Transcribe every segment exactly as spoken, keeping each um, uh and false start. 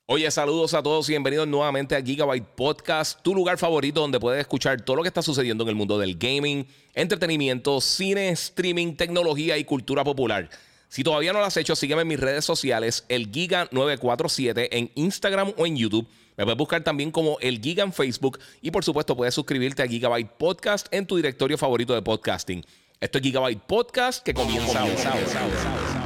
Oye, saludos a todos y bienvenidos nuevamente a Gigabyte Podcast, tu lugar favorito donde puedes escuchar todo lo que está sucediendo en el mundo del gaming, entretenimiento, cine, streaming, tecnología y cultura popular. Si todavía no lo has hecho, sígueme en mis redes sociales, el Giga nueve cuatro siete en Instagram o en YouTube. Me puedes buscar también como el Giga en Facebook y por supuesto puedes suscribirte a Gigabyte Podcast en tu directorio favorito de podcasting. Esto es Gigabyte Podcast que comienza ahora.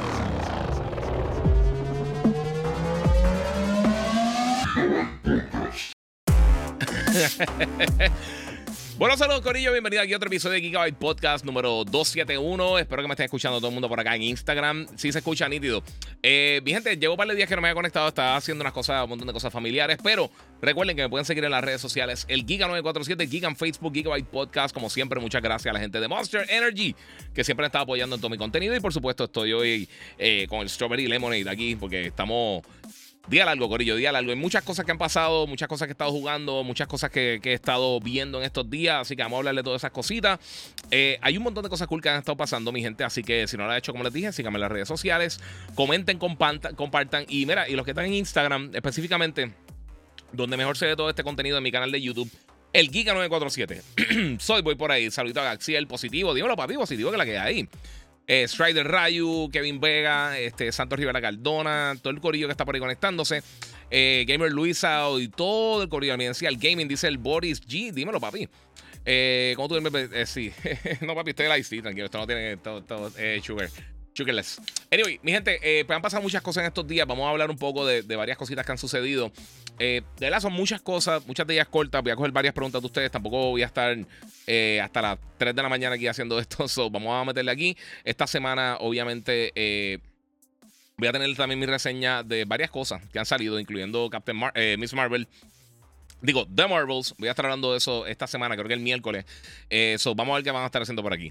Bueno, saludos Corillo, bienvenido aquí a otro episodio de Gigabyte Podcast número doscientos setenta y uno. Espero que me estén escuchando todo el mundo por acá en Instagram. Sí se escucha nítido. eh, Mi gente, llevo un par de días que no me había conectado. Estaba haciendo unas cosas, un montón de cosas familiares. Pero recuerden que me pueden seguir en las redes sociales, el Giga nueve cuatro siete, Giga en Facebook, Gigabyte Podcast. Como siempre, muchas gracias a la gente de Monster Energy, que siempre me está apoyando en todo mi contenido. Y por supuesto estoy hoy eh, con el Strawberry Lemonade aquí, porque estamos... Día largo, Corillo, día largo. Hay muchas cosas que han pasado, muchas cosas que he estado jugando, muchas cosas que, que he estado viendo en estos días. Así que vamos a hablar de todas esas cositas. Eh, hay un montón de cosas cool que han estado pasando, mi gente. Así que si no lo han hecho, como les dije, síganme en las redes sociales. Comenten, compartan, compartan. Y mira, y los que están en Instagram, específicamente, donde mejor se ve todo este contenido en mi canal de YouTube, el Giga nueve cuatro siete. Soy, voy por ahí. Saludito a Gaxiel, positivo. Dímelo, papi, positivo que la que hay. Eh, Strider Rayu, Kevin Vega, este, Santos Rivera Cardona, todo el corillo que está por ahí conectándose. Eh, Gamer Luisa y todo el corillo. El gaming, dice el Boris G. Dímelo, papi. Eh, ¿Cómo tú me eh, sí. No, papi, estoy live, sí, tranquilo. Esto no tiene todo, todo eh, sugar. Sugarless. Anyway, mi gente, eh, pues han pasado muchas cosas en estos días. Vamos a hablar un poco de, de varias cositas que han sucedido. Eh, de verdad son muchas cosas, muchas de ellas cortas. Voy a coger varias preguntas de ustedes. Tampoco voy a estar eh, hasta las tres de la mañana aquí haciendo esto. So, vamos a meterle aquí. Esta semana, obviamente, eh, voy a tener también mi reseña de varias cosas que han salido, incluyendo Captain Mar eh, Miss Marvel. Digo, The Marvels. Voy a estar hablando de eso esta semana, creo que el miércoles. Eh, so, vamos a ver qué van a estar haciendo por aquí.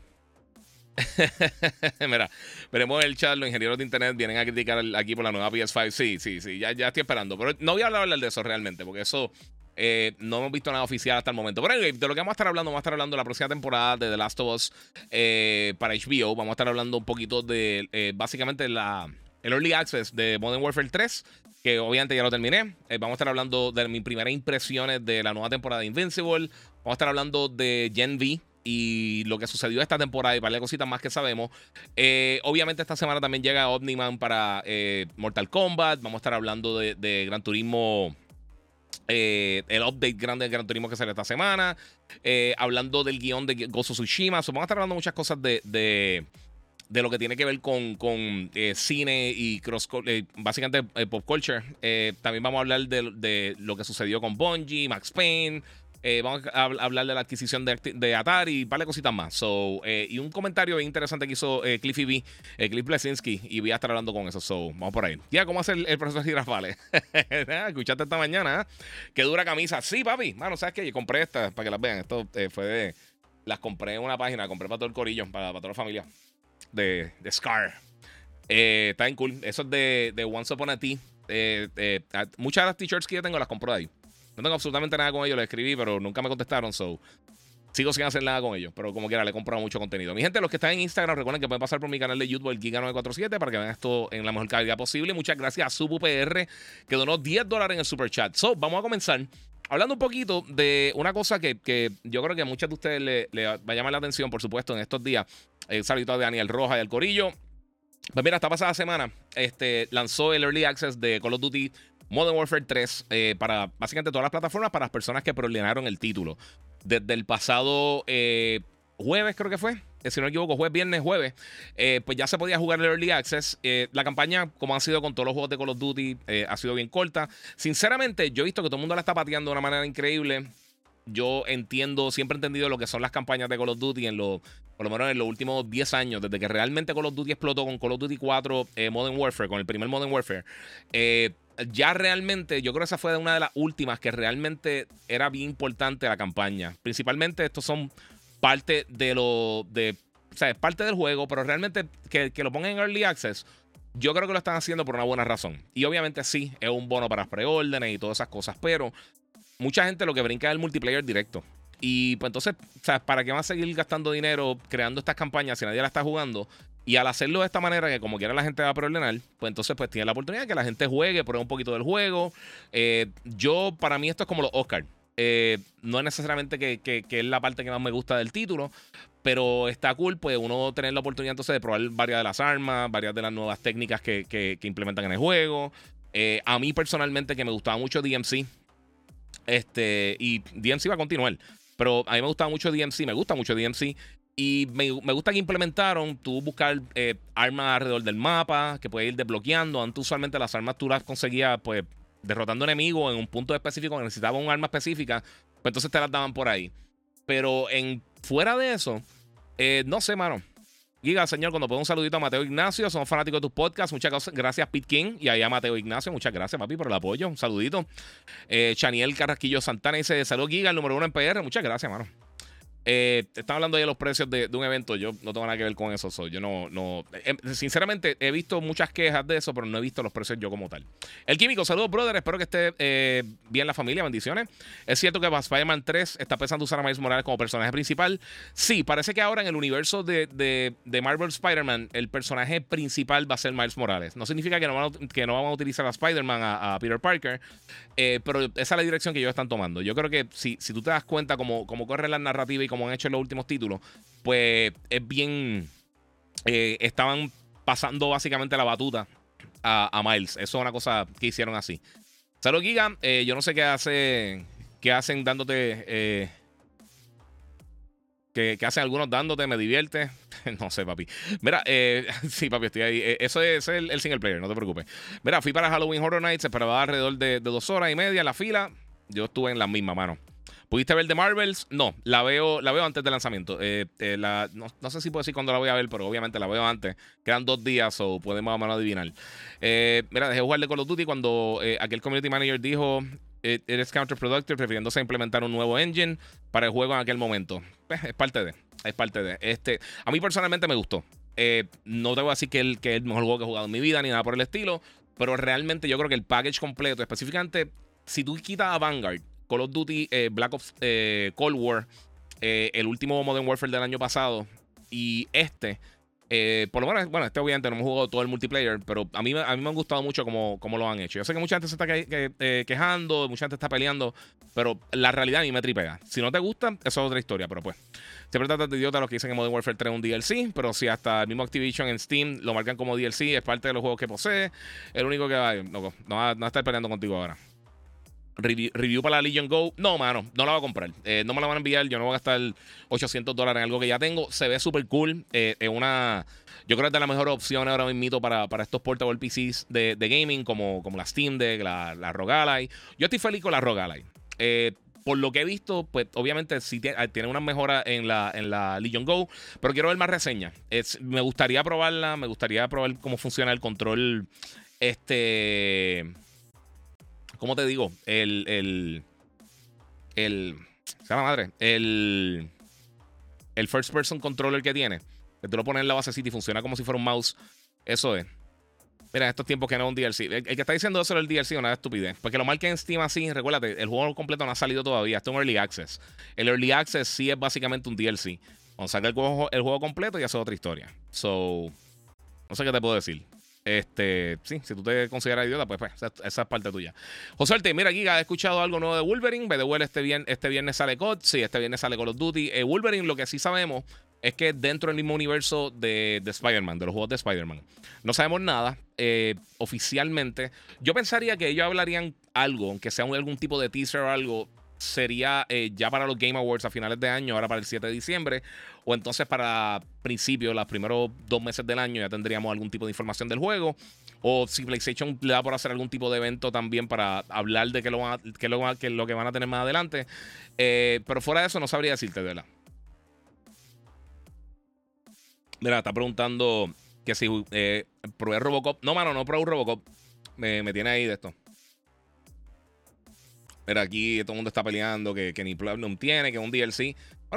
Mira, veremos el chat. Los ingenieros de internet vienen a criticar aquí por la nueva P S cinco. Sí, sí, sí, ya, ya estoy esperando. Pero no voy a hablar de eso realmente, porque eso eh, no hemos visto nada oficial hasta el momento. Pero anyway, de lo que vamos a estar hablando, vamos a estar hablando de la próxima temporada de The Last of Us eh, para H B O. Vamos a estar hablando un poquito de eh, básicamente la, el Early Access de Modern Warfare tres, que obviamente ya lo terminé. Eh, vamos a estar hablando de mis primeras impresiones de la nueva temporada de Invincible. Vamos a estar hablando de Gen V y lo que sucedió esta temporada y varias cositas más que sabemos. Eh, obviamente esta semana también llega Omniman para eh, Mortal Kombat. Vamos a estar hablando de, de Gran Turismo, eh, el update grande de Gran Turismo que sale esta semana. Eh, hablando del guión de Ghost of Tsushima. So, vamos a estar hablando muchas cosas de... de de lo que tiene que ver con, con eh, cine y cross, eh, básicamente eh, pop culture. Eh, también vamos a hablar de, de lo que sucedió con Bungie, Max Payne. Eh, vamos a hablar de la adquisición de, de Atari y un par de cositas más. So, eh, y un comentario bien interesante que hizo eh, Cliffy B, eh, Cliff Blesinski, y voy a estar hablando con eso. So, vamos por ahí. Ya, ¿cómo hace el, el profesor Girafales? Escuchaste esta mañana, ¿eh? Qué dura camisa. Sí, papi. Mano, ¿sabes qué? Yo compré estas para que las vean. Esto eh, fue de... Las compré en una página, compré para todo el corillo, para, para toda la familia. De, de Scar. Eh, está bien cool. Eso es de, de Once Upon a Tea. Eh, eh, muchas de las t-shirts que yo tengo las compro de ahí. No tengo absolutamente nada con ellos. Les escribí, pero nunca me contestaron. So, sigo sin hacer nada con ellos. Pero como quiera, le he comprado mucho contenido. Mi gente, los que están en Instagram, recuerden que pueden pasar por mi canal de YouTube, el Giga nueve cuatro siete, para que vean esto en la mejor calidad posible. Muchas gracias a SubuPR, que donó diez dólares en el super chat. So, vamos a comenzar hablando un poquito de una cosa que, que yo creo que a muchos de ustedes le, le va a llamar la atención, por supuesto, en estos días. El saludito de Daniel Roja y el corillo. Pues mira, esta pasada semana este, lanzó el Early Access de Call of Duty Modern Warfare tres eh, para básicamente todas las plataformas, para las personas que preordenaron el título. Desde el pasado eh, jueves, creo que fue, eh, si no me equivoco, jueves, viernes, jueves, eh, pues ya se podía jugar el Early Access. Eh, la campaña, como han sido con todos los juegos de Call of Duty, eh, ha sido bien corta. Sinceramente, yo he visto que todo el mundo la está pateando de una manera increíble. Yo entiendo, siempre he entendido lo que son las campañas de Call of Duty en lo, por lo menos en los últimos diez años, desde que realmente Call of Duty explotó con Call of Duty cuatro eh, Modern Warfare, con el primer Modern Warfare. Eh, ya realmente, yo creo que esa fue una de las últimas que realmente era bien importante la campaña. Principalmente estos son parte de lo, de, o sea, es parte del juego, pero realmente que, que lo pongan en Early Access, yo creo que lo están haciendo por una buena razón. Y obviamente sí, es un bono para preórdenes y todas esas cosas, pero mucha gente lo que brinca es el multiplayer directo. Y pues entonces, o sea, ¿para qué van a seguir gastando dinero creando estas campañas si nadie la está jugando? Y al hacerlo de esta manera, que como quiera la gente va a preordenar, pues entonces pues tiene la oportunidad de que la gente juegue, pruebe un poquito del juego. Eh, yo, para mí esto es como los Oscars. Eh, no es necesariamente que, que, que es la parte que más me gusta del título, pero está cool, pues uno tener la oportunidad entonces de probar varias de las armas, varias de las nuevas técnicas que, que, que implementan en el juego. Eh, a mí personalmente, que me gustaba mucho D M C, este, y D M C va a continuar, pero a mí me gustaba mucho D M C, me gusta mucho D M C. Y me, me gusta que implementaron tú buscar eh, armas alrededor del mapa, que puedes ir desbloqueando. Antes usualmente las armas tú las conseguías pues derrotando enemigos en un punto específico que necesitaba un arma específica, pues entonces te las daban por ahí. Pero en fuera de eso, eh, no sé, mano. Giga, señor, cuando puedo un saludito a Mateo Ignacio, somos fanáticos de tus podcasts. Muchas gracias, Pete King, y ahí a Mateo Ignacio. Muchas gracias, papi, por el apoyo. Un saludito. Eh, Chaniel Carrasquillo Santana dice: salud, Giga, el número uno en P R. Muchas gracias, mano. Eh, están hablando ahí de los precios de, de un evento. Yo no tengo nada que ver con eso. So, yo no, no eh, sinceramente, he visto muchas quejas de eso, pero no he visto los precios yo como tal. El Químico, saludos, brother. Espero que esté eh, bien la familia. Bendiciones. Es cierto que Spider-Man tres está pensando usar a Miles Morales como personaje principal. Sí, parece que ahora en el universo de, de, de Marvel Spider-Man, el personaje principal va a ser Miles Morales. No significa que no van a, que no van a utilizar a Spider-Man, a, a Peter Parker, eh, pero esa es la dirección que ellos están tomando. Yo creo que si, si tú te das cuenta cómo, cómo corre la narrativa y como han hecho en los últimos títulos, pues es bien eh, estaban pasando básicamente la batuta a, a Miles. Eso es una cosa que hicieron así. Salud, Giga. Eh, yo no sé qué hace qué hacen dándote eh, que, que hacen algunos dándote, me divierte. No sé, papi. Mira, eh, sí, papi, estoy ahí. Eh, eso es, es el, el single player, no te preocupes. Mira, fui para Halloween Horror Nights, esperaba alrededor de, de dos horas y media en la fila. Yo estuve en la misma, mano. ¿Pudiste ver The Marvels? No, la veo, la veo antes del lanzamiento. Eh, eh, la, no, no sé si puedo decir cuándo la voy a ver, pero obviamente la veo antes. Quedan dos días o podemos más o menos adivinar. Eh, mira, dejé jugar de Call of Duty cuando eh, aquel community manager dijo it, it is counterproductive, refiriéndose a implementar un nuevo engine para el juego en aquel momento. Pues, es parte de, es parte de. Este, a mí personalmente me gustó. Eh, no te voy a decir que, el, que es el mejor juego que he jugado en mi vida ni nada por el estilo, pero realmente yo creo que el package completo, específicamente, si tú quitas a Vanguard, Call of Duty, eh, Black Ops, eh, Cold War, eh, el último Modern Warfare del año pasado, y este, eh, por lo menos, bueno, este obviamente no hemos jugado todo el multiplayer, pero a mí, a mí me han gustado mucho cómo, cómo lo han hecho. Yo sé que mucha gente se está que, que, eh, quejando, mucha gente está peleando, pero la realidad a mí me tripea. Si no te gusta, eso es otra historia, pero pues, siempre tratan de idiota los que dicen que Modern Warfare tres es un D L C, pero si hasta el mismo Activision en Steam lo marcan como D L C, es parte de los juegos que posee, el único que va, no, no va, no va a estar peleando contigo ahora. Review, review para la Legion Go. No, mano, no la voy a comprar. Eh, no me la van a enviar. Yo no voy a gastar ochocientos dólares en algo que ya tengo. Se ve súper cool. Eh, es una. Yo creo que es de las mejores opciones ahora mismo para, para estos portable P Cs de, de gaming, como, como la Steam Deck, la, la R O G Ally. Yo estoy feliz con la R O G Ally. Eh, por lo que he visto, pues obviamente sí tiene, tiene una mejora en la, en la Legion Go, pero quiero ver más reseñas. Es, me gustaría probarla. Me gustaría probar cómo funciona el control. Este. ¿Cómo te digo? El. El. El. ¿Se llama madre? El. El first person controller que tiene. Que tú lo pones en la basecita y funciona como si fuera un mouse. Eso es. Mira, estos tiempos que no es un D L C. El, el que está diciendo eso es el D L C, una estupidez. Porque lo marquen en Steam así, recuérdate, el juego completo no ha salido todavía. Esto es un Early Access. El Early Access sí es básicamente un D L C. Cuando salga el juego, el juego completo, ya es otra historia. So. No sé qué te puedo decir. Este, sí, si tú te consideras idiota, pues, pues esa, esa es parte tuya. José Arte, mira, Giga, ¿has escuchado algo nuevo de Wolverine? B D W este, bien, este viernes sale C O D. Sí, este viernes sale Call of Duty. Eh, Wolverine, lo que sí sabemos es que dentro del mismo universo de, de Spider-Man, de los juegos de Spider-Man, no sabemos nada eh, oficialmente. Yo pensaría que ellos hablarían algo, aunque sea un, algún tipo de teaser o algo, sería eh, ya para los Game Awards a finales de año, ahora para el siete de diciembre, o entonces para principios, los primeros dos meses del año, ya tendríamos algún tipo de información del juego. O si PlayStation le da por hacer algún tipo de evento también para hablar de qué lo, van a, qué lo, qué lo que van a tener más adelante. Eh, pero fuera de eso, no sabría decirte, de verdad. Mira, está preguntando que si eh, probé Robocop. No, mano, no probé Robocop. Me, me tiene ahí de esto. Mira, aquí todo el mundo está peleando que, que ni Platinum tiene, que es un D L C. Bueno, pues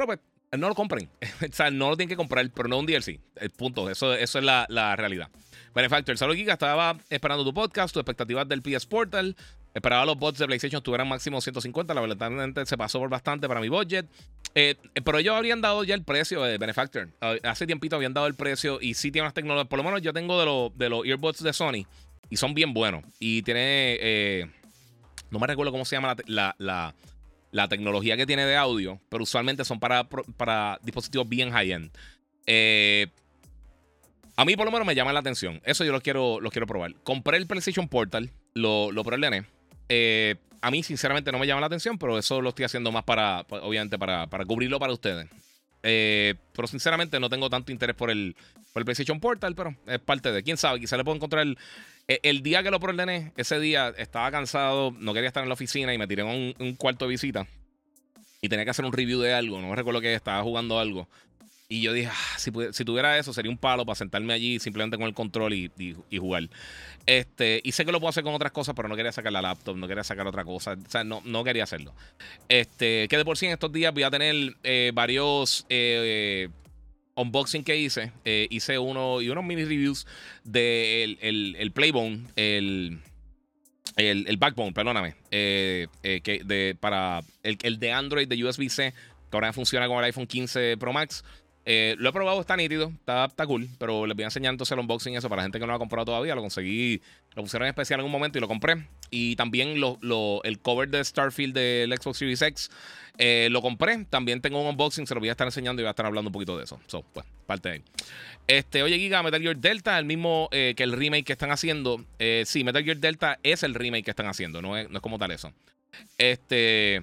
No lo compren. O sea, no lo tienen que comprar, pero no un D L C. El punto. Eso, eso es la, la realidad. Benefactor, Salud Giga, estaba esperando tu podcast, tus expectativas del P S Portal. Esperaba los bots de PlayStation tuvieran máximo ciento cincuenta. La verdad, se pasó por bastante para mi budget. Eh, pero ellos habrían dado ya el precio de Benefactor. Uh, hace tiempito habían dado el precio y sí tiene unas tecnologías. Por lo menos yo tengo de, lo, de los earbuds de Sony y son bien buenos. Y tiene. Eh, no me recuerdo cómo se llama la, la, la, la tecnología que tiene de audio, pero usualmente son para, para dispositivos bien high-end. Eh. A mí por lo menos me llama la atención. Eso yo lo quiero, lo quiero probar. Compré el PlayStation Portal, lo, lo preordené. Eh, a mí sinceramente no me llama la atención, pero eso lo estoy haciendo más para, obviamente, para, para cubrirlo para ustedes. Eh, pero sinceramente no tengo tanto interés por el, por el PlayStation Portal, pero es parte de, quién sabe, quizá le puedo encontrar el, el día que lo preordené. Ese día estaba cansado, no quería estar en la oficina y me tiré en un, un cuarto de visita y tenía que hacer un review de algo. No me recuerdo que estaba jugando algo. Y yo dije, ah, si, si tuviera eso, sería un palo para sentarme allí simplemente con el control y, y, y jugar. Este, y sé que lo puedo hacer con otras cosas, pero no quería sacar la laptop, no quería sacar otra cosa. O sea, no, no quería hacerlo. Este, que de por sí en estos días voy a tener eh, varios eh, unboxing que hice. Eh, hice uno y unos mini reviews del el, el Playbone, el, el, el Backbone, perdóname. Eh, eh, que de, para el, el de Android de U S B C, que ahora funciona con el iPhone quince Pro Max. Eh, lo he probado, está nítido, está, está cool, pero les voy a enseñar entonces el unboxing eso para la gente que no lo ha comprado todavía. Lo conseguí, lo pusieron en especial en un momento y lo compré. Y también lo, lo, el cover de Starfield del Xbox Series X eh, lo compré. También tengo un unboxing, se lo voy a estar enseñando y voy a estar hablando un poquito de eso. So, pues, parte de ahí. Este, oye, Giga, Metal Gear Delta, el mismo eh, que el remake que están haciendo. Eh, sí, Metal Gear Delta es el remake que están haciendo, no es, no es como tal eso. Este...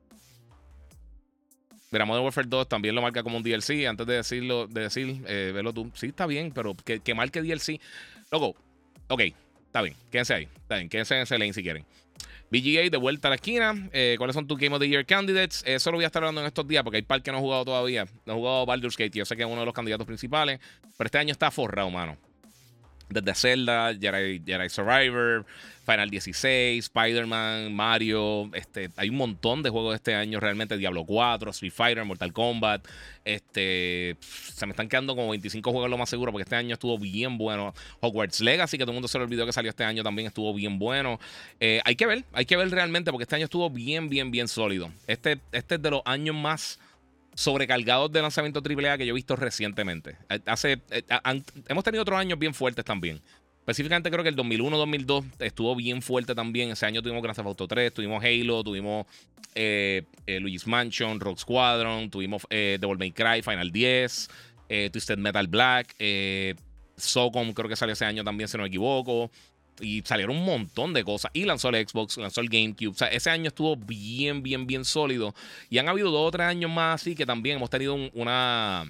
Mira, Modern Warfare dos también lo marca como un D L C. Antes de decirlo, de decir, eh, velo tú. Sí, está bien, pero que, que marque D L C. Loco, ok, está bien. Quédense ahí. Está bien, quédense en ese lane si quieren. B G A de vuelta a la esquina. Eh, ¿Cuáles son tus Game of the Year candidates? Eso lo voy a estar hablando en estos días porque hay par que no he jugado todavía. No he jugado Baldur's Gate. Yo sé que es uno de los candidatos principales. Pero este año está forrado, mano. Desde Zelda, Jedi, Jedi Survivor, Final dieciséis, Spider-Man, Mario. Este, hay un montón de juegos este año realmente. Diablo cuatro, Street Fighter, Mortal Kombat. Este, se me están quedando como veinticinco juegos lo más seguro porque este año estuvo bien bueno. Hogwarts Legacy, que todo el mundo se lo olvidó que salió este año, también estuvo bien bueno. Eh, hay que ver, hay que ver realmente porque este año estuvo bien, bien, bien sólido. Este, este es de los años más sobrecargados de lanzamiento triple A que yo he visto recientemente. Hace, eh, han, hemos tenido otros años bien fuertes también. Específicamente creo que el dos mil uno dos mil dos estuvo bien fuerte también. Ese año tuvimos Grand Theft Auto tres, tuvimos Halo, tuvimos eh, eh, Luigi's Mansion, Rogue Squadron, tuvimos eh, Devil May Cry, Final diez, eh, Twisted Metal Black, eh, Socom creo que salió ese año también, si no me equivoco. Y salieron un montón de cosas. Y lanzó el Xbox, lanzó el GameCube. O sea, ese año estuvo bien, bien, bien sólido. Y han habido dos o tres años más así que también hemos tenido un, una...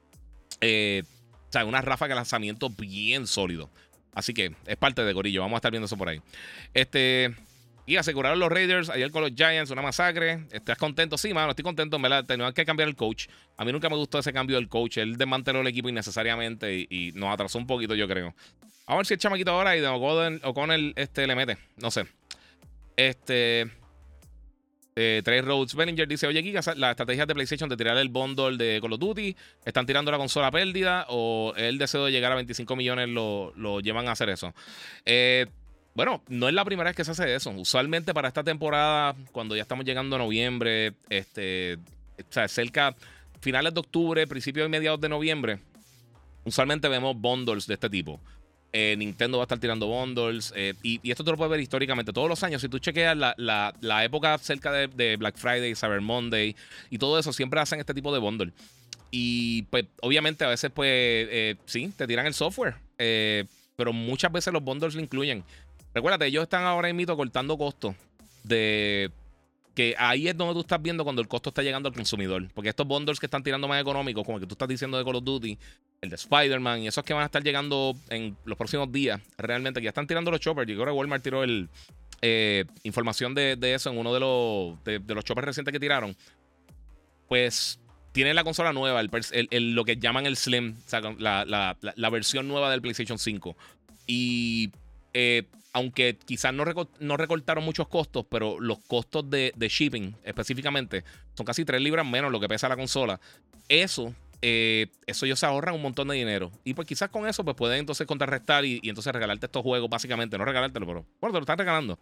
Eh, o sea, una ráfaga de lanzamiento bien sólido. Así que es parte de Corillo. Vamos a estar viendo eso por ahí. Este... Y aseguraron los Raiders ayer con los Giants, una masacre. ¿Estás contento? Sí, mano, estoy contento. ¿Verdad? Tenían que cambiar el coach. A mí nunca me gustó ese cambio del coach. Él desmanteló el equipo innecesariamente y, y nos atrasó un poquito, yo creo. A ver si el chamaquito ahora y de O'Connell este, le mete. No sé. Este. Eh, Trey Rhodes Bellinger dice: Oye, Giga, las estrategias de PlayStation de tirar el bundle de Call of Duty están tirando la consola a pérdida o el deseo de llegar a veinticinco millones lo, lo llevan a hacer eso. Eh. Bueno, no es la primera vez que se hace eso. Usualmente para esta temporada, cuando ya estamos llegando a noviembre, este, o sea, cerca, finales de octubre, principios y mediados de noviembre, usualmente vemos bundles de este tipo. Eh, Nintendo va a estar tirando bundles. Eh, y, y esto te lo puedes ver históricamente todos los años. Si tú chequeas la, la, la época cerca de, de Black Friday, Cyber Monday y todo eso, siempre hacen este tipo de bundle. Y pues, obviamente, a veces, pues, eh, sí, te tiran el software. Eh, pero muchas veces los bundles lo incluyen. Recuérdate, ellos están ahora mismo cortando costos de... Que ahí es donde tú estás viendo cuando el costo está llegando al consumidor. Porque estos bundles que están tirando más económicos, como el que tú estás diciendo de Call of Duty, el de Spider-Man y esos que van a estar llegando en los próximos días, realmente, que ya están tirando los choppers. Yo creo que Walmart tiró el, eh, información de, de eso en uno de los, de, de los choppers recientes que tiraron. Pues tienen la consola nueva, el, el, el, lo que llaman el Slim, o sea, la, la, la, la versión nueva del PlayStation cinco. Y... eh, aunque quizás no, reco no recortaron muchos costos, pero los costos de, de shipping específicamente son casi tres libras menos lo que pesa la consola. Eso, eh, eso ellos se ahorran un montón de dinero. Y pues quizás con eso pues pueden entonces contrarrestar y, y entonces regalarte estos juegos, básicamente. No regalártelo, pero bueno, te lo están regalando.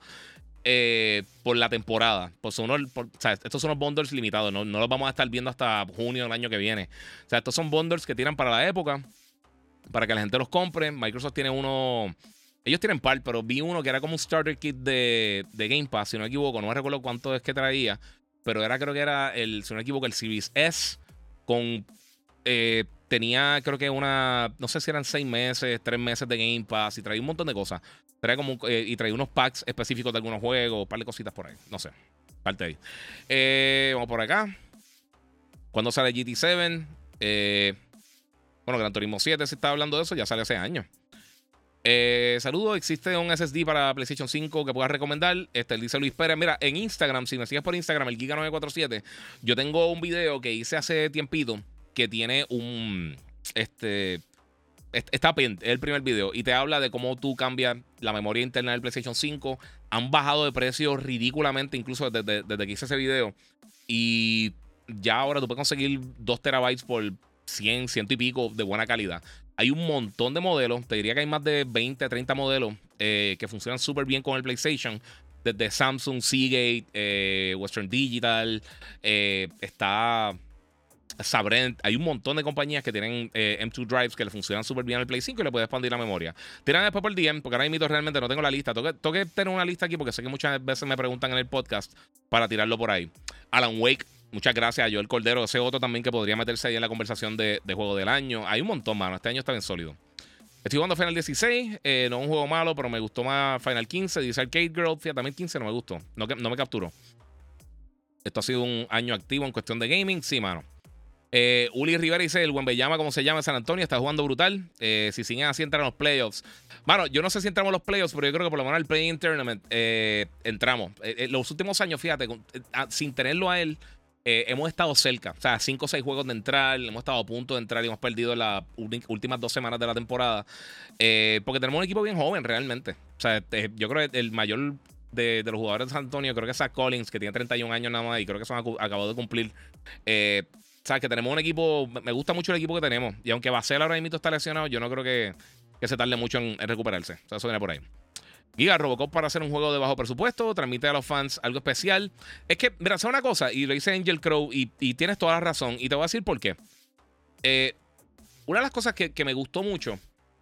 Eh, por la temporada. Pues uno, por, o sea, estos son los bundles limitados, ¿no? No los vamos a estar viendo hasta junio del año que viene. O sea, estos son bundles que tiran para la época, para que la gente los compre. Microsoft tiene uno... Ellos tienen par, pero vi uno que era como un starter kit de, de Game Pass, si no me equivoco. No me recuerdo cuánto es que traía, pero era, creo que era, el, si no me equivoco, el Series S con... Eh, tenía, creo que una... No sé si eran seis meses, tres meses de Game Pass y traía un montón de cosas. Traía como, eh, y traía unos packs específicos de algunos juegos, un par de cositas por ahí. No sé. Parte ahí. Eh, vamos por acá. ¿Cuándo sale G T siete? Eh, bueno, Gran Turismo siete, si estaba hablando de eso, ya sale hace años. Eh, saludos, ¿existe un S S D para PlayStation cinco que puedas recomendar? Este, dice Luis Pérez. Mira, en Instagram, si me sigues por Instagram, el Giga nueve cuatro siete, yo tengo un video que hice hace tiempito que tiene un... Este... Está pent, es el primer video y te habla de cómo tú cambias la memoria interna del PlayStation cinco. Han bajado de precio ridículamente, incluso desde, desde que hice ese video. Y ya ahora tú puedes conseguir dos terabytes por cien, cien y pico de buena calidad. Hay un montón de modelos. Te diría que hay más de veinte, treinta modelos eh, que funcionan súper bien con el PlayStation. Desde Samsung, Seagate, eh, Western Digital. Eh, está... Sabrent, hay un montón de compañías que tienen eh, M dos drives que le funcionan súper bien al Play cinco y le puedes expandir la memoria. Tiran después por D M, porque ahora mismo realmente no tengo la lista. Tengo que, tengo que tener una lista aquí porque sé que muchas veces me preguntan en el podcast para tirarlo por ahí. Alan Wake, muchas gracias a Joel Cordero. Ese otro también que podría meterse ahí en la conversación de, de juego del año. Hay un montón, mano. Este año está bien sólido. Estoy jugando Final dieciséis, eh, no es un juego malo, pero me gustó más Final quince. Dice Arcade Girl, fíjate, también quince no me gustó. No, no me capturó. Esto ha sido un año activo en cuestión de gaming. Sí, mano. Eh, Uli Rivera dice: el Wembanyama, como se llama en San Antonio, está jugando brutal. Eh, si siguen así, entran a los playoffs. Mano, yo no sé si entramos a los playoffs, pero yo creo que por lo menos al Play-In Tournament eh, entramos. Eh, eh, los últimos años, fíjate, con, eh, sin tenerlo a él, eh, hemos estado cerca. O sea, cinco o seis juegos de entrar, hemos estado a punto de entrar y hemos perdido las últimas dos semanas de la temporada. Eh, porque tenemos un equipo bien joven, realmente. O sea, eh, yo creo que el mayor de, de los jugadores de San Antonio, creo que es Zach Collins, que tiene treinta y un años nada más, y creo que son acabó de cumplir. Eh, O sea, que tenemos un equipo. Me gusta mucho el equipo que tenemos. Y aunque Basel ahora mismo está lesionado, yo no creo que, que se tarde mucho en, en recuperarse. O sea, eso viene por ahí. Giga, Robocop para hacer un juego de bajo presupuesto. Transmite a los fans algo especial. Es que, mira, ¿sabes una cosa? Y lo dice Angel Crow. Y, y tienes toda la razón. Y te voy a decir por qué. Eh, una de las cosas que, que me gustó mucho.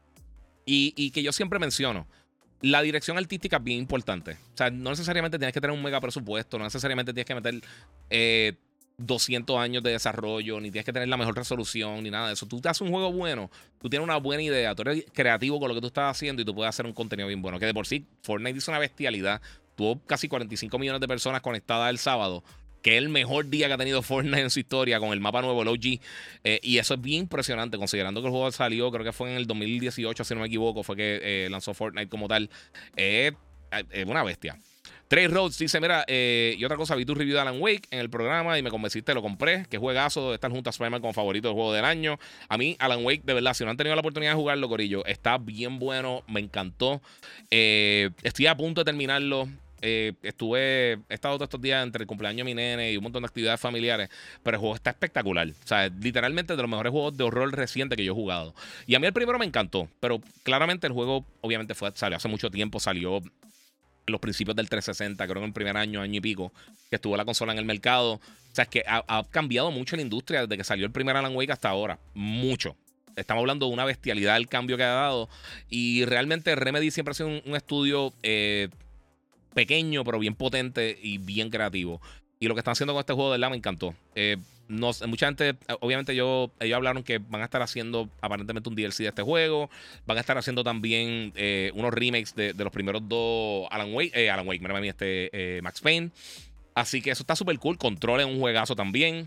Y, y que yo siempre menciono. La dirección artística es bien importante. O sea, no necesariamente tienes que tener un mega presupuesto. No necesariamente tienes que meter. Eh, doscientos años de desarrollo, ni tienes que tener la mejor resolución, ni nada de eso. Tú te haces un juego bueno, tú tienes una buena idea, tú eres creativo con lo que tú estás haciendo y tú puedes hacer un contenido bien bueno. Que de por sí, Fortnite hizo una bestialidad. Tuvo casi cuarenta y cinco millones de personas conectadas el sábado, que es el mejor día que ha tenido Fortnite en su historia, con el mapa nuevo, el O G. Eh, y eso es bien impresionante, considerando que el juego salió, creo que fue en el dos mil dieciocho, si no me equivoco, fue que eh, lanzó Fortnite como tal. Es eh, eh, una bestia. Trey Rhodes dice: mira, eh, y otra cosa, vi tu review de Alan Wake en el programa y me convenciste, lo compré. Qué juegazo, estar junto a Spider-Man como favorito del juego del año. A mí, Alan Wake, de verdad, si no han tenido la oportunidad de jugarlo, corillo, está bien bueno, me encantó. Eh, estoy a punto de terminarlo. Eh, estuve, he estado todos estos días entre el cumpleaños de mi nene y un montón de actividades familiares, pero el juego está espectacular. O sea, literalmente de los mejores juegos de horror recientes que yo he jugado. Y a mí el primero me encantó, pero claramente el juego, obviamente, fue, salió hace mucho tiempo, salió los principios del trescientos sesenta, creo que en el primer año, año y pico, que estuvo la consola en el mercado. O sea, es que ha, ha cambiado mucho la industria desde que salió el primer Alan Wake hasta ahora. Mucho. Estamos hablando de una bestialidad el cambio que ha dado. Y realmente Remedy siempre ha sido un, un estudio eh, pequeño, pero bien potente y bien creativo. Y lo que están haciendo con este juego de verdad me encantó. Eh, no, mucha gente, obviamente yo, ellos hablaron que van a estar haciendo aparentemente un D L C de este juego. Van a estar haciendo también eh, unos remakes de, de los primeros dos Alan Wake, eh, Alan Wake, mira a mí, este eh, Max Payne. Así que eso está súper cool. Control es un juegazo también.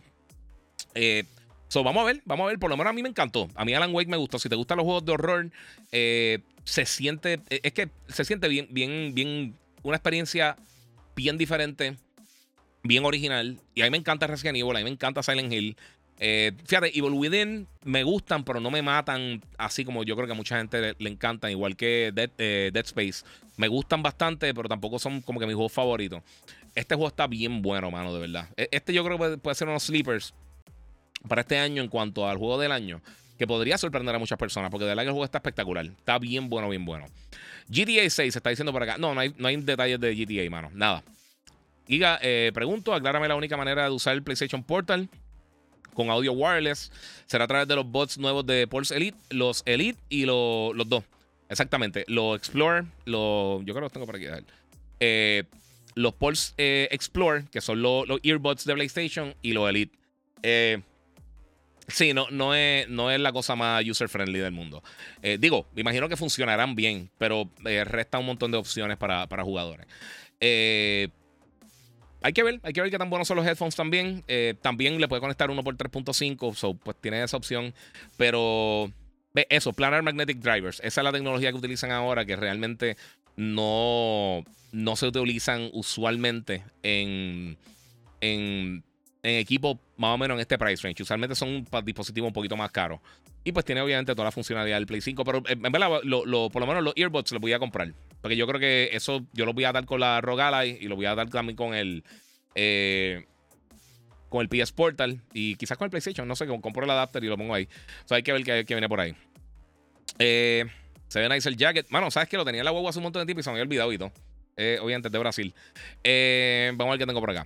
Eh, so, vamos a ver, vamos a ver. Por lo menos a mí me encantó. A mí Alan Wake me gustó. Si te gustan los juegos de horror, eh, se siente, eh, es que se siente bien, bien, bien, una experiencia bien diferente, bien original. Y a mí me encanta Resident Evil, a mí me encanta Silent Hill. Eh, fíjate, Evil Within me gustan, pero no me matan así como yo creo que a mucha gente le, le encantan, igual que Dead, eh, Dead Space. Me gustan bastante, pero tampoco son como que mis juegos favoritos. Este juego está bien bueno, mano, de verdad. Este yo creo que puede, puede ser unos sleepers para este año en cuanto al juego del año, que podría sorprender a muchas personas, porque de verdad que el juego está espectacular. Está bien bueno, bien bueno. G T A seis se está diciendo por acá. No, no hay, no hay detalles de G T A, mano. Nada. Giga, eh, pregunto, aclárame la única manera de usar el PlayStation Portal con audio wireless. Será a través de los bots nuevos de Pulse Elite, los Elite y lo, los dos. Exactamente. Los Explorer, los, yo creo que los tengo por aquí. Eh, los Pulse eh, Explorer, que son los, los earbuds de PlayStation, y los Elite. Eh, sí, no, no, es, no es la cosa más user-friendly del mundo. Eh, digo, me imagino que funcionarán bien, pero eh, resta un montón de opciones para, para jugadores. Eh, hay que ver, hay que ver qué tan buenos son los headphones también. Eh, también le puede conectar uno por tres punto cinco, so, pues tiene esa opción. Pero eso, Planar Magnetic Drivers, esa es la tecnología que utilizan ahora, que realmente no, no se utilizan usualmente en, en, en equipos más o menos en este price range. Usualmente son para dispositivos un poquito más caros. Y pues tiene obviamente toda la funcionalidad del Play cinco. Pero en verdad, lo, lo, por lo menos los earbuds los voy a comprar. Porque yo creo que eso yo los voy a dar con la R O G Ally y los voy a dar también con el eh, con el P S Portal y quizás con el PlayStation. No sé, compro el adapter y lo pongo ahí. O sea, hay que ver qué, qué viene por ahí. Eh, se ve nice el jacket. Mano, ¿sabes qué? Lo tenía en la huevo hace un montón de tiempo y se me había olvidado y todo. Eh, obviamente es de Brasil. Eh, vamos a ver qué tengo por acá.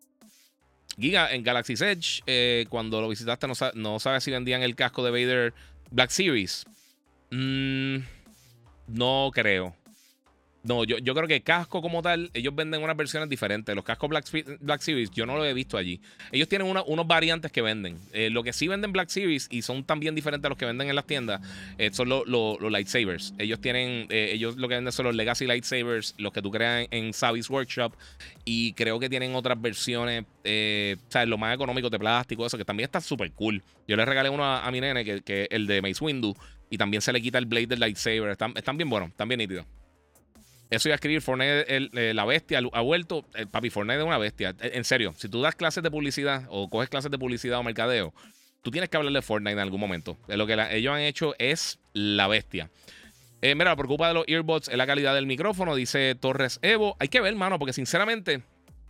Giga, en Galaxy's Edge, eh, cuando lo visitaste, no, sa no sabes si vendían el casco de Vader Black Series. Mm, no creo. No, yo, yo creo que casco como tal, ellos venden unas versiones diferentes. Los cascos Black, Black Series, yo no lo he visto allí. Ellos tienen una, unos variantes que venden. Eh, lo que sí venden Black Series y son también diferentes a los que venden en las tiendas, eh, son los lo, lo lightsabers. Ellos tienen, eh, ellos lo que venden son los Legacy Lightsabers, los que tú creas en, en Savvy's Workshop. Y creo que tienen otras versiones, eh, o sea, lo más económico de plástico, eso, que también está súper cool. Yo le regalé uno a, a mi nene, que, que el de Mace Windu, y también se le quita el blade del lightsaber. Están, están bien buenos, están bien nítidos. Eso iba a escribir, Fortnite, el, el, la bestia, ha vuelto. El papi, Fortnite es una bestia. En serio, si tú das clases de publicidad o coges clases de publicidad o mercadeo, tú tienes que hablar de Fortnite en algún momento. Lo que la, ellos han hecho es la bestia. Eh, mira, me preocupa de los earbuds es la calidad del micrófono, dice Torres Evo. Hay que ver, mano, porque sinceramente,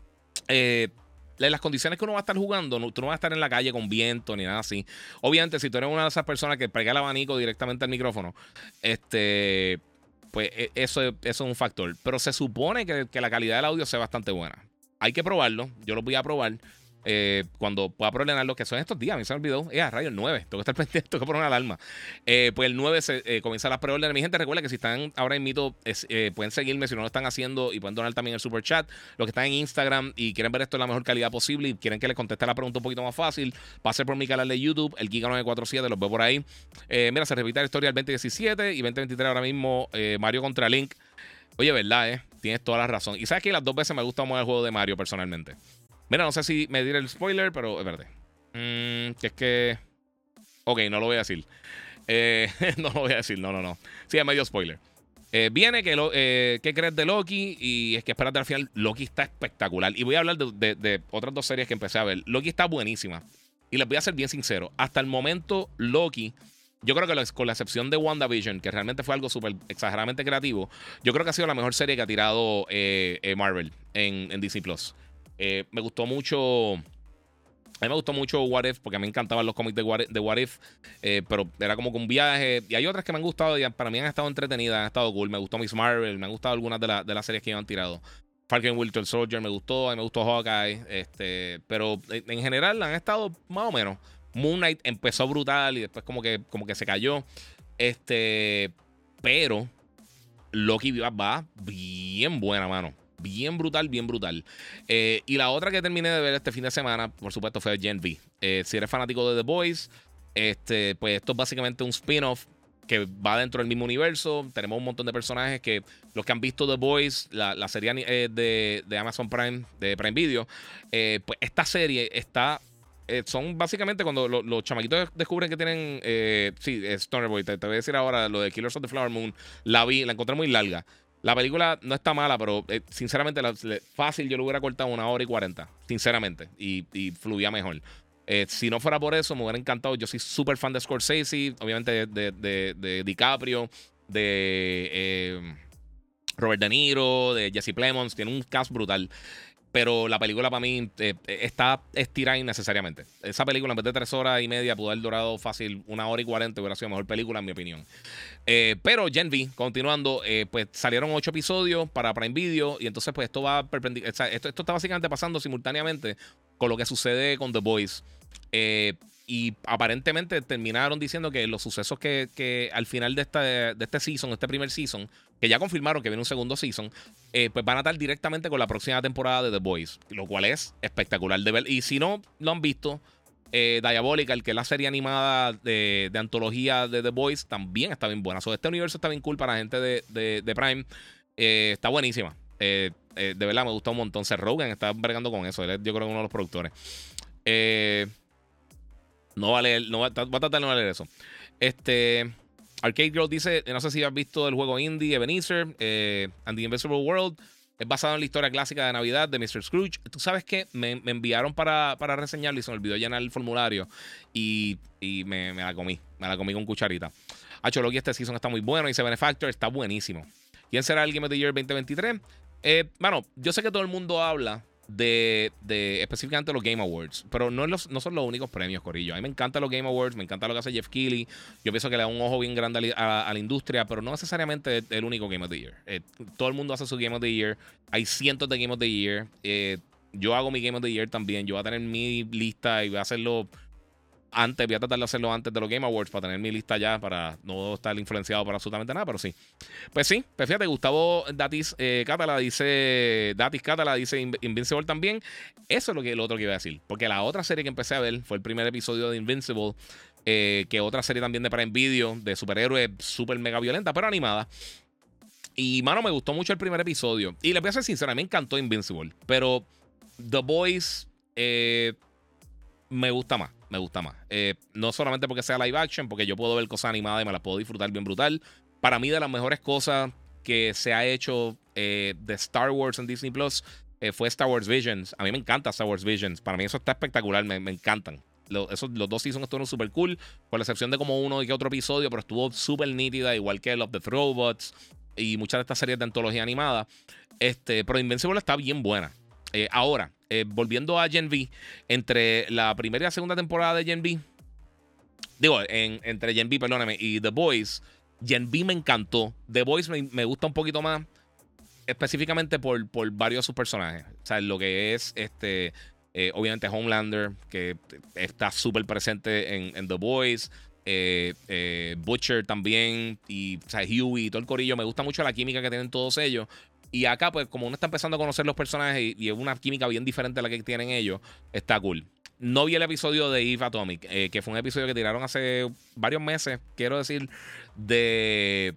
eh, las condiciones que uno va a estar jugando, no, tú no vas a estar en la calle con viento ni nada así. Obviamente, si tú eres una de esas personas que pega el abanico directamente al micrófono, este... pues eso, eso es un factor. Pero se supone que, que la calidad del audio sea bastante buena. Hay que probarlo. Yo lo voy a probar eh, cuando pueda problemar lo que son estos días. A mí se me olvidó. Eh, a rayo, el nueve. Tengo que estar pendiente. Tengo que poner una alarma. Eh, pues el nueve se, eh, comienza las preórdenes. Mi gente, recuerda que si están ahora en mito, eh, pueden seguirme si no lo están haciendo y pueden donar también el super chat. Los que están en Instagram y quieren ver esto en la mejor calidad posible y quieren que les conteste la pregunta un poquito más fácil, pasen por mi canal de YouTube, el Giga nueve cuatro siete, los veo por ahí. Eh, mira, se repite la historia del veinte diecisiete y veinte veintitrés ahora mismo. Eh, Mario contra Link. Oye, verdad, eh. Tienes toda la razón. Y sabes que las dos veces me gusta más el juego de Mario personalmente. Mira, no sé si me diré el spoiler, pero es verdad. Mm, que es que. Ok, no lo voy a decir. Eh, no lo voy a decir, no, no, no. Sí, es medio spoiler. Eh, viene que lo, eh, ¿qué crees de Loki? Y es que espérate al final. Loki está espectacular. Y voy a hablar de, de, de otras dos series que empecé a ver. Loki está buenísima. Y les voy a ser bien sincero. Hasta el momento, Loki, yo creo que lo, con la excepción de WandaVision, que realmente fue algo súper exageradamente creativo, yo creo que ha sido la mejor serie que ha tirado eh, eh, Marvel en, en Disney Plus. Eh, me gustó mucho. A mí me gustó mucho What If, porque a mí me encantaban los cómics de What If, de What If eh, pero era como que un viaje. Y hay otras que me han gustado y para mí han estado entretenidas, han estado cool. Me gustó Miss Marvel, me han gustado algunas de, la, de las series que iban tirado. Falcon Winter Soldier me gustó, a mí me gustó Hawkeye. Este, pero en general han estado más o menos. Moon Knight empezó brutal y después como que, como que se cayó. Este, pero Loki va bien buena, mano. Bien brutal, bien brutal. Eh, y la otra que terminé de ver este fin de semana, por supuesto, fue Gen V. Eh, si eres fanático de The Boys, este, pues esto es básicamente un spin-off que va dentro del mismo universo. Tenemos un montón de personajes que los que han visto The Boys, la, la serie eh, de, de Amazon Prime, de Prime Video, eh, pues esta serie está... Eh, son básicamente cuando lo, los chamaquitos descubren que tienen... Eh, sí, Stoner Boy, te, te voy a decir ahora lo de Killers of the Flower Moon. La vi, la encontré muy larga. La película no está mala, pero eh, sinceramente la, fácil yo lo hubiera cortado una hora y cuarenta, sinceramente, y, y fluía mejor. Eh, si no fuera por eso, me hubiera encantado. Yo soy súper fan de Scorsese, obviamente de, de, de, de DiCaprio, de eh, Robert De Niro, de Jesse Plemons. Tiene un cast brutal. Pero la película para mí eh, está estirada innecesariamente. Esa película en vez de tres horas y media pudo haber durado fácil una hora y cuarenta. Hubiera sido mejor película en mi opinión. Eh, pero Gen V, continuando, eh, pues salieron ocho episodios para Prime Video. Y entonces pues esto va perpendicular. O sea, esto, esto está básicamente pasando simultáneamente con lo que sucede con The Boys. Eh, y aparentemente terminaron diciendo que los sucesos que, que al final de, esta, de este season, este primer season, que ya confirmaron que viene un segundo season, eh, pues van a estar directamente con la próxima temporada de The Boys, lo cual es espectacular de ver. Y si no lo han visto, eh, Diabolical, que es la serie animada de, de antología de The Boys, también está bien buena. So, este universo está bien cool para la gente de, de, de Prime. Eh, está buenísima. Eh, eh, de verdad me gusta un montón. Seth Rogen está bregando con eso. Él es, yo creo que uno de los productores. Eh... No va a leer, no va, va a tratar de no leer eso. Este. Arcade Girl dice: no sé si has visto el juego indie Ebenezer eh, and the Invisible World. Es basado en la historia clásica de Navidad de mister Scrooge. Tú sabes que me, me enviaron para, para reseñarlo y se me olvidó llenar el formulario. Y, y me, me la comí. Me la comí con cucharita. Hacho Loki, este season está muy bueno. Dice Benefactor, está buenísimo. ¿Quién será el Game of the Year veinte veintitrés? Eh, bueno, yo sé que todo el mundo habla de, de específicamente los Game Awards, pero no, los, no son los únicos premios, corillo. A mí me encantan los Game Awards, me encanta lo que hace Jeff Keighley. Yo pienso que le da un ojo bien grande a, a, a la industria, pero no necesariamente el único Game of the Year. Eh, todo el mundo hace su Game of the Year. Hay cientos de Game of the Year. Eh, yo hago mi Game of the Year también. Yo voy a tener mi lista y voy a hacerlo antes, voy a tratar de hacerlo antes de los Game Awards para tener mi lista ya, para no estar influenciado por absolutamente nada, pero sí. Pues sí, pues fíjate, Gustavo Datis eh, Catala dice, Datis Catala dice Invincible también. Eso es lo, que, lo otro que iba a decir, porque la otra serie que empecé a ver fue el primer episodio de Invincible, eh, que otra serie también de Prime Video, de superhéroes súper mega violenta, pero animada. Y, mano, me gustó mucho el primer episodio. Y les voy a ser sincero, me encantó Invincible, pero The Boys eh, me gusta más. Me gusta más. Eh, no solamente porque sea live action, porque yo puedo ver cosas animadas y me las puedo disfrutar bien brutal. Para mí, de las mejores cosas que se ha hecho eh, de Star Wars en Disney Plus eh, fue Star Wars Visions. A mí me encanta Star Wars Visions. Para mí eso está espectacular. Me, me encantan. Lo, esos, los dos seasons estuvieron súper cool, con la excepción de como uno y que otro episodio, pero estuvo súper nítida, igual que Love the Throwbots y muchas de estas series de antología animada. Este, pero Invincible está bien buena. Eh, ahora, eh, volviendo a Gen V, entre la primera y la segunda temporada de Gen V, digo, en, entre Gen V, perdóname, y The Boys, Gen V me encantó. The Boys me, me gusta un poquito más, específicamente por, por varios de sus personajes. O sea, lo que es, este, eh, obviamente, Homelander, que está súper presente en, en The Boys. Eh, eh, Butcher también, y o sea, Huey y todo el corillo. Me gusta mucho la química que tienen todos ellos. Y acá, pues, como uno está empezando a conocer los personajes y, y es una química bien diferente a la que tienen ellos, está cool. No vi el episodio de Eve Atomic, eh, que fue un episodio que tiraron hace varios meses, quiero decir, de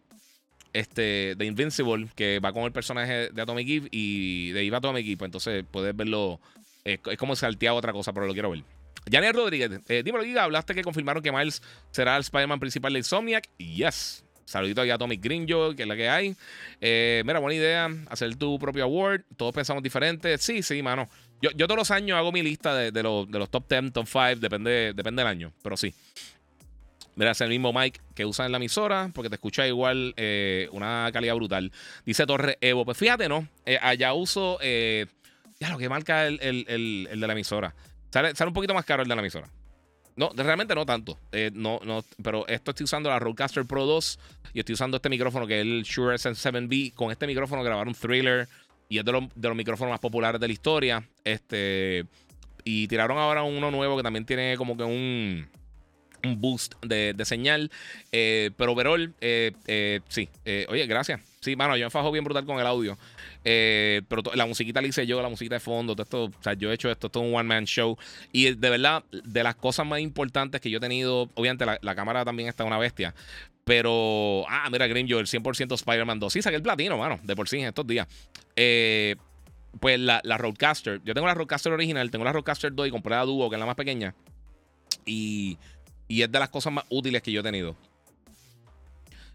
este de Invincible, que va con el personaje de Atomic Eve y de Eve Atomic, y pues entonces puedes verlo. Eh, es como salteado otra cosa, pero lo quiero ver. Janet Rodríguez, eh, dímelo, Giga, hablaste que confirmaron que Miles será el Spider-Man principal de Insomniac. Yes. Saludito a Atomic Grinjo, que es la que hay. Eh, mira, buena idea. Hacer tu propio award. Todos pensamos diferente. Sí, sí, mano. Yo, yo todos los años hago mi lista de, de, los, de los top diez, top cinco. Depende, depende del año. Pero sí. Mira, es el mismo mic que usan en la emisora, porque te escucha igual eh, una calidad brutal. Dice Torre Evo. Pues fíjate, ¿no? Eh, allá uso. Eh, ya lo que marca el, el, el, el de la emisora. Sale, sale un poquito más caro el de la emisora. No, realmente no tanto. Eh, no, no, pero esto estoy usando la Rodecaster Pro dos y estoy usando este micrófono que es el Shure S M siete B. Con este micrófono grabaron Thriller y es de los, de los micrófonos más populares de la historia. Este, y tiraron ahora uno nuevo que también tiene como que un, un boost de, de señal. Eh, pero overall, eh, eh, sí. Eh, oye, gracias. Sí, mano, yo me fajo bien brutal con el audio. Eh, pero la musiquita la hice yo, la musiquita de fondo, todo esto, o sea, yo he hecho esto, todo un one man show. Y de verdad, de las cosas más importantes que yo he tenido, obviamente la, la cámara también está una bestia. Pero, ah, mira, Grimjo, el cien por ciento Spider-Man dos. Sí, saqué el platino, mano, de por sí en estos días. Eh, pues la, la Rodecaster, yo tengo la Rodecaster original, tengo la Rodecaster dos y compré la Duo, que es la más pequeña. Y, y es de las cosas más útiles que yo he tenido.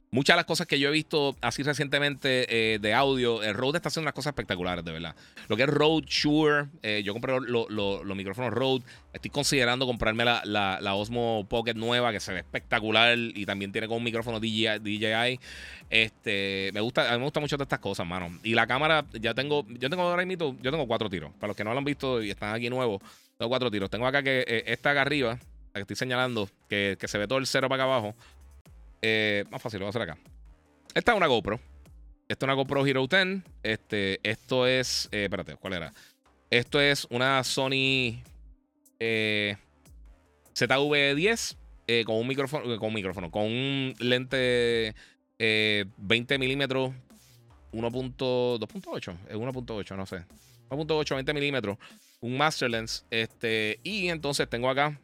Muchas de las cosas que yo he visto así recientemente eh, de audio, el Rode está haciendo unas cosas espectaculares, de verdad. Lo que es Rode, Shure, eh, yo compré los lo, lo micrófonos Rode. Estoy considerando comprarme la, la, la Osmo Pocket nueva, que se ve espectacular y también tiene como un micrófono D J I. D J I. Este, me gusta, a mí me gustan mucho de estas cosas, mano. Y la cámara, ya tengo, yo tengo ahora mismo, yo tengo cuatro tiros. Para los que no lo han visto y están aquí nuevos, tengo cuatro tiros. Tengo acá que eh, esta acá arriba, la que estoy señalando, que, que se ve todo el cero para acá abajo. Eh, más fácil, lo voy a hacer acá. Esta es una GoPro. Esta es una GoPro Hero diez. Este, esto es. Eh, espérate, ¿cuál era? Esto es una Sony eh, Z V diez eh, con un micrófono. Con un micrófono. Con un lente eh, veinte milímetros. uno punto ocho. Es uno punto ocho, no sé. uno punto ocho, veinte milímetros. Un Master Lens. Este, y entonces tengo acá.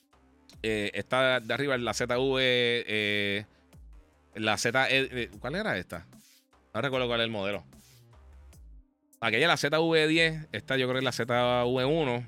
Eh, esta de arriba, la Z V. Eh, La Z. Eh, ¿Cuál era esta? No recuerdo cuál es el modelo. Aquella es la Z V diez. Esta yo creo que es la Z V uno.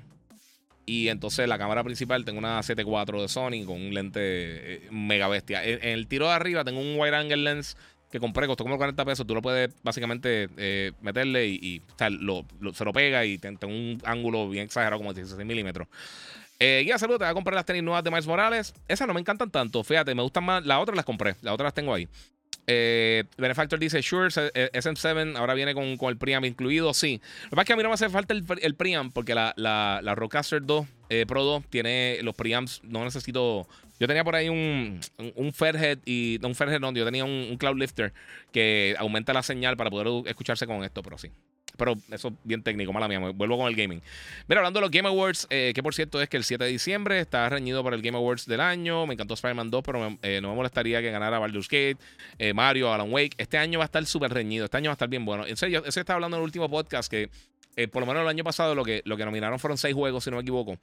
Y entonces la cámara principal tengo una Z cuatro de Sony con un lente eh, mega bestia. En, en el tiro de arriba tengo un wide angle lens que compré, costó como cuarenta pesos. Tú lo puedes básicamente eh, meterle y, y o sea, lo, lo, se lo pega y tengo un ángulo bien exagerado, como dieciséis milímetros. Eh, Guía, saludos, te voy a comprar las tenis nuevas de Miles Morales. Esas no me encantan tanto, fíjate, me gustan más. Las otras las compré, las otras las tengo ahí. Eh, Benefactor dice, sure, S M siete ahora viene con, con el preamp incluido. Sí, lo que pasa es que a mí no me hace falta el, el preamp porque la, la, la Rodecaster dos eh, Pro dos tiene los preamps. No necesito. Yo tenía por ahí un, un, un Fairhead y no un Fairhead, no, yo tenía un, un Cloud Lifter que aumenta la señal para poder escucharse con esto, pero sí. Pero eso es bien técnico, mala mía. Vuelvo con el gaming. Mira, hablando de los Game Awards, eh, que por cierto es que el siete de diciembre está reñido por el Game Awards del año. Me encantó Spider-Man dos, pero me, eh, no me molestaría que ganara Baldur's Gate, eh, Mario, Alan Wake. Este año va a estar súper reñido. Este año va a estar bien bueno. En serio, eso estaba hablando en el último podcast que eh, por lo menos el año pasado lo que, lo que nominaron fueron seis juegos, si no me equivoco.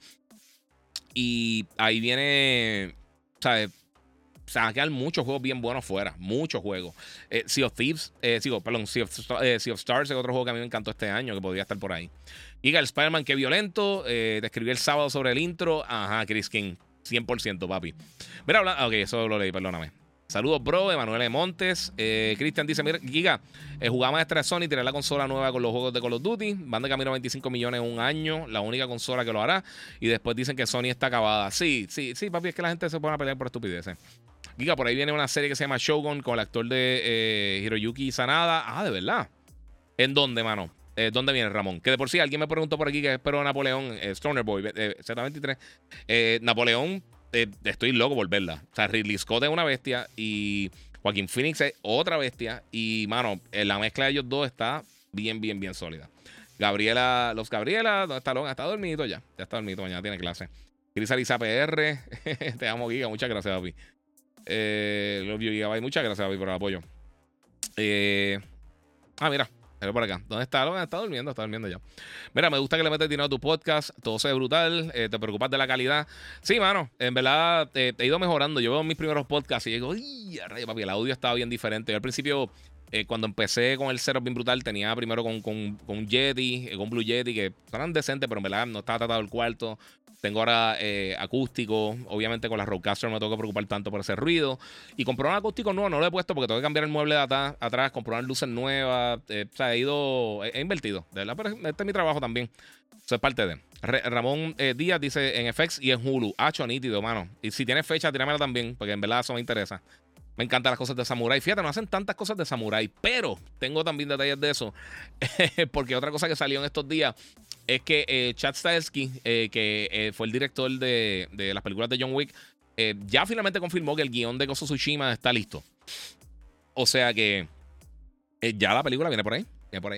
Y ahí viene, ¿sabes? O sea, quedan muchos juegos bien buenos fuera. Muchos juegos. Eh, Sea of Thieves. Eh, sigo, perdón. Sea of, eh, sea of Stars es otro juego que a mí me encantó este año. Que podría estar por ahí. Giga, el Spider-Man, qué violento. Eh, te escribí el sábado sobre el intro. Ajá, Chris King. cien por ciento, papi. Mira, habla. Ok, eso lo leí, perdóname. Saludos, bro. Emanuel E. Montes. Eh, Cristian dice: Mira, Giga, eh, jugaba maestra de Sony. Tirar la consola nueva con los juegos de Call of Duty. Van de camino a veinticinco millones en un año. La única consola que lo hará. Y después dicen que Sony está acabada. Sí, sí, sí, papi. Es que la gente se pone a pelear por estupideces. Giga, por ahí viene una serie que se llama Shogun con el actor de eh, Hiroyuki Sanada. Ah, de verdad. ¿En dónde, mano? Eh, ¿Dónde viene Ramón? Que de por sí, alguien me preguntó por aquí que espero Napoleón, eh, Stoner Boy, eh, Z veintitrés. Eh, Napoleón, eh, estoy loco por verla. O sea, Ridley Scott es una bestia y Joaquín Phoenix es otra bestia. Y, mano, eh, la mezcla de ellos dos está bien, bien, bien sólida. Gabriela, los Gabriela, ¿dónde está Logan? Está dormido ya. Ya está dormido, mañana tiene clase. Cris Alisa P R. Te amo, Giga. Muchas gracias, papi. Eh, Love you, Gigabyte. Muchas gracias, papi, por el apoyo. Eh, ah, mira, por acá. ¿Dónde está? Está durmiendo, está durmiendo ya. Mira, me gusta que le metes dinero a tu podcast. Todo se ve brutal. Eh, te preocupas de la calidad. Sí, mano. En verdad, eh, he ido mejorando. Yo veo mis primeros podcasts y digo, ¡ay, rayo, papi! El audio estaba bien diferente. Yo al principio, eh, cuando empecé con el setup bien brutal, tenía primero con, con, con un Yeti, eh, con Blue Yeti, que eran decentes, pero en verdad no estaba tratado el cuarto. Tengo ahora eh, acústico. Obviamente con la Rodecaster no me tengo que preocupar tanto por ese ruido. Y compré un acústico nuevo, no lo he puesto porque tengo que cambiar el mueble de atrás, atrás comprar unas luces nuevas. Eh, o sea, he ido, he, he invertido. De verdad, pero este es mi trabajo también. Eso es parte de. Re, Ramón eh, Díaz dice en F X y en Hulu. Hacho, nítido, mano. Y si tienes fecha, tíramela también, porque en verdad eso me interesa. Me encantan las cosas de Samurai. Fíjate, no hacen tantas cosas de Samurai, pero tengo también detalles de eso. Porque otra cosa que salió en estos días es que eh, Chad Stahelski, eh, que eh, fue el director de, de las películas de John Wick, eh, ya finalmente confirmó que el guión de Ghost of Tsushima está listo. O sea que eh, ya la película viene por ahí. Viene por ahí.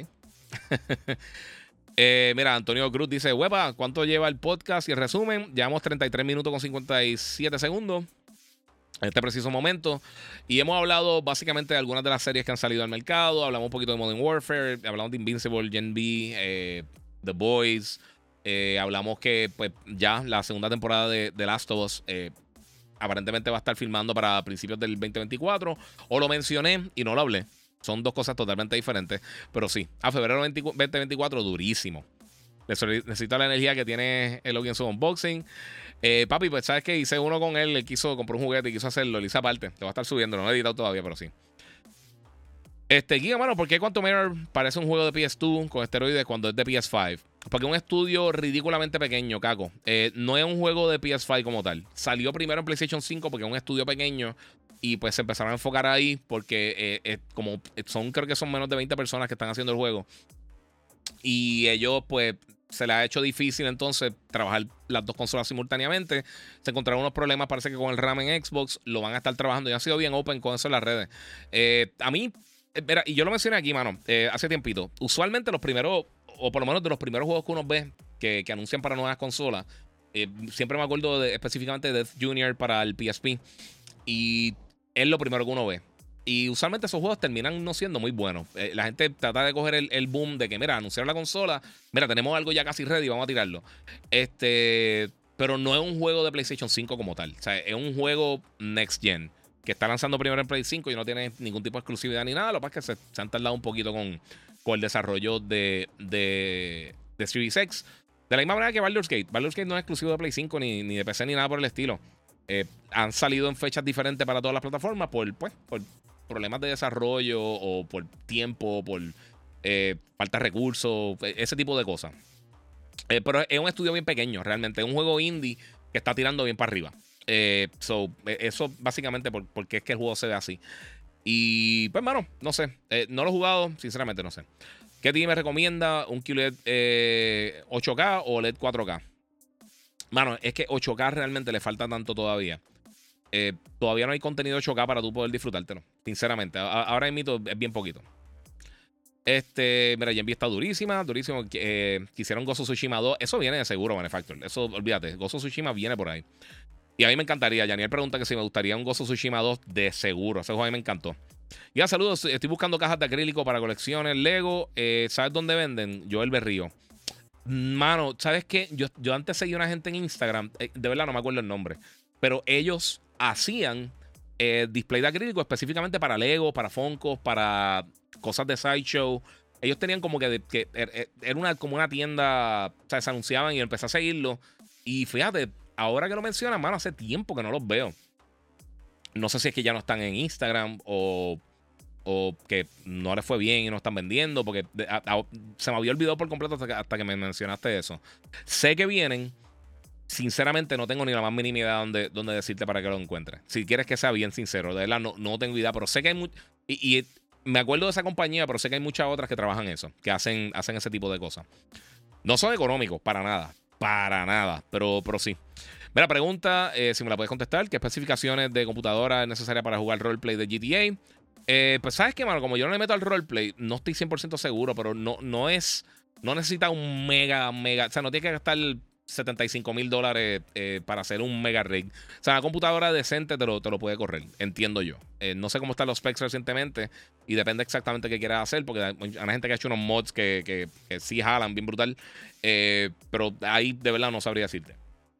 eh, mira, Antonio Cruz dice: Huepa, ¿cuánto lleva el podcast y el resumen? Llevamos treinta y tres minutos con cincuenta y siete segundos. En este preciso momento. Y hemos hablado básicamente de algunas de las series que han salido al mercado. Hablamos un poquito de Modern Warfare. Hablamos de Invincible, Gen V, eh, The Boys. Eh, hablamos que pues ya la segunda temporada de The Last of Us eh, aparentemente va a estar filmando para principios del veinte veinticuatro. O lo mencioné y no lo hablé. Son dos cosas totalmente diferentes. Pero sí, a febrero veinte veinticuatro, durísimo. Necesito la energía que tiene el Logan en su unboxing. Eh, papi, pues sabes que hice uno con él. Él quiso, compró un juguete y quiso hacerlo. Le hice aparte. Te va a estar subiendo. No lo he editado todavía, pero sí. Este, Giga, mano, ¿por qué Quantum Error parece un juego de P S dos con esteroides cuando es de P S cinco? Porque es un estudio ridículamente pequeño, Caco. Eh, no es un juego de P S cinco como tal. Salió primero en PlayStation cinco porque es un estudio pequeño y pues se empezaron a enfocar ahí porque eh, eh, como son, creo que son menos de veinte personas que están haciendo el juego. Y ellos pues se les ha hecho difícil entonces trabajar las dos consolas simultáneamente. Se encontraron unos problemas, parece que con el RAM en Xbox. Lo van a estar trabajando y han sido bien open con eso en las redes. Eh, a mí, eh, mira, y yo lo mencioné aquí, mano, eh, hace tiempito. Usualmente los primeros, o por lo menos de los primeros juegos que uno ve que, que anuncian para nuevas consolas, eh, siempre me acuerdo de, específicamente de Death Junior para el P S P. Y es lo primero que uno ve. Y usualmente esos juegos terminan no siendo muy buenos. Eh, la gente trata de coger el, el boom de que, mira, anunciaron la consola, mira, tenemos algo ya casi ready, vamos a tirarlo. Este, pero no es un juego de PlayStation cinco como tal. O sea, es un juego next gen que está lanzando primero en Play cinco y no tiene ningún tipo de exclusividad ni nada. Lo que pasa es que se, se han tardado un poquito con, con el desarrollo de, de, de Series X. De la misma manera que Baldur's Gate. Baldur's Gate no es exclusivo de Play cinco ni, ni de P C ni nada por el estilo. Eh, han salido en fechas diferentes para todas las plataformas por, pues, por problemas de desarrollo o por tiempo, por eh, falta de recursos, ese tipo de cosas. Eh, pero es un estudio bien pequeño, realmente. Es un juego indie que está tirando bien para arriba. Eh, so, eso básicamente por, porque es que el juego se ve así. Y pues, mano, no sé. Eh, no lo he jugado, sinceramente no sé. ¿Qué T V me recomienda? ¿Un Q L E D eh, ocho K o L E D cuatro K? Mano, es que ocho K realmente le falta tanto todavía. Eh, todavía no hay contenido ocho K para tú poder disfrutártelo. Sinceramente, a, ahora mismo es bien poquito. Este, mira, Genvi está durísima, durísimo. Eh, quisieron Ghost of Tsushima dos. Eso viene de seguro, Manufacturer. Eso, olvídate. Ghost of Tsushima viene por ahí. Y a mí me encantaría. Yaniel pregunta que si me gustaría un Ghost of Tsushima dos de seguro. Ese juego a mí me encantó. Ya, saludos. Estoy buscando cajas de acrílico para colecciones Lego. Eh, ¿Sabes dónde venden? Joel Berrío. Mano, ¿sabes qué? Yo, yo antes seguía una gente en Instagram. Eh, de verdad no me acuerdo el nombre. Pero ellos hacían eh, display de acrílico específicamente para Lego, para Funko, para cosas de Sideshow. Ellos tenían como que, que era una, como una tienda, o sea, se anunciaban y empecé a seguirlo. Y fíjate, ahora que lo mencionan, mano, hace tiempo que no los veo. No sé si es que ya no están en Instagram o, o que no les fue bien y no están vendiendo, porque a, a, se me había olvidado por completo hasta que, hasta que me mencionaste eso. Sé que vienen. Sinceramente no tengo ni la más mínima idea donde, donde decirte para que lo encuentres. Si quieres que sea bien sincero, de verdad no, no tengo idea, pero sé que hay much y, y me acuerdo de esa compañía, pero sé que hay muchas otras que trabajan eso, que hacen, hacen ese tipo de cosas. No son económicos, para nada, para nada, pero, pero sí. Mira, pregunta, eh, si me la puedes contestar, ¿qué especificaciones de computadora es necesaria para jugar roleplay de G T A? Eh, pues sabes qué, mano, como yo no le meto al roleplay, no estoy cien por ciento seguro, pero no, no es, no necesita un mega, mega, o sea, no tiene que gastar setenta y cinco mil dólares eh, para hacer un mega rig. O sea, una computadora decente te lo, te lo puede correr, entiendo yo. Eh, no sé cómo están los specs recientemente y depende exactamente qué quieras hacer, porque hay, hay gente que ha hecho unos mods que, que, que sí jalan bien brutal, eh, pero ahí de verdad no sabría decirte.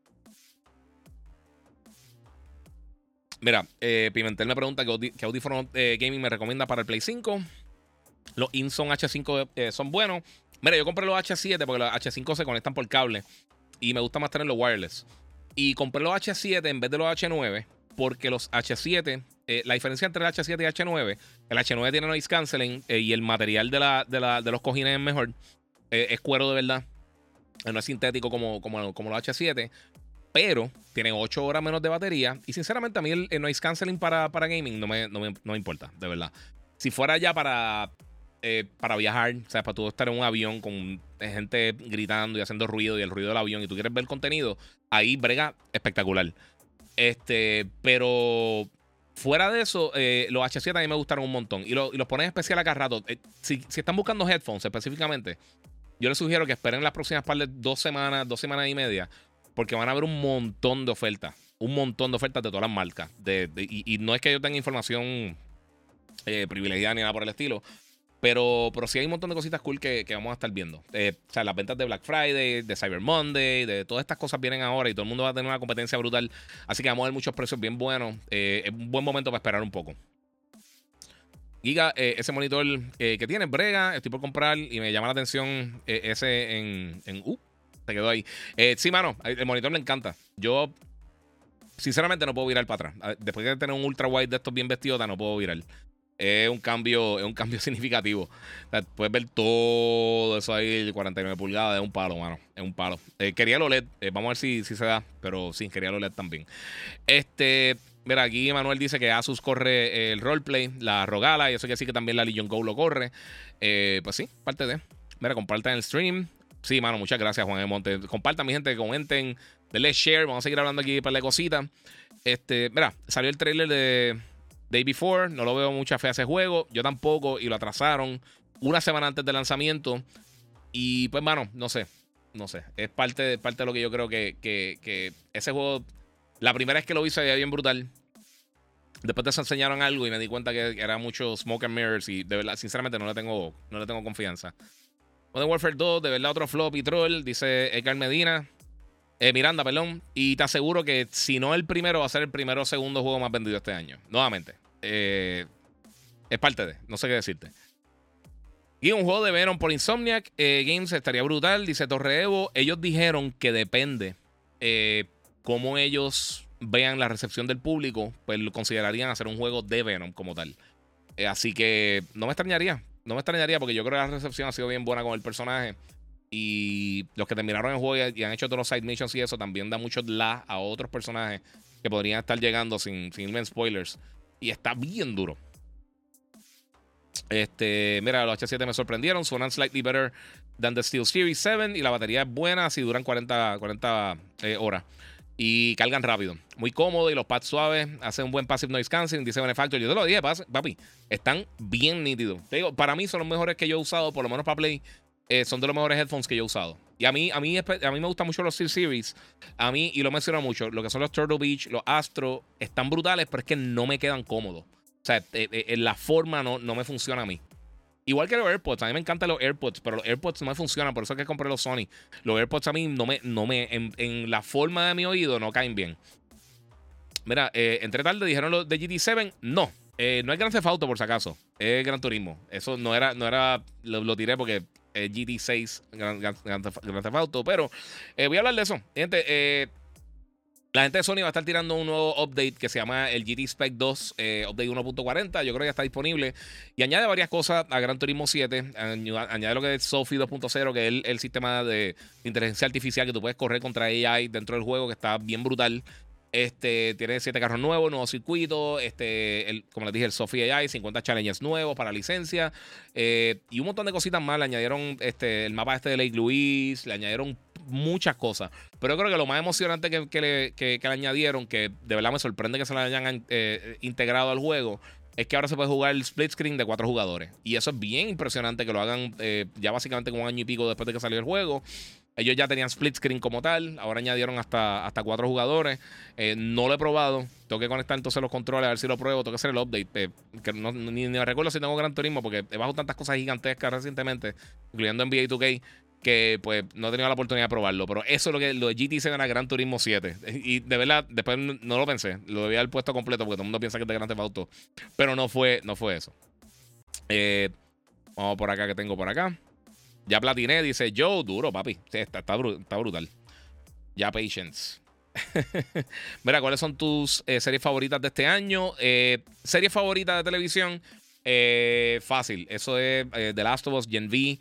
Mira, eh, Pimentel me pregunta qué, audi qué audífono eh, gaming me recomienda para el Play cinco. Los Inson H cinco eh, son buenos. Mira, yo compré los H siete porque los H cinco se conectan por cable y me gusta más tenerlos wireless. Y compré los H siete en vez de los H nueve porque los H siete, eh, la diferencia entre el H siete y H nueve, el H nueve tiene noise canceling eh, y el material de, la, de, la, de los cojines es mejor. Eh, es cuero de verdad. Eh, no es sintético como, como, como los H siete. Pero tienen ocho horas menos de batería. Y sinceramente a mí el, el noise canceling para, para gaming no me, no, me, no me importa, de verdad. Si fuera ya para, eh, para viajar, o sea, para tú estar en un avión con gente gritando y haciendo ruido y el ruido del avión y tú quieres ver contenido, ahí brega espectacular. Este, pero fuera de eso, eh, los H siete a mí me gustaron un montón. Y, lo, y los ponen especial acá rato. Eh, si, si están buscando headphones específicamente, yo les sugiero que esperen las próximas par de dos semanas, dos semanas y media. Porque van a haber un montón de ofertas. Un montón de ofertas de todas las marcas. De, de, y, y no es que yo tenga información eh, privilegiada ni nada por el estilo. Pero, pero sí hay un montón de cositas cool que, que vamos a estar viendo. Eh, o sea, las ventas de Black Friday, de Cyber Monday, de todas estas cosas vienen ahora y todo el mundo va a tener una competencia brutal. Así que vamos a ver muchos precios bien buenos. Eh, es un buen momento para esperar un poco. Giga, eh, ese monitor eh, que tiene, brega, estoy por comprar y me llama la atención eh, ese en... en uh, se quedó ahí. Eh, sí, mano, el monitor me encanta. Yo, sinceramente, no puedo virar para atrás. Después de tener un ultra wide de estos bien vestidos, no puedo virar. Es un cambio, es un cambio significativo. O sea, puedes ver todo eso ahí, cuarenta y nueve pulgadas, es un palo, mano. Es un palo. Eh, quería el O L E D, eh, vamos a ver si, si se da, pero sí, quería el O L E D también. Este, mira, aquí Manuel dice que Asus corre el roleplay, la Rogala, y eso quiere decir que también la Legion Go lo corre. Eh, pues sí, parte de. Mira, compartan el stream. Sí, mano, muchas gracias, Juan de Monte. Compartan, mi gente, comenten, denle share. Vamos a seguir hablando aquí para la cosita. Este, mira, salió el trailer de Day Before. No lo veo mucha fe a ese juego. Yo tampoco, y lo atrasaron una semana antes del lanzamiento. Y pues, mano, no sé. No sé. Es parte de, parte de lo que yo creo que, que, que ese juego. La primera vez que lo vi se veía bien brutal. Después de eso enseñaron algo y me di cuenta que era mucho smoke and mirrors. Y de verdad, sinceramente, no le tengo, no le tengo confianza. Modern Warfare dos, de verdad, otro flop y troll, dice Edgar Medina. Eh, Miranda, perdón. Y te aseguro que si no el primero, va a ser el primero o segundo juego más vendido este año. Nuevamente. Eh, es parte de. No sé qué decirte. Y un juego de Venom por Insomniac eh, Games estaría brutal. Dice Torre Evo. Ellos dijeron que depende eh, cómo ellos vean la recepción del público, pues lo considerarían hacer un juego de Venom como tal. Eh, así que no me extrañaría. No me extrañaría porque yo creo que la recepción ha sido bien buena con el personaje. Y los que terminaron el juego y han hecho todos los side missions y eso también da mucho la a otros personajes que podrían estar llegando sin, sin irme en spoilers. Y está bien duro. Este, mira, los H siete me sorprendieron. Suenan slightly better than the Steel Series siete. Y la batería es buena, así duran cuarenta, cuarenta eh, horas. Y cargan rápido. Muy cómodo y los pads suaves. Hacen un buen passive noise cancelling. Dice Benefactor. Yo te lo dije, papi. Están bien nítidos. Te digo, para mí son los mejores que yo he usado, por lo menos para Play. Eh, son de los mejores headphones que yo he usado. Y a mí, a mí, a mí me gustan mucho los Steel Series. A mí, y lo menciono mucho, lo que son los Turtle Beach, los Astro, están brutales, pero es que no me quedan cómodos. O sea, eh, eh, la forma no, no me funciona a mí. Igual que los AirPods, a mí me encantan los AirPods, pero los AirPods no me funcionan, por eso es que compré los Sony. Los AirPods a mí no me, no me en, en la forma de mi oído no caen bien. Mira, eh, entre tarde dijeron los de G T siete, no. Eh, no es Gran Theft Auto, por si acaso. Es Gran Turismo. Eso no era, no era, lo, lo tiré porque eh, G T seis, Gran, Gran, Gran Theft Auto, pero eh, voy a hablar de eso. Gente, eh, la gente de Sony va a estar tirando un nuevo update que se llama el G T Spec dos, eh, update uno punto cuarenta. Yo creo que ya está disponible. Y añade varias cosas a Gran Turismo siete. Añade lo que es Sophie dos punto cero, que es el, el sistema de inteligencia artificial que tú puedes correr contra A I dentro del juego, que está bien brutal. Este, tiene siete carros nuevos, nuevos circuitos. Este, el, como les dije, el Sophie A I, cincuenta challenges nuevos para licencia. Eh, y un montón de cositas más. Le añadieron este, el mapa este de Lake Louise. Le añadieron muchas cosas. Pero yo creo que lo más emocionante que, que, le, que, que le añadieron, que de verdad me sorprende que se lo hayan eh, integrado al juego, es que ahora se puede jugar el split screen de cuatro jugadores. Y eso es bien impresionante que lo hagan eh, ya básicamente como un año y pico después de que salió el juego. Ellos ya tenían split screen como tal. Ahora añadieron hasta, hasta cuatro jugadores. Eh, no lo he probado. Tengo que conectar entonces los controles a ver si lo pruebo. Tengo que hacer el update. Eh, que no, ni, ni me recuerdo si tengo Gran Turismo porque he bajado tantas cosas gigantescas recientemente, incluyendo N B A dos K, que pues no he tenido la oportunidad de probarlo. Pero eso es lo que lo de G T siete era Gran Turismo siete. Y de verdad, después no lo pensé. Lo debía haber puesto completo porque todo el mundo piensa que es de Grand Theft Auto. Pero no fue, no fue eso. Eh, vamos por acá que tengo por acá. Ya platiné, dice Joe, duro, papi. Sí, está, está, br está brutal. Ya Patience. Mira, ¿cuáles son tus eh, series favoritas de este año? Eh, series favoritas de televisión. Eh, fácil. Eso es eh, The Last of Us, Gen V.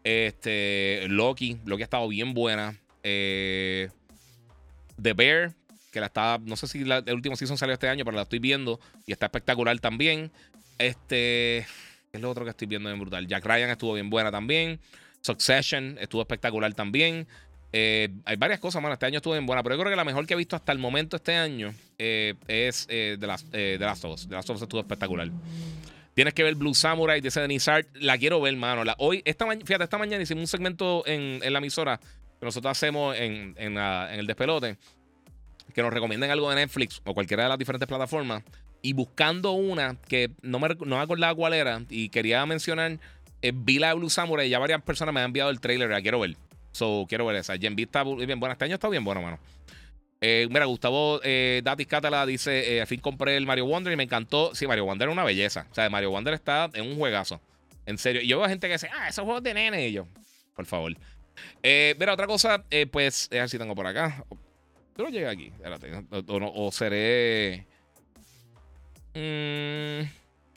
Este, Loki. Loki ha estado bien buena. Eh, The Bear, que la está. No sé si la, el último season salió este año, pero la estoy viendo. Y está espectacular también. Este. ¿Qué es lo otro que estoy viendo bien brutal? Jack Ryan estuvo bien buena también. Succession estuvo espectacular también. Eh, hay varias cosas, mano. Este año estuvo bien buena, pero yo creo que la mejor que he visto hasta el momento este año eh, es eh, The, Last, eh, The Last of Us. The Last of Us estuvo espectacular. Tienes que ver Blue Samurai de Dennis Art. La quiero ver, mano. La, hoy, esta fíjate, esta mañana hicimos un segmento en, en la emisora que nosotros hacemos en, en, la, en el despelote, que nos recomienden algo de Netflix o cualquiera de las diferentes plataformas. Y buscando una que no me, no me acordaba cuál era y quería mencionar. Eh, vi la de Blue Samurai y ya varias personas me han enviado el trailer. La quiero ver. So, quiero ver esa. Gen V está bien buena. Este año está bien bueno, mano. Eh, mira, Gustavo eh, Datis Catala dice: eh, al fin compré el Mario Wonder y me encantó. Sí, Mario Wonder es una belleza. O sea, Mario Wonder está en un juegazo. En serio. Y yo veo gente que dice: ah, esos juegos de nene. Y yo, por favor. Eh, mira, otra cosa, eh, pues, a ver si tengo por acá. Yo no llegué aquí. Espérate. O, o, o seré. Mmm.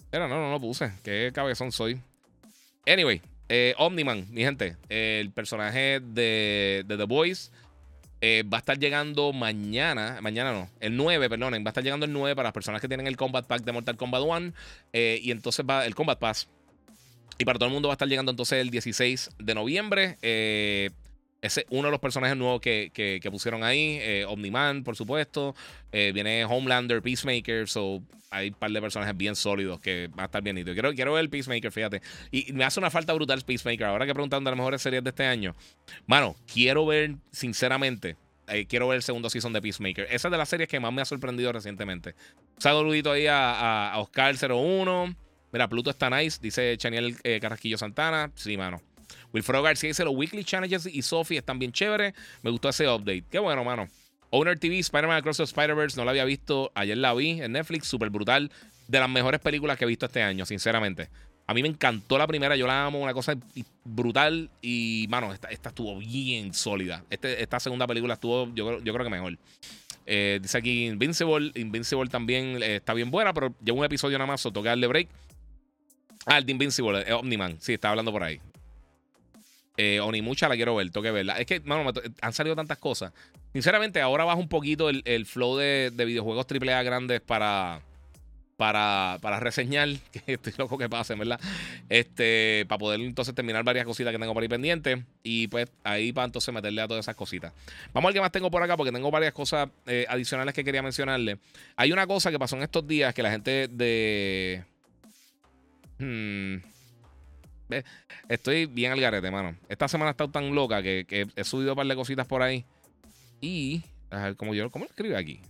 Pero no, no lo puse. Qué cabezón soy. Anyway, eh, Omniman, mi gente. Eh, el personaje de, de The Boys eh, va a estar llegando mañana. Mañana no, el nueve, perdonen. Va a estar llegando el nueve para las personas que tienen el Combat Pack de Mortal Kombat uno. Eh, y entonces va el Combat Pass. Y para todo el mundo va a estar llegando entonces el dieciséis de noviembre. Eh, ese es uno de los personajes nuevos que, que, que pusieron ahí. Eh, Omni-Man, por supuesto. Eh, viene Homelander, Peacemaker. So, hay un par de personajes bien sólidos que va a estar bien nítido. Quiero, quiero ver el Peacemaker, fíjate. Y me hace una falta brutal Peacemaker. Ahora que preguntan de las mejores series de este año. Mano, quiero ver, sinceramente, eh, quiero ver el segundo season de Peacemaker. Esa es de las series que más me ha sorprendido recientemente. Saludito ahí a, a, a Oscar cero uno. Mira, Pluto está nice, dice Chaniel eh, Carrasquillo Santana. Sí, mano. Wilfredo García dice: los weekly challenges y Sophie están bien chéveres. Me gustó ese update. Qué bueno, mano. Owner T V, Spider-Man Across the Spider-Verse. No la había visto. Ayer la vi en Netflix. Súper brutal. De las mejores películas que he visto este año, sinceramente. A mí me encantó la primera. Yo la amo. Una cosa brutal. Y, mano, esta, esta estuvo bien sólida. Este, esta segunda película estuvo, yo, yo creo que mejor. Eh, dice aquí Invincible. Invincible también eh, está bien buena, pero lleva un episodio nada más. So toca darle break. Ah, el de Invincible, eh, Omniman. Sí, está hablando por ahí. Eh, Onimucha la quiero ver, tengo que verla. Es que, mano, me han salido tantas cosas. Sinceramente, ahora baja un poquito el, el flow de, de videojuegos triple A grandes para, para, para reseñar. Que estoy loco que pase, ¿verdad? Este, para poder entonces terminar varias cositas que tengo por ahí pendientes. Y pues ahí para entonces meterle a todas esas cositas. Vamos a ver qué más tengo por acá, porque tengo varias cosas eh, adicionales que quería mencionarle. Hay una cosa que pasó en estos días que la gente de... Hmm. Estoy bien al garete, mano. Esta semana ha estado tan loca que, que he subido un par de cositas por ahí. Y, a ver, como yo, ¿cómo lo escribe aquí?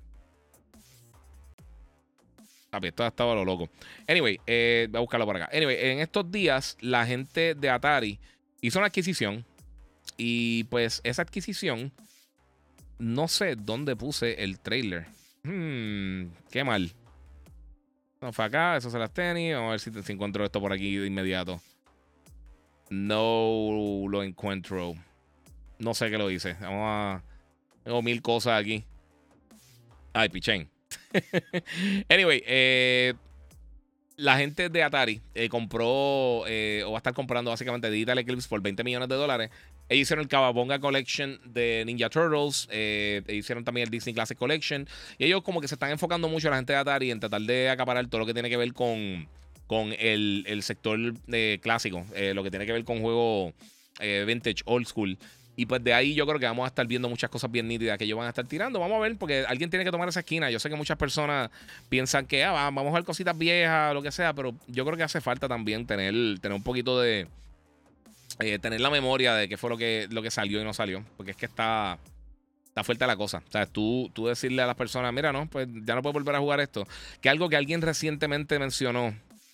A ver, esto ha estado a lo loco. Anyway, eh, voy a buscarlo por acá. Anyway, en estos días, la gente de Atari hizo una adquisición. Y pues, esa adquisición, no sé dónde puse el trailer. Hmm, qué mal. No fue acá, eso se las tenis. Vamos a ver si, si encuentro esto por aquí de inmediato. No lo encuentro. No sé qué lo hice. Vamos a... Tengo mil cosas aquí. Ay, pichén. Anyway, eh, la gente de Atari eh, compró eh, o va a estar comprando básicamente Digital Eclipse por veinte millones de dólares. Ellos hicieron el Kawabonga Collection de Ninja Turtles. Eh, hicieron también el Disney Classic Collection. Y ellos como que se están enfocando mucho, la gente de Atari, en tratar de acaparar todo lo que tiene que ver con, con el, el sector eh, clásico. Eh, lo que tiene que ver con juegos eh, vintage, old school. Y pues de ahí yo creo que vamos a estar viendo muchas cosas bien nítidas que ellos van a estar tirando. Vamos a ver, porque alguien tiene que tomar esa esquina. Yo sé que muchas personas piensan que ah, vamos a ver cositas viejas, lo que sea, pero yo creo que hace falta también tener, tener un poquito de... Eh, tener la memoria de qué fue lo que, lo que salió y no salió. Porque es que está... Está fuerte la cosa. O sea, tú, tú decirle a las personas, mira, no, pues ya no puedo volver a jugar esto. Que algo que alguien recientemente mencionó,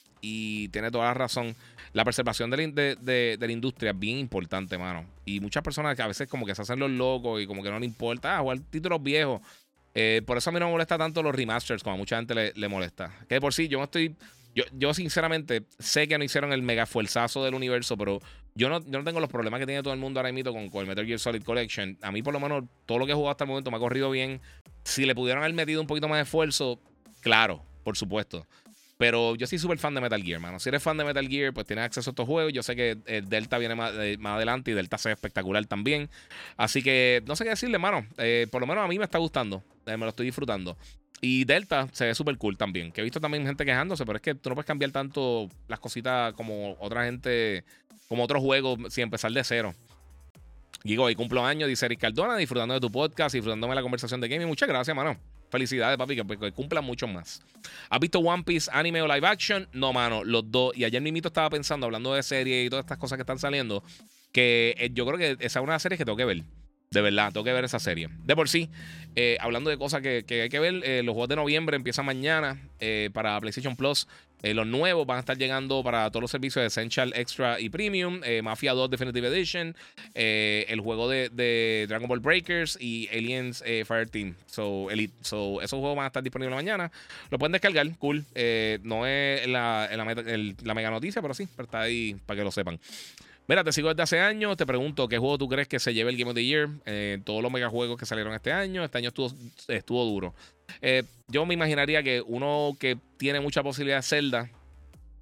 y tiene toda la razón, la preservación de la, de, de, de la industria es bien importante, mano. Y muchas personas que a veces como que se hacen los locos y como que no les importa, ah, jugar títulos viejos. Eh, por eso a mí no me molesta tanto los remasters, como a mucha gente le, le molesta. Que de por sí, yo no estoy... Yo, yo sinceramente sé que no hicieron el mega fuerzazo del universo, pero yo no, yo no tengo los problemas que tiene todo el mundo ahora mismo con, con el Metal Gear Solid Collection. A mí por lo menos todo lo que he jugado hasta el momento me ha corrido bien. Si le pudieron haber metido un poquito más de esfuerzo, claro, por supuesto. Pero yo soy súper fan de Metal Gear, mano. Si eres fan de Metal Gear, pues tienes acceso a estos juegos. Yo sé que el Delta viene más, eh, más adelante y Delta se ve espectacular también. Así que no sé qué decirle, mano. Eh, por lo menos a mí me está gustando. Eh, me lo estoy disfrutando. Y Delta se ve súper cool también. Que he visto también gente quejándose, pero es que tú no puedes cambiar tanto las cositas como otra gente, como otros juegos, sin empezar de cero. Digo, hoy cumplo años, dice Eric Cardona, disfrutando de tu podcast, disfrutándome de la conversación de gaming. Muchas gracias, mano. Felicidades, papi, que, que cumplan mucho más. ¿Has visto One Piece anime o live action? No, mano, los dos. Y ayer mismito estaba pensando, hablando de series y todas estas cosas que están saliendo, que eh, yo creo que esa es una serie que tengo que ver. De verdad, tengo que ver esa serie. De por sí, eh, hablando de cosas que, que hay que ver, eh, los juegos de noviembre empiezan mañana eh, para PlayStation Plus. Eh, los nuevos van a estar llegando para todos los servicios de Essential, Extra y Premium. Eh, Mafia dos Definitive Edition. Eh, el juego de, de Dragon Ball Breakers y Aliens eh, Fireteam. So, Elite. So, esos juegos van a estar disponibles mañana. Lo pueden descargar, cool. Eh, no es la, la, meta, el, la mega noticia, pero sí, pero está ahí para que lo sepan. Mira, te sigo desde hace años. Te pregunto, ¿qué juego tú crees que se lleve el Game of the Year? Eh, todos los megajuegos que salieron este año. Este año estuvo, estuvo duro. Eh, yo me imaginaría que uno que tiene mucha posibilidad es Zelda.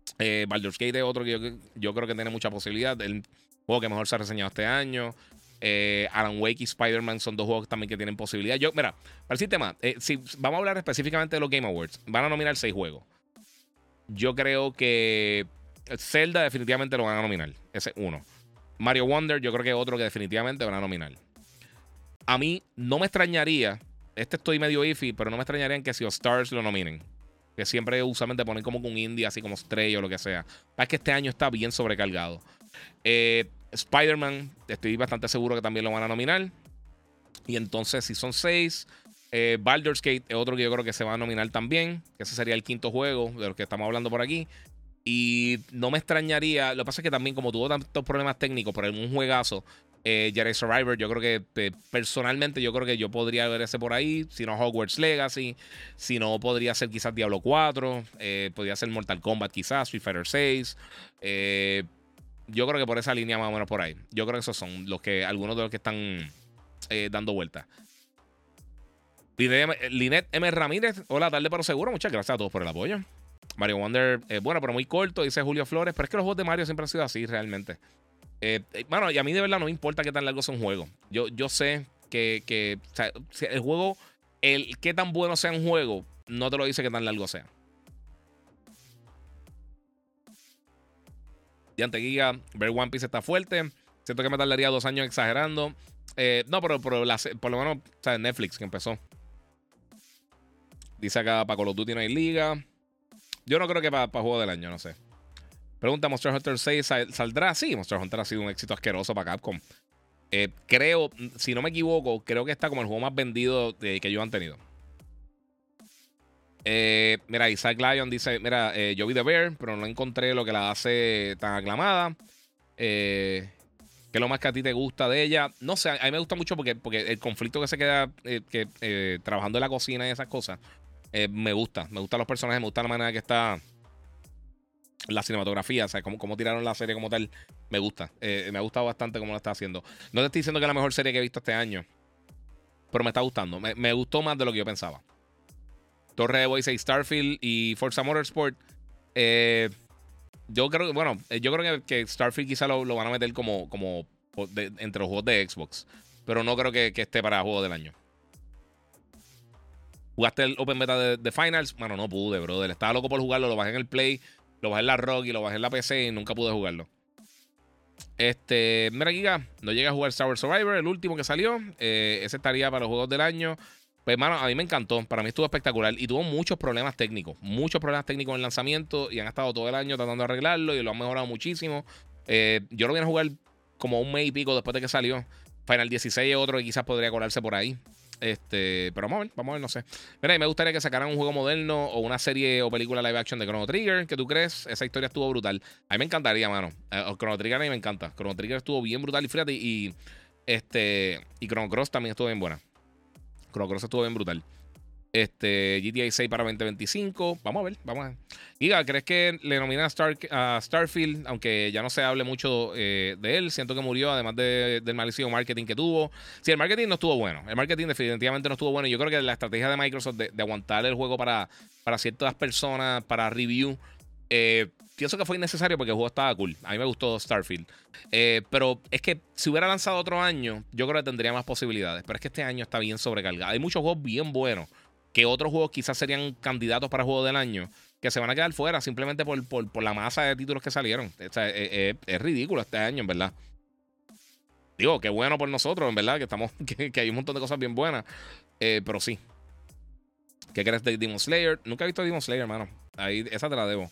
Eh, Baldur's Gate es otro que yo, yo creo que tiene mucha posibilidad. El juego que mejor se ha reseñado este año. Eh, Alan Wake y Spider-Man son dos juegos también que tienen posibilidad. Yo, mira, para el sistema, eh, si vamos a hablar específicamente de los Game Awards, van a nominar seis juegos. Yo creo que Zelda definitivamente lo van a nominar. Ese es uno. Mario Wonder, yo creo que es otro que definitivamente van a nominar. A mí no me extrañaría, este estoy medio iffy, pero no me extrañaría en que si los Stars lo nominen. Que siempre usualmente ponen como un indie, así como Stray o lo que sea. Es que este año está bien sobrecargado. Eh, Spider-Man, estoy bastante seguro que también lo van a nominar. Y entonces, si son seis, eh, Baldur's Gate es otro que yo creo que se va a nominar también. Que ese sería el quinto juego de los que estamos hablando por aquí. Y no me extrañaría. Lo que pasa es que también, como tuvo tantos problemas técnicos, por un juegazo, eh, Jedi Survivor, yo creo que eh, personalmente, yo creo que yo podría ver ese por ahí. Si no, Hogwarts Legacy. Si no, podría ser quizás Diablo cuatro. Eh, podría ser Mortal Kombat, quizás. Street Fighter seis. Eh, yo creo que por esa línea, más o menos por ahí. Yo creo que esos son los que, algunos de los que están eh, dando vueltas. Linet M. Ramírez, hola, tarde pero seguro. Muchas gracias a todos por el apoyo. Mario Wonder, eh, bueno, pero muy corto, dice Julio Flores. Pero es que los juegos de Mario siempre han sido así, realmente. Eh, eh, bueno, y a mí de verdad no me importa qué tan largo sea un juego. Yo, yo sé que, que o sea, el juego, el qué tan bueno sea un juego, no te lo dice qué tan largo sea. Y ante Giga, ver One Piece está fuerte. Siento que me tardaría dos años exagerando. Eh, no, pero, pero la, por lo menos, o sea, Netflix que empezó. Dice acá, para Call of Duty no hay liga. Yo no creo que para pa juego del año, no sé. Pregunta, ¿Monster Hunter seis sal saldrá? Sí, Monster Hunter ha sido un éxito asqueroso para Capcom. Eh, creo, si no me equivoco, creo que está como el juego más vendido de, que ellos han tenido. Eh, mira, Isaac Lyon dice, mira, eh, yo vi The Bear, pero no encontré lo que la hace tan aclamada. Eh, ¿Qué es lo más que a ti te gusta de ella? No sé, a mí me gusta mucho porque, porque el conflicto que se queda eh, que, eh, trabajando en la cocina y esas cosas, eh, me gusta. Me gustan los personajes, me gusta la manera que está la cinematografía, o sea, cómo, cómo tiraron la serie como tal. Me gusta. Eh, me ha gustado bastante cómo lo está haciendo. No te estoy diciendo que es la mejor serie que he visto este año, pero me está gustando. Me, me gustó más de lo que yo pensaba. Torre de Voice, Starfield y Forza Motorsport. Eh, yo creo que, bueno, yo creo que, que Starfield quizá lo, lo van a meter como, como de, entre los juegos de Xbox. Pero no creo que, que esté para juego del año. ¿Jugaste el Open Beta de, de Finals? Bueno, no pude, brother. Estaba loco por jugarlo. Lo bajé en el Play, lo bajé en la Rock y lo bajé en la P C y nunca pude jugarlo. Este, mira, Giga, no llegué a jugar Star Wars Survivor, el último que salió. Eh, ese estaría para los juegos del año. Pues, mano, a mí me encantó. Para mí estuvo espectacular. Y tuvo muchos problemas técnicos. Muchos problemas técnicos en el lanzamiento. Y han estado todo el año tratando de arreglarlo. Y lo han mejorado muchísimo. Eh, yo lo vine a jugar como un mes y pico después de que salió. Final dieciséis es otro que quizás podría colarse por ahí. Este, pero vamos a ver, vamos a ver, no sé. Mira, y me gustaría que sacaran un juego moderno o una serie o película live action de Chrono Trigger. ¿Qué tú crees? Esa historia estuvo brutal. A mí me encantaría, mano. Eh, Chrono Trigger a mí me encanta. Chrono Trigger estuvo bien brutal. Y fíjate, y este, y Chrono Cross también estuvo bien buena. Chrono Cross estuvo bien brutal. Este, G T A seis para veinte veinticinco. Vamos a ver, vamos a ver. Giga, ¿crees que le nominan a, Star, a Starfield? Aunque ya no se hable mucho eh, de él. Siento que murió, además de, del malísimo marketing que tuvo. Sí, el marketing no estuvo bueno. El marketing definitivamente no estuvo bueno. Yo creo que la estrategia de Microsoft de, de aguantar el juego para, para ciertas personas, para review, eh, pienso que fue innecesario porque el juego estaba cool. A mí me gustó Starfield. Eh, pero es que si hubiera lanzado otro año, yo creo que tendría más posibilidades. Pero es que este año está bien sobrecargado. Hay muchos juegos bien buenos que otros juegos quizás serían candidatos para juego del año, que se van a quedar fuera simplemente por, por, por la masa de títulos que salieron. O sea, es, es, es ridículo este año, en verdad. Digo, qué bueno por nosotros, en verdad, que estamos que, que hay un montón de cosas bien buenas. Eh, pero sí. ¿Qué crees de Demon Slayer? Nunca he visto Demon Slayer, hermano. Ahí, esa te la debo.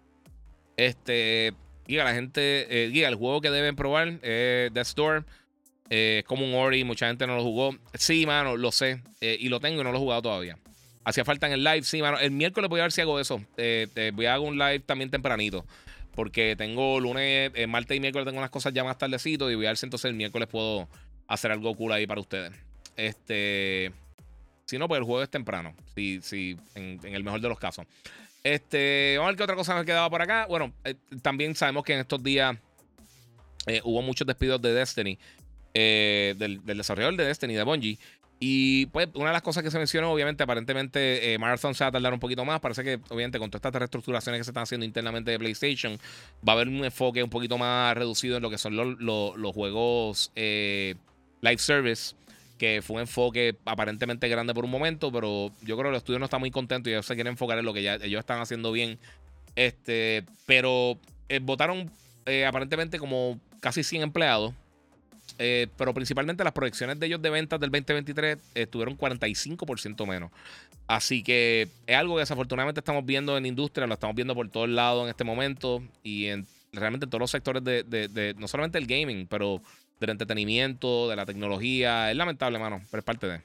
Este, Giga, la gente, eh, Giga, el juego que deben probar es eh, Death Door. Eh, es como un Ori, mucha gente no lo jugó. Sí, mano, lo sé. Eh, y lo tengo y no lo he jugado todavía. Hacía falta en el live, sí, mano. El miércoles voy a ver si hago eso. Eh, eh, voy a hacer un live también tempranito. Porque tengo lunes, eh, martes y miércoles tengo unas cosas ya más tardecito. Y voy a ver si entonces el miércoles puedo hacer algo cool ahí para ustedes. Este. Si no, pues el juego es temprano. Sí, sí, en, en el mejor de los casos. Este, vamos a ver qué otra cosa nos quedaba por acá. Bueno, eh, también sabemos que en estos días eh, hubo muchos despidos de Destiny. eh, del, del desarrollador de Destiny, de Bungie. Y pues una de las cosas que se mencionó, obviamente, aparentemente eh, Marathon se va a tardar un poquito más. Parece que, obviamente, con todas estas reestructuraciones que se están haciendo internamente de PlayStation, va a haber un enfoque un poquito más reducido en lo que son los, los, los juegos eh, live service, que fue un enfoque aparentemente grande por un momento, pero yo creo que los estudios no están muy contentos y ellos se quieren enfocar en lo que ya ellos están haciendo bien. Este, pero eh, votaron eh, aparentemente como casi cien empleados. Eh, pero principalmente las proyecciones de ellos de ventas del veinte veintitrés estuvieron cuarenta y cinco por ciento menos. Así que es algo que desafortunadamente estamos viendo en la industria, lo estamos viendo por todos lados en este momento y en, realmente en todos los sectores de, de, de no solamente el gaming, pero del entretenimiento, de la tecnología. Es lamentable, mano, pero es parte de.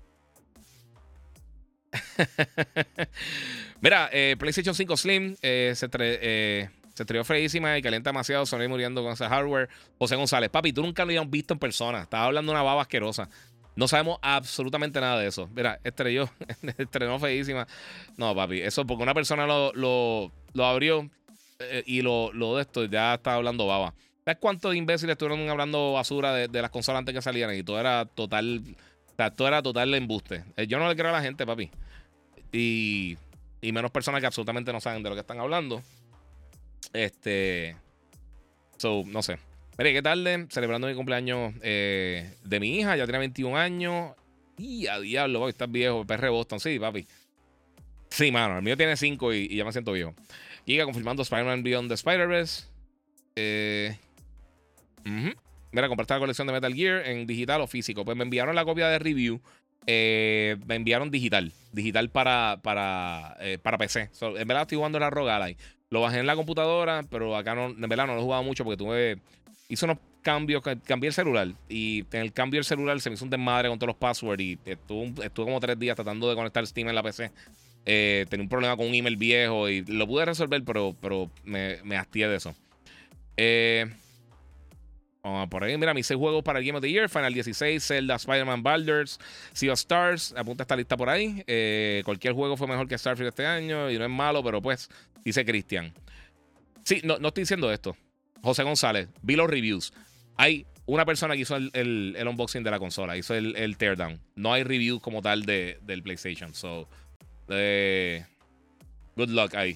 Mira, eh, PlayStation cinco Slim eh, se, eh, se estrelló feísima y calienta demasiado. Sony muriendo con ese hardware. José González, papi, tú nunca lo habías visto en persona. Estaba hablando de una baba asquerosa. No sabemos absolutamente nada de eso. Mira, estrelló, estrenó feísima. No, papi, eso porque una persona lo, lo, lo abrió eh, y lo, lo de esto ya está hablando baba. ¿Sabes cuántos imbéciles estuvieron hablando basura de, de las consolas antes que salieran? Y todo era total. O sea, todo era total embuste. Eh, yo no le creo a la gente, papi. Y, y menos personas que absolutamente no saben de lo que están hablando. Este. So, no sé. Mire, qué tarde. Celebrando mi cumpleaños eh, de mi hija. Ya tiene veintiún años. Y a diablo, papi, estás viejo. P R Boston, sí, papi. Sí, mano. El mío tiene cinco y, y ya me siento viejo. Giga confirmando Spider-Man Beyond the Spider-Verse. Eh. Uh-huh. Mira, compartir la colección de Metal Gear en digital o físico. Pues me enviaron la copia de review. Eh, me enviaron digital. Digital para, para, eh, para P C. So, en verdad estoy jugando la Rogue Ally. Lo bajé en la computadora, pero acá no, en verdad no lo he jugado mucho porque tuve. Hice unos cambios. Cambié el celular. Y en el cambio del celular se me hizo un desmadre con todos los passwords. Y estuve, estuve como tres días tratando de conectar Steam en la P C. Eh, tenía un problema con un email viejo y lo pude resolver, pero, pero me, me hastié de eso. Eh. Oh, por ahí, mira, mis seis juegos para el Game of the Year: Final dieciséis, Zelda, Spider-Man, Baldur's, Sea of Stars. Apunta esta lista por ahí. Eh, cualquier juego fue mejor que Starfield este año y no es malo, pero pues, dice Cristian. Sí, no, no estoy diciendo esto. José González, vi los reviews. Hay una persona que hizo el, el, el unboxing de la consola, hizo el, el teardown. No hay review como tal de, del PlayStation. So, eh, good luck ahí.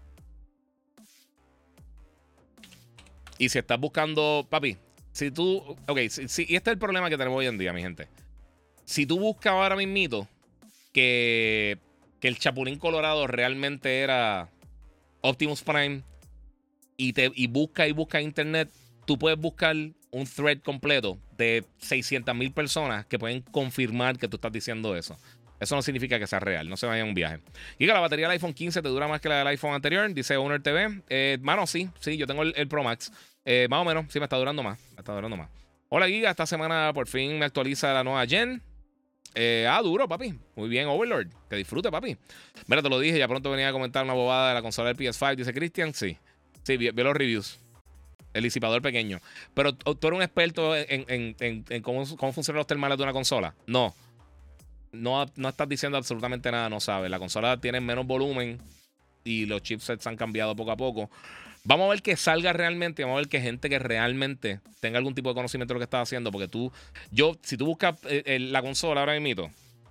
Y si estás buscando, papi. Si tú, ok, si, si, y este es el problema que tenemos hoy en día, mi gente. Si tú buscas ahora mismito que, que el Chapulín Colorado realmente era Optimus Prime y, te, y busca y busca en internet, tú puedes buscar un thread completo de seiscientas mil personas que pueden confirmar que tú estás diciendo eso. Eso no significa que sea real, no se vaya a un viaje. Y que la batería del iPhone quince te dura más que la del iPhone anterior, dice Owner T V. Eh, mano, sí, sí, yo tengo el, el Pro Max. Eh, más o menos, sí, me está durando más. Me está durando más. Hola, Giga. Esta semana por fin me actualiza la nueva Gen. Eh, ah, duro, papi. Muy bien, Overlord. Que disfrute, papi. Mira, te lo dije. Ya pronto venía a comentar una bobada de la consola del P S cinco, dice Cristian. Sí. Sí, vi, vi los reviews. El disipador pequeño. Pero tú eres un experto en, en, en, en cómo, cómo funcionan los termales de una consola. No. No, no estás diciendo absolutamente nada, no sabes. La consola tiene menos volumen y los chipsets han cambiado poco a poco. Vamos a ver que salga realmente. Vamos a ver que gente que realmente tenga algún tipo de conocimiento de lo que está haciendo. Porque tú, yo, si tú buscas eh, eh, la consola ahora mismo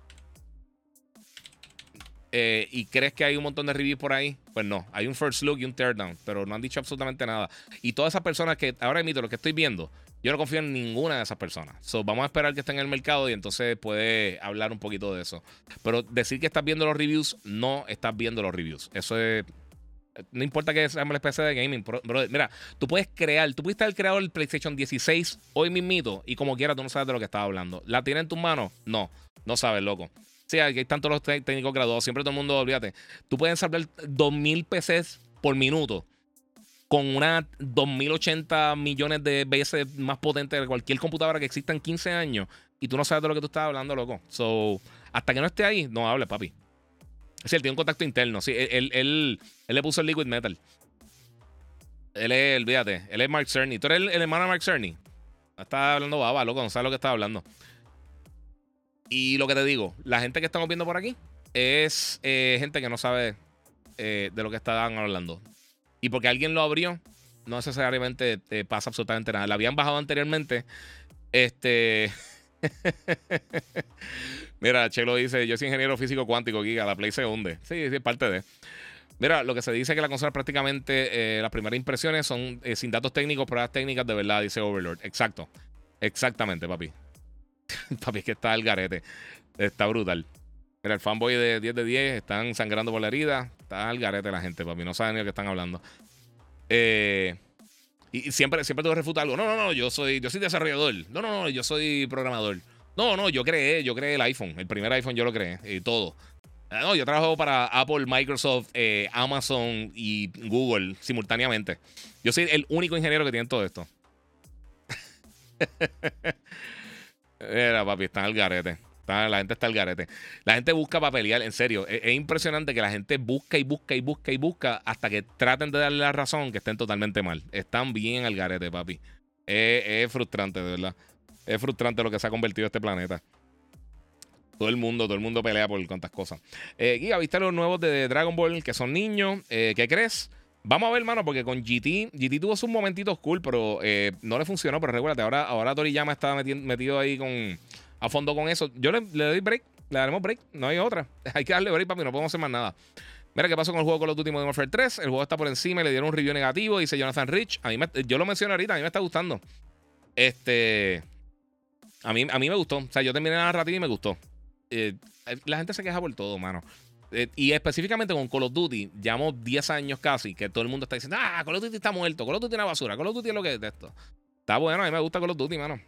eh, y crees que hay un montón de reviews por ahí, pues no. Hay un first look y un teardown, pero no han dicho absolutamente nada. Y todas esas personas que ahora mismo lo que estoy viendo, yo no confío en ninguna de esas personas. So, vamos a esperar que estén en el mercado y entonces puede hablar un poquito de eso. Pero decir que estás viendo los reviews, no estás viendo los reviews. Eso es. No importa que seamos la especie de gaming, bro, bro, mira, tú puedes crear, tú pudiste haber creado el PlayStation dieciséis hoy mismito y como quiera tú no sabes de lo que estás hablando. ¿La tienes en tus manos? No, no sabes, loco. Sí, aquí hay tantos los técnicos graduados, siempre todo el mundo, olvídate. Tú puedes ensamblar dos mil P Cs por minuto con una dos mil ochenta millones de veces más potente de cualquier computadora que exista en quince años y tú no sabes de lo que tú estás hablando, loco. So, hasta que no esté ahí, no hables, papi. Sí, él tiene un contacto interno. Sí, él, él, él, él le puso el Liquid Metal. Él es, olvídate, él es Mark Cerny. ¿Tú eres el, el hermano de Mark Cerny? Está hablando baba, loco, no sabes lo que está hablando. Y lo que te digo, la gente que estamos viendo por aquí es eh, gente que no sabe eh, de lo que estaban hablando. Y porque alguien lo abrió, no necesariamente te pasa absolutamente nada. La habían bajado anteriormente Este. Mira, Chelo dice: Yo soy ingeniero físico cuántico, Giga. La Play se hunde. Sí, sí, es parte de. Mira, lo que se dice es que la consola prácticamente eh, las primeras impresiones son eh, sin datos técnicos, pruebas técnicas de verdad, dice Overlord. Exacto. Exactamente, papi. Papi, es que está el garete. Está brutal. Mira, el fanboy de diez de diez están sangrando por la herida. Está al garete la gente, papi. No saben ni de qué están hablando. Eh, y, y siempre, siempre tengo que refutar algo. No, no, no, yo soy, yo soy desarrollador. No, no, no, yo soy programador. No, no, yo creé, yo creé el iPhone. El primer iPhone yo lo creé. Y todo. Ah, no, yo trabajo para Apple, Microsoft, eh, Amazon y Google simultáneamente. Yo soy el único ingeniero que tiene todo esto. Mira, papi, están al garete. Está- la gente está al garete. La gente busca para pelear, en serio. Es, es impresionante que la gente busca y busca y busca y busca hasta que traten de darle la razón que estén totalmente mal. Están bien al garete, papi. Es, es frustrante, de verdad. Es frustrante lo que se ha convertido este planeta. Todo el mundo, todo el mundo pelea por tantas cosas. Eh, Giga, ¿viste los nuevos de Dragon Ball que son niños? Eh, ¿qué crees? Vamos a ver, mano, porque con G T, G T tuvo sus momentitos cool, pero eh, no le funcionó. Pero recuérdate, ahora, ahora Toriyama está meti- metido ahí con, a fondo con eso. Yo le, le doy break, le daremos break, no hay otra. Hay que darle break, papi, no podemos hacer más nada. Mira qué pasó con el juego Call of Duty Modern Warfare tres. El juego está por encima y le dieron un review negativo, dice Jonathan Rich. A mí me- yo lo mencioné ahorita, a mí me está gustando. Este, a mí, a mí me gustó. O sea, yo terminé la narrativa y me gustó. Eh, la gente se queja por todo, mano. Eh, y específicamente con Call of Duty, llevamos diez años casi que todo el mundo está diciendo: Ah, Call of Duty está muerto, Call of Duty es una basura, Call of Duty es lo que es de esto. Está bueno, a mí me gusta Call of Duty, mano.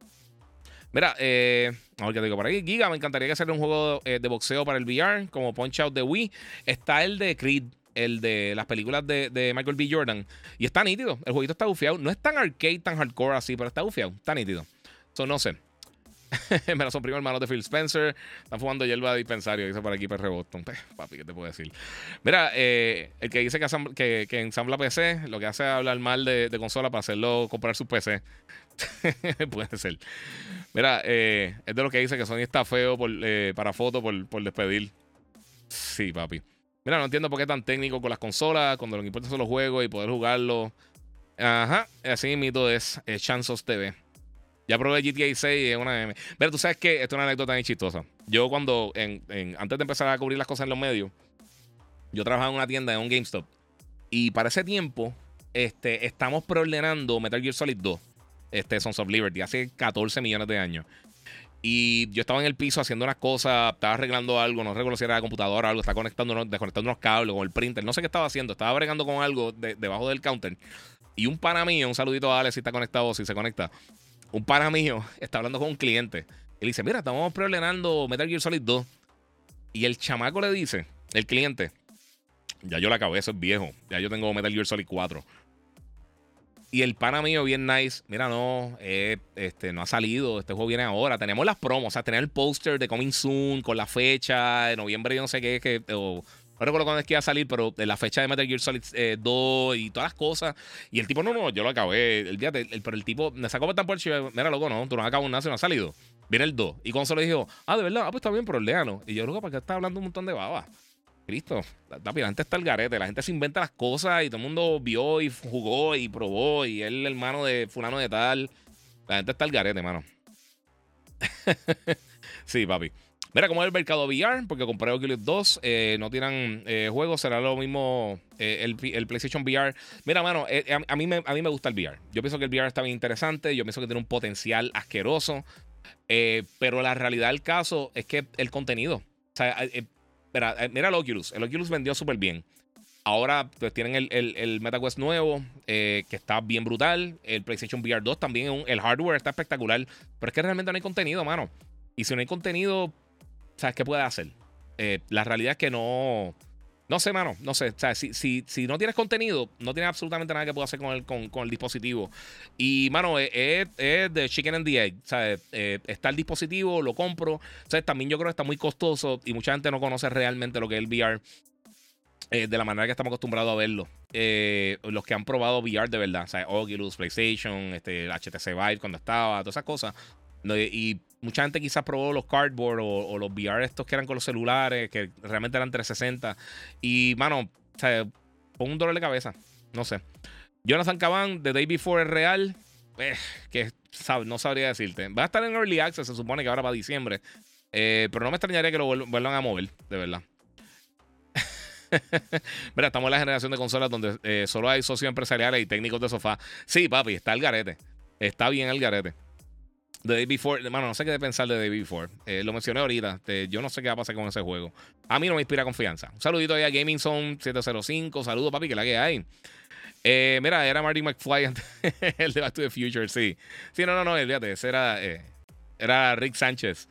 Mira, eh, a ver qué te digo por aquí. Giga, me encantaría que hacer un juego eh, de boxeo para el V R, como Punch Out de Wii. Está el de Creed, el de las películas de, de Michael B. Jordan. Y está nítido, el jueguito está bufiado. No es tan arcade, tan hardcore así, pero está bufiado, está nítido. Eso no sé. Mira, son primos hermanos de Phil Spencer. Están fumando hierba de dispensario, dice por aquí Perre Boston. Pues, papi, ¿qué te puedo decir? Mira, eh, el que dice que, asam- que, que ensambla P C, lo que hace es hablar mal de, de consola para hacerlo comprar su P C. Puede ser. Mira, eh, es de lo que dice que Sony está feo por, eh, para fotos por, por despedir. Sí, papi. Mira, no entiendo por qué tan técnico con las consolas, cuando lo que importa son los juegos y poder jugarlos. Ajá, así mito es eh, Chansos T V. Ya probé G T A seis y es una M. Pero tú sabes que esto es una anécdota bien chistosa. Yo cuando, en, en- antes de empezar a cubrir las cosas en los medios, yo trabajaba en una tienda, en un GameStop. Y para ese tiempo, este, estamos preordenando Metal Gear Solid dos. Este, Sons of Liberty, hace catorce millones de años. Y yo estaba en el piso haciendo unas cosas, estaba arreglando algo, no recuerdo si era la computadora o algo, estaba conectando, unos- desconectando unos cables con el printer, no sé qué estaba haciendo, estaba bregando con algo de- debajo del counter. Y un pana mío, un saludito a Alex si está conectado o si se conecta. Un pana mío está hablando con un cliente. Y le dice: Mira, estamos preordenando Metal Gear Solid dos. Y el chamaco le dice, el cliente: Ya yo la acabé, eso es viejo. Ya yo tengo Metal Gear Solid cuatro. Y el pana mío, bien nice: Mira, no, eh, este, no ha salido. Este juego viene ahora. Tenemos las promos, o sea, tener el póster de Coming Soon con la fecha de noviembre, yo no sé qué, que, o, no recuerdo cuándo es que iba a salir, pero de la fecha de Metal Gear Solid eh, dos y todas las cosas. Y el tipo: No, no, yo lo acabé. El día de- el- pero el tipo me sacó por tan por chivo. Mira, loco, no, tú no has acabado nada, si no ha salido. Viene el dos. Y cuando se lo dijo: Ah, de verdad, ah, pues está bien, pero léalo. Y yo, loco, ¿para qué estás hablando un montón de baba? Cristo, la, la- la gente está al garete, la gente se inventa las cosas y todo el mundo vio y jugó y probó y él el hermano de fulano de tal. La gente está al garete, mano. Sí, papi. Mira cómo es el mercado V R, porque compré Oculus dos, eh, no tiran eh, juegos, será lo mismo eh, el, el PlayStation V R. Mira, mano, eh, a, a mí me, a mí me gusta el V R. Yo pienso que el V R está bien interesante, yo pienso que tiene un potencial asqueroso, eh, pero la realidad del caso es que el contenido, o sea, eh, eh, mira, eh, mira el Oculus, el Oculus vendió súper bien. Ahora pues tienen el, el, el MetaQuest nuevo, eh, que está bien brutal. El PlayStation V R dos también, es un- el hardware está espectacular. Pero es que realmente no hay contenido, mano. Y si no hay contenido, ¿sabes qué puedes hacer? Eh, la realidad es que no. No sé, mano. No sé. O sea, si, si, si no tienes contenido, no tienes absolutamente nada que puedas hacer con el, con, con el dispositivo. Y, mano, es, es, es de chicken and the egg. O sea, eh, está el dispositivo, lo compro. O sea, también yo creo que está muy costoso y mucha gente no conoce realmente lo que es el V R. Eh, de la manera que estamos acostumbrados a verlo. Eh, los que han probado V R de verdad, o sea, Oculus, PlayStation, este, el H T C Vive cuando estaba, todas esas cosas. No, y mucha gente quizás probó los cardboard o, o los V R estos que eran con los celulares, que realmente eran trescientos sesenta. Y, mano, o sea, fue un dolor de cabeza. No sé. Jonathan Caban, The Day Before es real. Eh, que sab no sabría decirte. Va a estar en Early Access, se supone que ahora para diciembre. Eh, pero no me extrañaría que lo vuel vuelvan a mover, de verdad. Mira, estamos en la generación de consolas donde eh, solo hay socios empresariales y técnicos de sofá. Sí, papi, está el garete. Está bien el garete. The Day Before, hermano, no sé qué de pensar de The Day Before. Eh, lo mencioné ahorita. Eh, yo no sé qué va a pasar con ese juego. A mí no me inspira confianza. Un saludito ahí a Gaming Zone siete cero cinco. Saludos, papi, que la que hay. Eh, mira, era Marty McFly, el de Back to the Future, sí. Sí, no, no, no, fíjate, ese era, eh, era Rick Sánchez.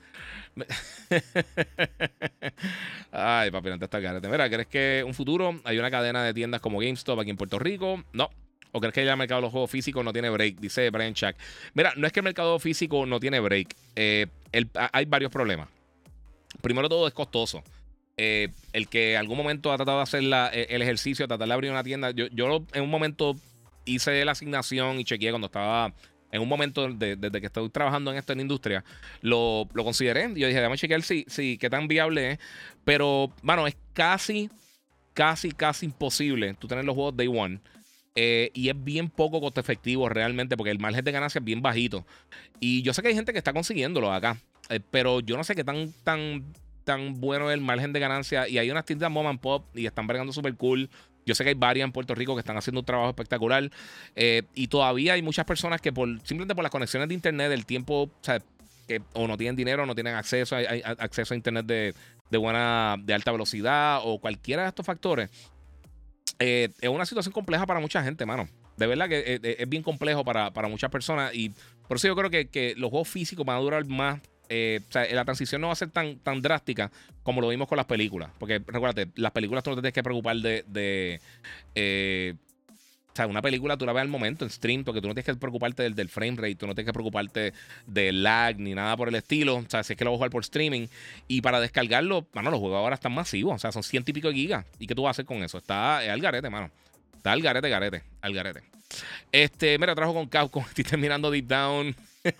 Ay, papi, no te estás garete. Mira, ¿crees que un futuro hay una cadena de tiendas como GameStop aquí en Puerto Rico? No. ¿O crees que ya el mercado de los juegos físicos no tiene break? Dice Brian Chuck. Mira, no es que el mercado físico no tiene break. Eh, el, hay varios problemas. Primero todo es costoso. Eh, el que en algún momento ha tratado de hacer la, el ejercicio, tratar de abrir una tienda. Yo, yo en un momento hice la asignación y chequeé cuando estaba en un momento de, desde que estoy trabajando en esto en la industria, lo, lo consideré. Yo dije, déjame chequear si, si qué tan viable es. Pero, mano, es casi, casi, casi imposible tú tener los juegos Day One. Eh, y es bien poco costo efectivo realmente porque el margen de ganancia es bien bajito. Y yo sé que hay gente que está consiguiéndolo acá, eh, pero yo no sé qué tan, tan, tan bueno es el margen de ganancia. Y hay unas tiendas mom and pop y están bregando súper cool. Yo sé que hay varias en Puerto Rico que están haciendo un trabajo espectacular. Eh, y todavía hay muchas personas que por simplemente por las conexiones de internet, el tiempo, o sea, que o no tienen dinero o no tienen acceso a, a, a acceso a internet de, de buena, de alta velocidad o cualquiera de estos factores. Eh, es una situación compleja para mucha gente, mano. De verdad que es, es bien complejo para, para muchas personas. Y por eso yo creo que, que los juegos físicos van a durar más. Eh, o sea, la transición no va a ser tan, tan drástica como lo vimos con las películas. Porque recuérdate, las películas tú no te tienes que preocupar de. de eh, o sea, una película tú la ves al momento en stream, porque tú no tienes que preocuparte del, del frame rate, tú no tienes que preocuparte del lag ni nada por el estilo. O sea, si es que lo vas a jugar por streaming. Y para descargarlo, mano, los juegos ahora están masivos. O sea, son ciento y pico de gigas. ¿Y qué tú vas a hacer con eso? Está es al garete, mano. Está al garete, garete. Al garete. Este, mira, trabajo con Capcom. Estoy terminando Deep Down.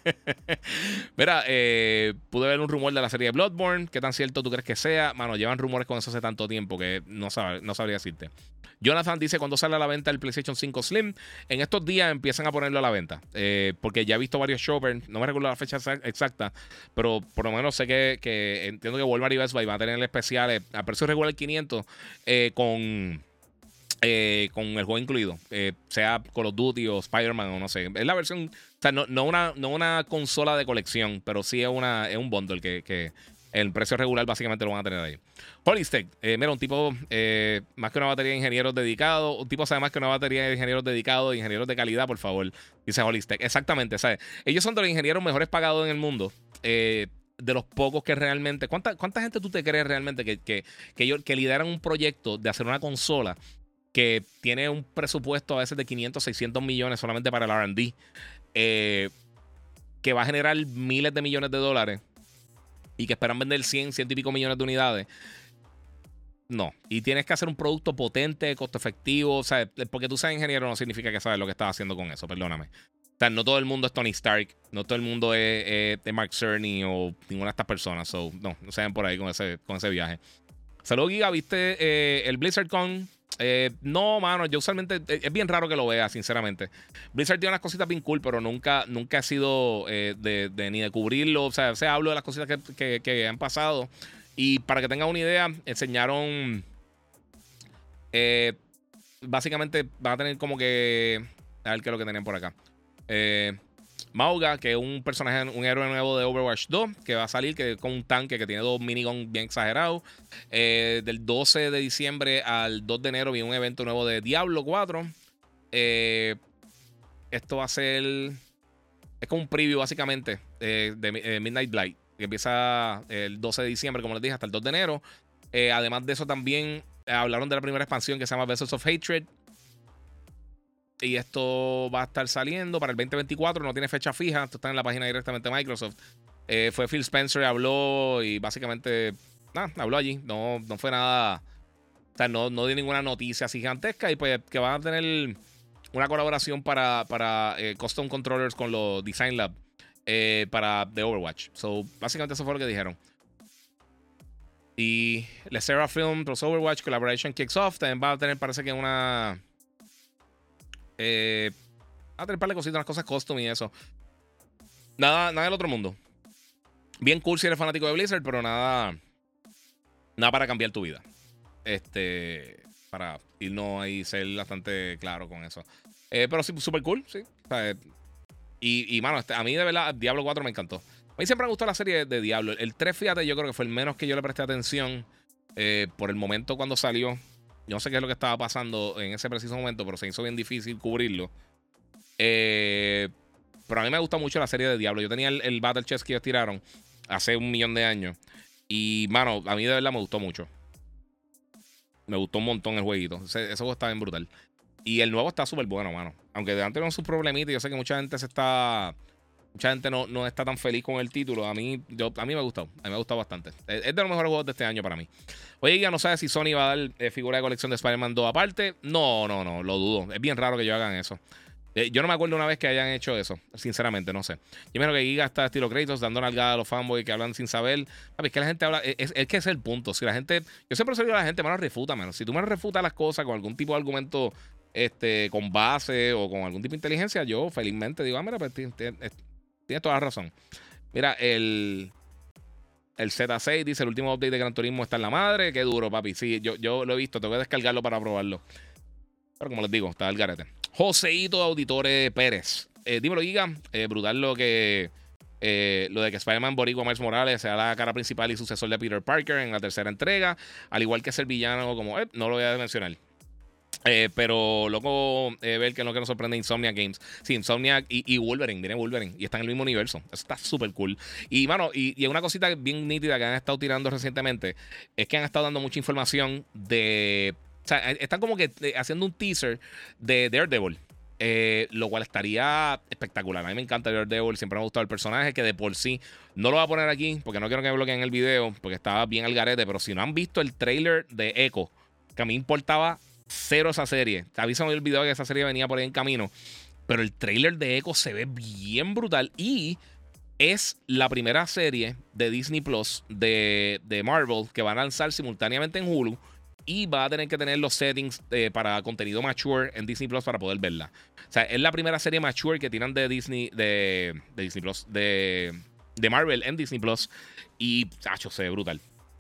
Mira, eh, pude ver un rumor de la serie de Bloodborne. ¿Qué tan cierto tú crees que sea? Mano, llevan rumores con eso hace tanto tiempo que no, sab no sabría decirte. Jonathan dice, cuando sale a la venta el PlayStation cinco Slim, en estos días empiezan a ponerlo a la venta. Eh, porque ya he visto varios shoppers, no me recuerdo la fecha exacta, pero por lo menos sé que, que entiendo que Walmart y Best Buy van a tener especiales a precio regular quinientos eh, con... Eh, con el juego incluido, eh, sea Call of Duty o Spider-Man o no sé. Es la versión, o sea, no, no, una, no una consola de colección, pero sí es, una, es un bundle que, que el precio regular básicamente lo van a tener ahí. Holistech, eh, mira, un tipo eh, más que una batería de ingenieros dedicados, un tipo sabe más que una batería de ingenieros dedicados, de ingenieros de calidad, por favor, dice Holistech. Exactamente, ¿sabes? Ellos son de los ingenieros mejores pagados en el mundo. Eh, de los pocos que realmente. ¿Cuánta, cuánta gente tú te crees realmente que, que, que, ellos, que lideran un proyecto de hacer una consola que tiene un presupuesto a veces de quinientos, seiscientos millones solamente para el R and D, eh, que va a generar miles de millones de dólares y que esperan vender cien, cien y pico millones de unidades? No. Y tienes que hacer un producto potente, costo efectivo. O sea, porque tú seas ingeniero no significa que sabes lo que estás haciendo con eso, perdóname. O sea, no todo el mundo es Tony Stark, no todo el mundo es, es, es Mark Cerny o ninguna de estas personas. So, no, no se ven por ahí con ese, con ese viaje. Saludos, Giga. ¿Viste eh, el BlizzardCon? Eh, no, mano, yo usualmente eh, es bien raro que lo vea, sinceramente. Blizzard tiene unas cositas bien cool, pero nunca, nunca he sido eh, de, de, ni de cubrirlo. O sea, o sea, hablo de las cositas que, que, que han pasado. Y para que tengan una idea, enseñaron. Eh, básicamente van a tener como que. A ver qué es lo que tenían por acá. Eh. Mauga, que es un personaje, un héroe nuevo de Overwatch dos, que va a salir que, con un tanque que tiene dos miniguns bien exagerados. Eh, del doce de diciembre al dos de enero viene un evento nuevo de Diablo cuatro. Eh, esto va a ser... Es como un preview, básicamente, eh, de eh, Midnight Light, que empieza el doce de diciembre, como les dije, hasta el dos de enero. Eh, además de eso, también eh, hablaron de la primera expansión que se llama Vessels of Hatred. Y esto va a estar saliendo para el veinte veinticuatro. No tiene fecha fija. Esto está en la página directamente de Microsoft. Eh, fue Phil Spencer, habló y básicamente nah, habló allí. No, no fue nada. O sea, no, no dio ninguna noticia así gigantesca. Y pues que van a tener una colaboración para, para eh, Custom Controllers con los Design Lab eh, para The Overwatch. So, básicamente eso fue lo que dijeron. Y la Sera Film plus Overwatch Collaboration Kicks Off. También va a tener, parece que una. Eh, a tener un par de cositas, unas cosas custom y eso. Nada, nada del otro mundo. Bien cool si eres fanático de Blizzard, pero nada, nada para cambiar tu vida. Este, para irnos ahí, ser bastante claro con eso. Eh, pero sí, súper cool, sí. O sea, eh, y, y, mano, este, a mí de verdad, Diablo cuatro me encantó. A mí siempre me gustó la serie de, de Diablo. El tres, fíjate, yo creo que fue el menos que yo le presté atención eh, por el momento cuando salió. Yo no sé qué es lo que estaba pasando en ese preciso momento, pero se hizo bien difícil cubrirlo. Eh, pero a mí me gusta mucho la serie de Diablo. Yo tenía el, el Battle Chess que ellos tiraron hace un millón de años. Y, mano, a mí de verdad me gustó mucho. Me gustó un montón el jueguito. Ese, ese juego está bien brutal. Y el nuevo está súper bueno, mano. Aunque de antes con sus problemitas, yo sé que mucha gente se está. Mucha gente no, no está tan feliz con el título. A mí, yo, a mí me ha gustado. A mí me ha gustado bastante. Es, es de los mejores juegos de este año para mí. Oye, ya no sabes si Sony va a dar eh, figura de colección de Spider-Man dos aparte. No, no, no, lo dudo. Es bien raro que ellos hagan eso. Eh, yo no me acuerdo una vez que hayan hecho eso. Sinceramente, no sé. Yo me creo que Giga está estilo Kratos, dando nalgada a los fanboys que hablan sin saber. Papi, es que la gente habla. Es, es que ese es el punto. Si la gente. Yo siempre se digo a la gente, mano, refuta, mano. Si tú me refutas las cosas con algún tipo de argumento este, con base o con algún tipo de inteligencia, yo felizmente digo, ah, mira, pues tienes toda la razón. Mira, el. El Z seis dice: el último update de Gran Turismo está en la madre. Qué duro, papi. Sí, yo, yo lo he visto. Tengo que descargarlo para probarlo. Pero como les digo, está el garete. Joseito Auditore Pérez. Eh, dímelo, Giga. Eh, brutal lo que. Eh, lo de que Spider-Man Boricua Miles Morales sea la cara principal y sucesor de Peter Parker en la tercera entrega. Al igual que ser villano, como. Eh, no lo voy a mencionar. Eh, pero loco eh, ver que no que nos sorprende Insomniac Games. Sí, Insomniac y, y Wolverine, viene Wolverine. Y están en el mismo universo. Eso está súper cool. Y, mano, y, y una cosita bien nítida que han estado tirando recientemente es que han estado dando mucha información de. O sea, están como que eh, haciendo un teaser de Daredevil. Eh, lo cual estaría espectacular. A mí me encanta Daredevil. Siempre me ha gustado el personaje. Que de por sí no lo voy a poner aquí porque no quiero que me bloqueen el video. Porque estaba bien al garete. Pero si no han visto el trailer de Echo, que a mí importaba cero esa serie. Avísame el video que esa serie venía por ahí en camino. Pero el trailer de Echo se ve bien brutal. Y es la primera serie de Disney Plus de, de Marvel que van a lanzar simultáneamente en Hulu. Y va a tener que tener los settings eh, para contenido mature en Disney Plus para poder verla. O sea, es la primera serie mature que tiran de Disney, de, de Disney Plus, de, de Marvel en Disney Plus. Y, chacho, se ve brutal.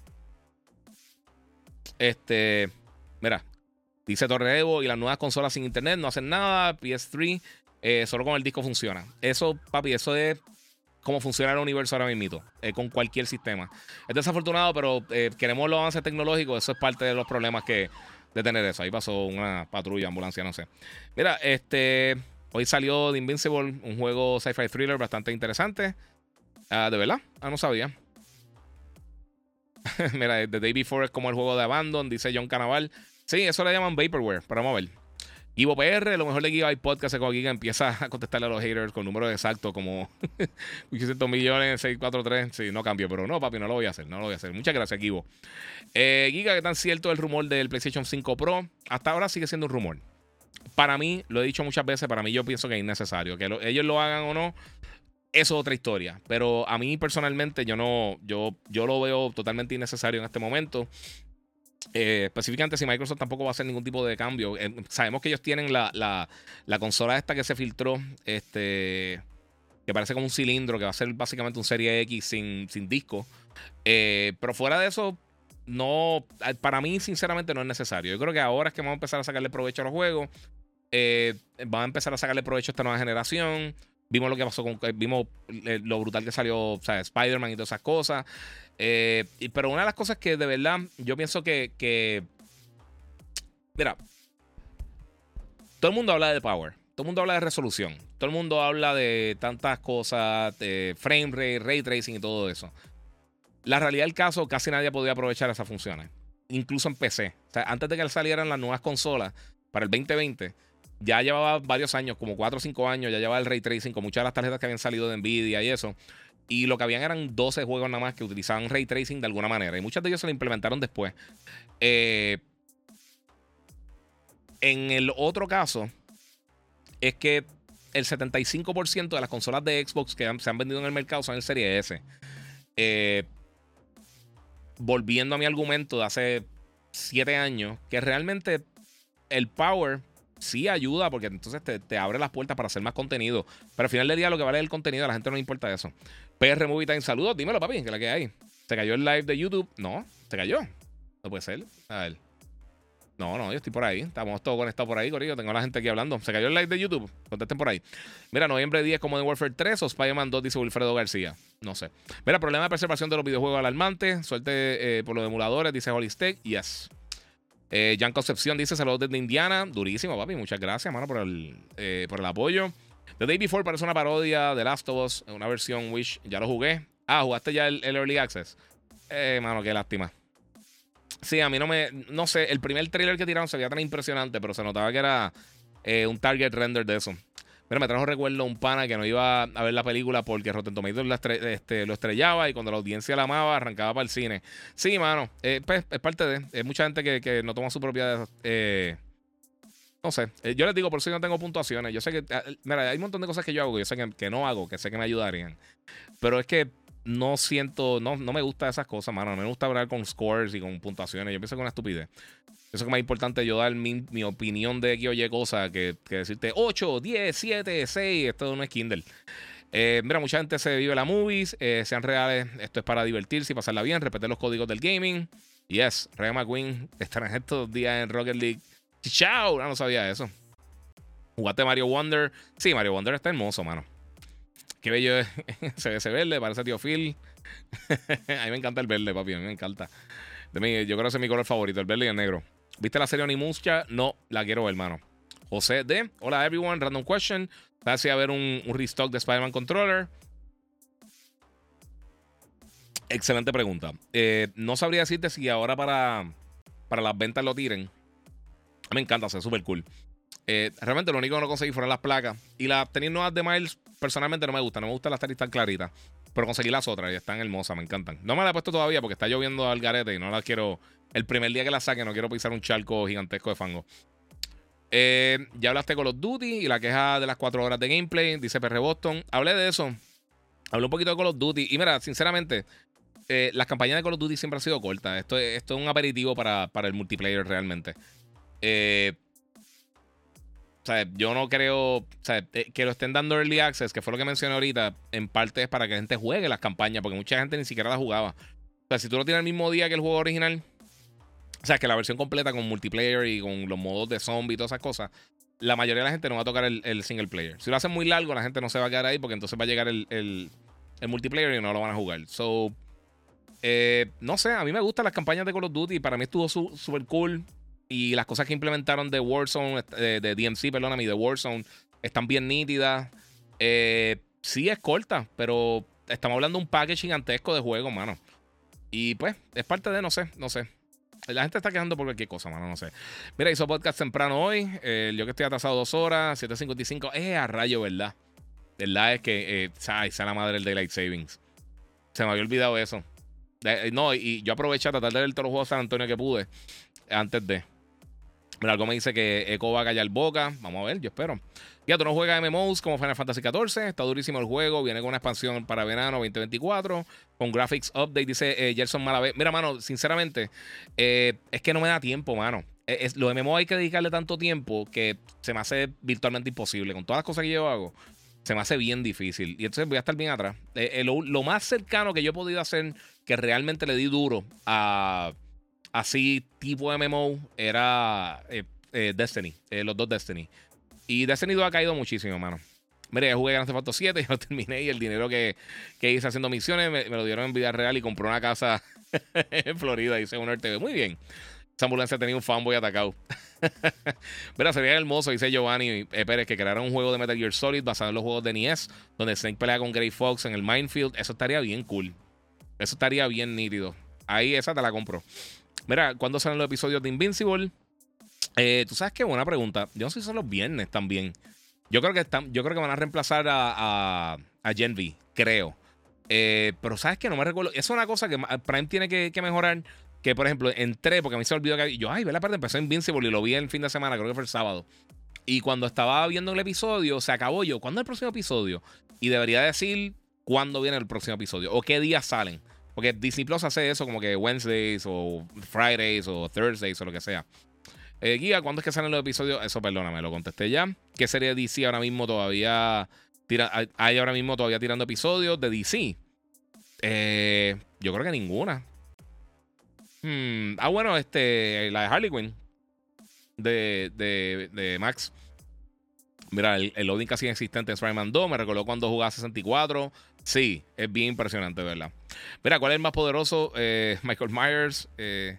Este, mira, dice Torreevo y las nuevas consolas sin internet no hacen nada. P S tres, eh, solo con el disco funciona. Eso, papi, eso es cómo funciona el universo ahora mismo, eh, con cualquier sistema. Es desafortunado, pero eh, queremos los avances tecnológicos. Eso es parte de los problemas que de tener eso. Ahí pasó una patrulla, ambulancia, no sé. Mira, este hoy salió The Invincible, un juego sci-fi thriller bastante interesante. Uh, ¿De verdad? Ah, no sabía. Mira, The Day Before es como el juego de Abandon, dice John Canaval. Sí, eso le llaman Vaporware, pero vamos a ver. Givo P R, lo mejor de Giga hay podcast con Giga empieza a contestarle a los haters con números exactos como ochocientos millones, seiscientos cuarenta y tres. Sí, no cambio, pero no, papi, no lo voy a hacer, no lo voy a hacer. Muchas gracias, Givo. Eh, Giga, ¿qué tan cierto es el rumor del PlayStation cinco Pro? Hasta ahora sigue siendo un rumor. Para mí, lo he dicho muchas veces, para mí yo pienso que es innecesario. Que lo, ellos lo hagan o no, eso es otra historia. Pero a mí personalmente yo no, yo, yo lo veo totalmente innecesario en este momento. Eh, específicamente si Microsoft tampoco va a hacer ningún tipo de cambio. Eh, sabemos que ellos tienen la, la, la consola esta que se filtró, este, que parece como un cilindro, que va a ser básicamente un Serie X sin, sin disco. Eh, pero fuera de eso, no, para mí sinceramente no es necesario. Yo creo que ahora es que vamos a empezar a sacarle provecho a los juegos. Eh, van a empezar a sacarle provecho a esta nueva generación. Vimos lo que pasó con. Vimos lo brutal que salió, o sea, Spider-Man y todas esas cosas. Eh, pero una de las cosas que de verdad yo pienso que, que. Mira. Todo el mundo habla de power. Todo el mundo habla de resolución. Todo el mundo habla de tantas cosas, de frame rate, ray tracing y todo eso. La realidad del caso, casi nadie podía aprovechar esas funciones. Incluso en P C. O sea, antes de que salieran las nuevas consolas para el veinte veinte. Ya llevaba varios años, como cuatro o cinco años, ya llevaba el ray tracing con muchas de las tarjetas que habían salido de Nvidia y eso. Y lo que habían eran doce juegos nada más que utilizaban ray tracing de alguna manera. Y muchos de ellos se lo implementaron después. Eh, en el otro caso, es que el setenta y cinco por ciento de las consolas de Xbox que han, se han vendido en el mercado son el Serie S. Eh, volviendo a mi argumento de hace siete años, que realmente el power sí ayuda porque entonces te, te abre las puertas para hacer más contenido. Pero al final del día lo que vale es el contenido, a la gente no le importa eso. P R Movie Time, saludos, dímelo, papi, que la que hay. ¿Se cayó el live de YouTube? No, se cayó. No puede ser. A ver. No, no, yo estoy por ahí. Estamos todos conectados por ahí, corillo. Tengo a la gente aquí hablando. ¿Se cayó el live de YouTube? Contesten por ahí. Mira, noviembre diez como Modern Warfare tres o Spider-Man dos, dice Wilfredo García. No sé. Mira, problema de preservación de los videojuegos alarmante. Suerte eh, por los emuladores, dice Holy Steak. Yes. Eh, Jan Concepción dice saludos desde Indiana. Durísimo, papi. Muchas gracias, mano, por el, eh, por el apoyo. The Day Before parece una parodia de Last of Us. Una versión Wish. Ya lo jugué. Ah, ¿jugaste ya el, el Early Access? Eh, mano, qué lástima. Sí, a mí no me... No sé, el primer trailer que tiraron se veía tan impresionante, pero se notaba que era eh, un target render de eso. Mira, me trajo recuerdo un pana que no iba a ver la película porque Rotten Tomatoes la estre este, lo estrellaba y cuando la audiencia la amaba, arrancaba para el cine. Sí, mano, eh, pues es parte de... Hay mucha gente que, que no toma su propia... Eh, no sé, eh, yo les digo, por eso yo no tengo puntuaciones. Yo sé que... Eh, mira, hay un montón de cosas que yo hago que yo sé que, que no hago, que sé que me ayudarían. Pero es que... No siento, no, no me gusta esas cosas, mano. No me gusta hablar con scores y con puntuaciones. Yo pienso que es una estupidez. Eso es más importante yo dar mi, mi opinión de X o Y cosa que, que decirte ocho, diez, siete, seis. Esto no es Kindle. Eh, mira, mucha gente se vive la movies, eh, sean reales. Esto es para divertirse y pasarla bien, respetar los códigos del gaming. Yes, Ray McQueen estarán estos días en Rocket League. Chao, no, no sabía eso. ¿Jugaste Mario Wonder? Sí, Mario Wonder está hermoso, mano. Qué bello es. Se ve ese verde, parece tío Phil. A mí me encanta el verde, papi. A mí me encanta. De mí, yo creo que ese es mi color favorito, el verde y el negro. ¿Viste la serie Onimusha? No, la quiero ver, hermano. José D. Hola, everyone. Random question. Gracias a ver un, un restock de Spider-Man Controller. Excelente pregunta. Eh, no sabría decirte si ahora para, para las ventas lo tiren. Me encanta, es súper cool. Eh, realmente lo único que no conseguí fueron las placas. Y las tenis nuevas de Miles personalmente no me gustan. No me gustan las tenis tan claritas. Pero conseguí las otras y están hermosas, me encantan. No me las he puesto todavía porque está lloviendo al garete y no las quiero... El primer día que las saque no quiero pisar un charco gigantesco de fango. Eh, ya hablaste con Call of Duty y la queja de las cuatro horas de gameplay, dice P R Boston. Hablé de eso. Hablé un poquito de Call of Duty. Y mira, sinceramente, eh, las campañas de Call of Duty siempre han sido cortas. Esto, esto es un aperitivo para, para el multiplayer realmente. Eh... O sea, yo no creo, o sea, que lo estén dando Early Access, que fue lo que mencioné ahorita, en parte es para que la gente juegue las campañas, porque mucha gente ni siquiera las jugaba. O sea, si tú lo tienes el mismo día que el juego original, o sea, que la versión completa con multiplayer y con los modos de zombie y todas esas cosas, la mayoría de la gente no va a tocar el, el single player. Si lo hacen muy largo, la gente no se va a quedar ahí, porque entonces va a llegar el, el, el multiplayer y no lo van a jugar. So, eh, no sé, a mí me gustan las campañas de Call of Duty, para mí estuvo súper cool. Y las cosas que implementaron de Warzone, de, de D M C, perdóname, de Warzone, están bien nítidas. Eh, sí es corta, pero estamos hablando de un package gigantesco de juego, mano. Y pues, es parte de, no sé, no sé. La gente está quejando por cualquier cosa, mano, no sé. Mira, hizo podcast temprano hoy. Eh, yo que estoy atrasado dos horas, siete cincuenta y cinco. Eh, a rayo, ¿verdad? ¿Verdad? Es que, eh, ay, sea la madre del Daylight Savings. Se me había olvidado eso. De, no, y yo aproveché a tratar de ver todos los juegos de San Antonio que pude antes de... Mira, algo me dice que Echo va a callar boca. Vamos a ver, yo espero. Ya, tú no juegas M M Os como Final Fantasy catorce. Está durísimo el juego. Viene con una expansión para verano veinte veinticuatro. Con graphics update, dice eh, Gerson Malavé. Mira, mano, sinceramente, eh, es que no me da tiempo, mano. Es, es, los M M O hay que dedicarle tanto tiempo que se me hace virtualmente imposible. Con todas las cosas que yo hago, se me hace bien difícil. Y entonces voy a estar bien atrás. Eh, eh, lo, lo más cercano que yo he podido hacer, que realmente le di duro a... Así, tipo M M O, era eh, eh, Destiny, eh, los dos Destiny. Y Destiny dos ha caído muchísimo, mano. Mira, ya jugué Grand Theft Auto siete, ya lo terminé y el dinero que, que hice haciendo misiones me, me lo dieron en vida real y compré una casa en Florida, hice un R T V. Muy bien. Esa ambulancia tenía un fanboy atacado. Mira, sería hermoso, dice Giovanni eh, Pérez, que crearon un juego de Metal Gear Solid basado en los juegos de N E S, donde Snake pelea con Grey Fox en el Minefield. Eso estaría bien cool. Eso estaría bien nítido. Ahí esa te la compro. Mira, ¿cuándo salen los episodios de Invincible? Eh, Tú sabes qué buena pregunta. Yo no sé si son los viernes también. Yo creo que están, yo creo que van a reemplazar a, a, a Gen V, creo. Eh, pero sabes que no me recuerdo. Es una cosa que Prime tiene que, que mejorar. Que por ejemplo, entré porque a mí se me olvidó que yo, ay, ve la parte, empezó Invincible y lo vi el fin de semana, creo que fue el sábado. Y cuando estaba viendo el episodio, se acabó yo. ¿Cuándo es el próximo episodio? Y debería decir cuándo viene el próximo episodio o qué días salen. Porque Disney Plus hace eso como que Wednesdays o Fridays o Thursdays o lo que sea. Eh, Giga, ¿cuándo es que salen los episodios? Eso, perdóname, lo contesté ya. ¿Qué serie de D C ahora mismo todavía tira, hay, hay ahora mismo todavía tirando episodios de D C? Eh, yo creo que ninguna. Hmm, ah, bueno, este, la de Harley Quinn de, de, de Max. Mira, el, el loading casi inexistente en Spider-Man dos. Me recordó cuando jugaba sesenta y cuatro. Sí, es bien impresionante, ¿verdad? Mira, ¿cuál es el más poderoso? Eh, Michael Myers. Eh,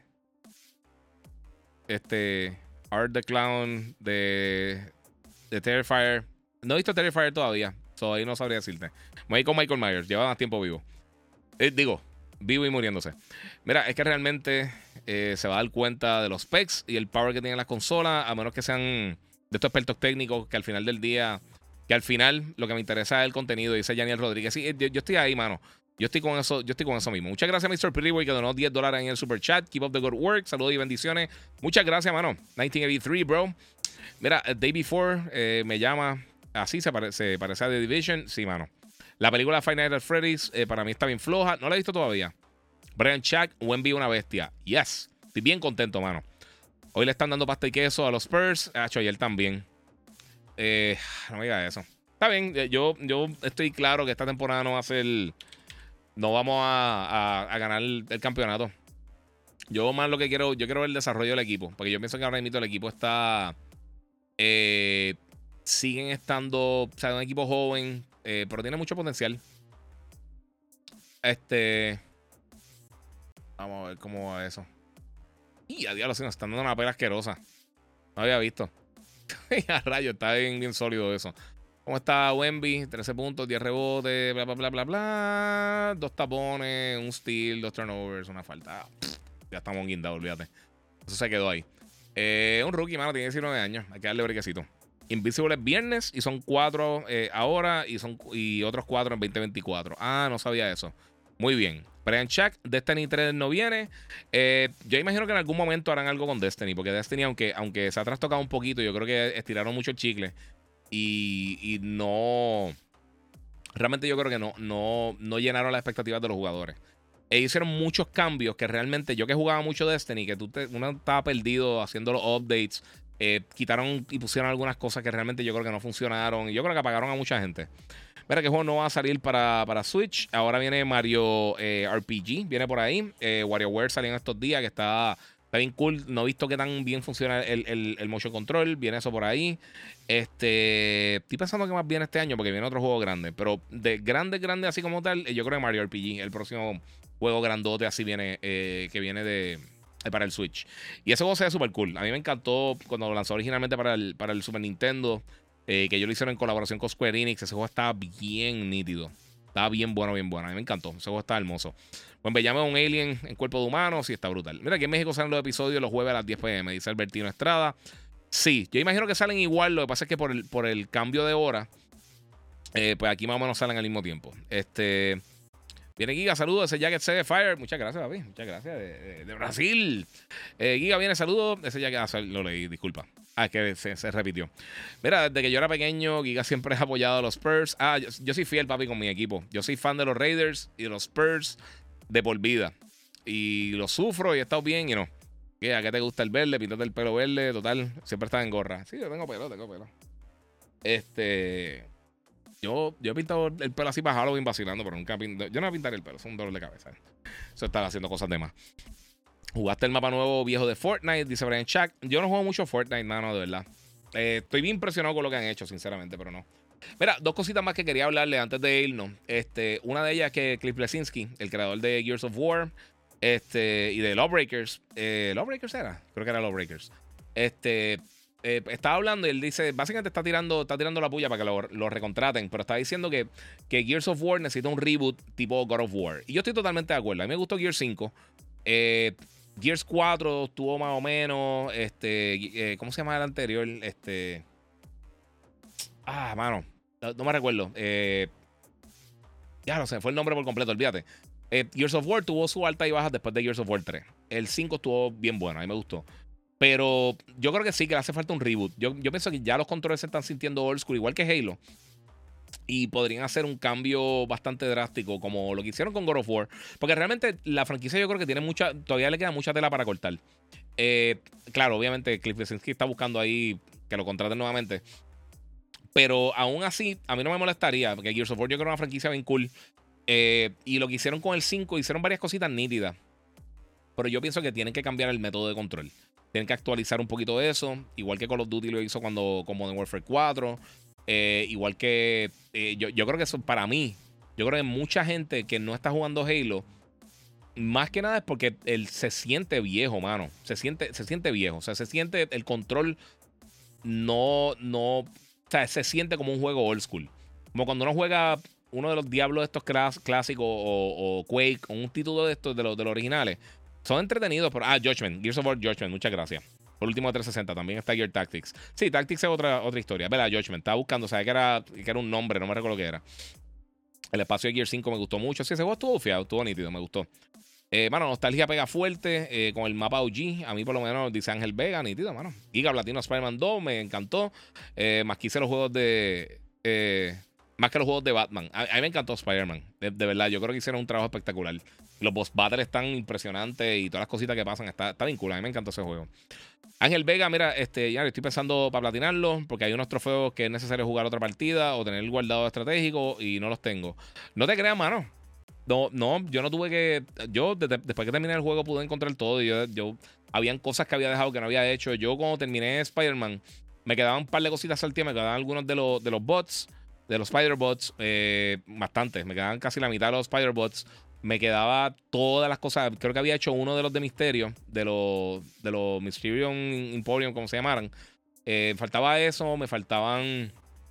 este. Art the Clown. De. De Terrifier. No he visto Terrifier todavía. So ahí no sabría decirte. Me voy con Michael Myers. Lleva más tiempo vivo. Eh, digo, vivo y muriéndose. Mira, es que realmente eh, se va a dar cuenta de los specs y el power que tienen las consolas, a menos que sean de estos expertos técnicos que al final del día, que al final lo que me interesa es el contenido, dice Daniel Rodríguez. Sí, yo, yo estoy ahí, mano. Yo estoy con eso, yo estoy con eso mismo. Muchas gracias, mister Prettyboy, que donó diez dólares en el super chat. Keep up the good work. Saludos y bendiciones. Muchas gracias, mano. mil novecientos ochenta y tres, bro. Mira, Day Before eh, me llama. Así se, pare, se parece a The Division. Sí, mano. La película Five Nights at Freddy's eh, para mí está bien floja. No la he visto todavía. Brian Chuck, Wemby una bestia. Yes. Estoy bien contento, mano. Hoy le están dando pasta y queso a los Spurs. Hacho, ayer también. Eh, no me digas eso. Está bien. Yo, yo estoy claro que esta temporada no va a ser... No vamos a, a, a ganar el, el campeonato. Yo más lo que quiero... Yo quiero ver el desarrollo del equipo. Porque yo pienso que ahora mismo el equipo está... Eh, siguen estando... O sea, un equipo joven... Eh, pero tiene mucho potencial. Este. Vamos a ver cómo va eso. Y a diablo, si nos están dando una pera asquerosa. No había visto. A rayo, está bien, bien sólido eso. ¿Cómo está Wemby? trece puntos, diez rebotes, bla, bla, bla, bla, bla. Dos tapones, un steal, dos turnovers, una falta. Pff, ya estamos guindados, olvídate. Eso se quedó ahí. Eh, un rookie, mano, tiene diecinueve años. Hay que darle brequecito. Invisible es viernes y son cuatro eh, ahora y, son, y otros cuatro en veinte veinticuatro. Ah, no sabía eso. Muy bien. Brian Chuck, Destiny tres no viene. Eh, yo imagino que en algún momento harán algo con Destiny, porque Destiny, aunque, aunque se ha trastocado un poquito, yo creo que estiraron mucho el chicle y, y no... Realmente yo creo que no, no, no llenaron las expectativas de los jugadores. E hicieron muchos cambios que realmente, yo que jugaba mucho Destiny, que tú te, uno estaba perdido haciendo los updates. Eh, quitaron y pusieron algunas cosas que realmente yo creo que no funcionaron. Y yo creo que apagaron a mucha gente. Mira que el juego no va a salir para, para Switch. Ahora viene Mario eh, R P G. Viene por ahí. Eh, WarioWare salió en estos días. Que está, está bien cool. No he visto que tan bien funciona el, el, el motion control. Viene eso por ahí. Este, estoy pensando que más viene este año porque viene otro juego grande. Pero de grande, grande así como tal, yo creo que Mario R P G. El próximo juego grandote así viene. Eh, que viene de... para el Switch. Y ese juego se ve súper cool. A mí me encantó cuando lo lanzó originalmente para el, para el Super Nintendo. Eh, que ellos lo hicieron en colaboración con Square Enix. Ese juego estaba bien nítido. Estaba bien bueno, bien bueno. A mí me encantó. Ese juego está hermoso. Pues me llama un alien en cuerpo de humano. Sí, está brutal. Mira, aquí en México salen los episodios los jueves a las diez p m. Dice Albertino Estrada. Sí, yo imagino que salen igual. Lo que pasa es que por el, por el cambio de hora, eh, pues aquí más o menos salen al mismo tiempo. Este... Viene Giga, saludos, ese Jacket C de Fire. Muchas gracias, papi. Muchas gracias. De, de, de Brasil. Eh, Giga viene, saludos. Ese Jacket, ah, lo leí, disculpa. Ah, es que se, se repitió. Mira, desde que yo era pequeño, Giga siempre ha apoyado a los Spurs. Ah, yo, yo soy fiel, papi, con mi equipo. Yo soy fan de los Raiders y de los Spurs de por vida. Y lo sufro y he estado bien y no. ¿Qué? ¿A qué te gusta el verde? Píntate el pelo verde. Total, siempre estaba en gorra. Sí, yo tengo pelo, tengo pelo. Este... Yo, yo he pintado el pelo así para Halloween vacilando, pero nunca pinto. Yo no voy a pintar el pelo, es un dolor de cabeza. Eso está haciendo cosas de más. ¿Jugaste el mapa nuevo viejo de Fortnite? Dice Brian Chuck. Yo no juego mucho Fortnite, no, de verdad. Eh, estoy bien impresionado con lo que han hecho, sinceramente, pero no. Mira, dos cositas más que quería hablarle antes de irnos. Este, una de ellas es que Cliff Bleszinski, el creador de Gears of War este, y de Lawbreakers. Eh, ¿Lawbreakers era? Creo que era Lawbreakers. Este... Eh, estaba hablando y él dice, básicamente está tirando, está tirando la puya para que lo, lo recontraten, pero está diciendo que, que Gears of War necesita un reboot tipo God of War. Y yo estoy totalmente de acuerdo. A mí me gustó Gears cinco. Eh, Gears cuatro estuvo más o menos. Este, eh, ¿cómo se llama el anterior? Este. Ah, mano. No, no me recuerdo. Eh, ya no sé, fue el nombre por completo, olvídate. Eh, Gears of War tuvo su alta y baja después de Gears of War tres. El cinco estuvo bien bueno, a mí me gustó. Pero yo creo que sí, que le hace falta un reboot. Yo, yo pienso que ya los controles se están sintiendo old school, igual que Halo. Y podrían hacer un cambio bastante drástico, como lo que hicieron con God of War. Porque realmente la franquicia yo creo que tiene mucha, todavía le queda mucha tela para cortar. Eh, claro, obviamente Cliff Bleszinski está buscando ahí que lo contraten nuevamente. Pero aún así, a mí no me molestaría, porque Gears of War yo creo que es una franquicia bien cool. Eh, y lo que hicieron con el cinco, hicieron varias cositas nítidas. Pero yo pienso que tienen que cambiar el método de control. Tienen que actualizar un poquito eso. Igual que Call of Duty lo hizo cuando con Modern Warfare cuatro. Eh, igual que eh, yo, yo creo que eso para mí, yo creo que mucha gente que no está jugando Halo, más que nada es porque él se siente viejo, mano. Se siente, se siente viejo. O sea, se siente el control no, no, o sea, se siente como un juego old school. Como cuando uno juega uno de los diablos de estos clás, clásicos o, o Quake o un título de estos de los, de los originales. Son entretenidos, pero ah, Judgment, Gears of War Judgment, muchas gracias. Por último de trescientos sesenta también está Gear Tactics. Sí, Tactics es otra, otra historia. Vela, Judgment, estaba buscando, sabía que era, que era un nombre, no me recuerdo qué era. El espacio de Gear cinco me gustó mucho. Sí, ese juego estuvo fiado, estuvo nítido, me gustó. Eh, mano, nostalgia pega fuerte eh, con el mapa O G. A mí, por lo menos, dice Ángel Vega, nítido, mano. Giga Platino Spider-Man dos, me encantó. Eh, más quise los juegos de. Eh, más que los juegos de Batman. A, a mí me encantó Spider-Man. De, de verdad, yo creo que hicieron un trabajo espectacular. Los boss battles están impresionantes y todas las cositas que pasan. Está, está bien cool. A mí me encantó ese juego. Ángel Vega, mira, este, ya estoy pensando para platinarlo, porque hay unos trofeos que es necesario jugar otra partida o tener guardado estratégico y no los tengo. No te creas, mano. No, no, yo no tuve que. Yo, desde, después que terminé el juego, pude encontrar todo. Y yo, yo, habían cosas que había dejado que no había hecho. Yo, cuando terminé Spider-Man, me quedaban un par de cositas al tiempo. Me quedaban algunos de los, de los bots, de los Spider-Bots, eh, bastantes. Me quedaban casi la mitad de los Spider-Bots. Me quedaba todas las cosas. Creo que había hecho uno de los de Misterio, de los, de los Mysterium Emporium, como se llamaran. Eh, faltaba eso, me faltaban.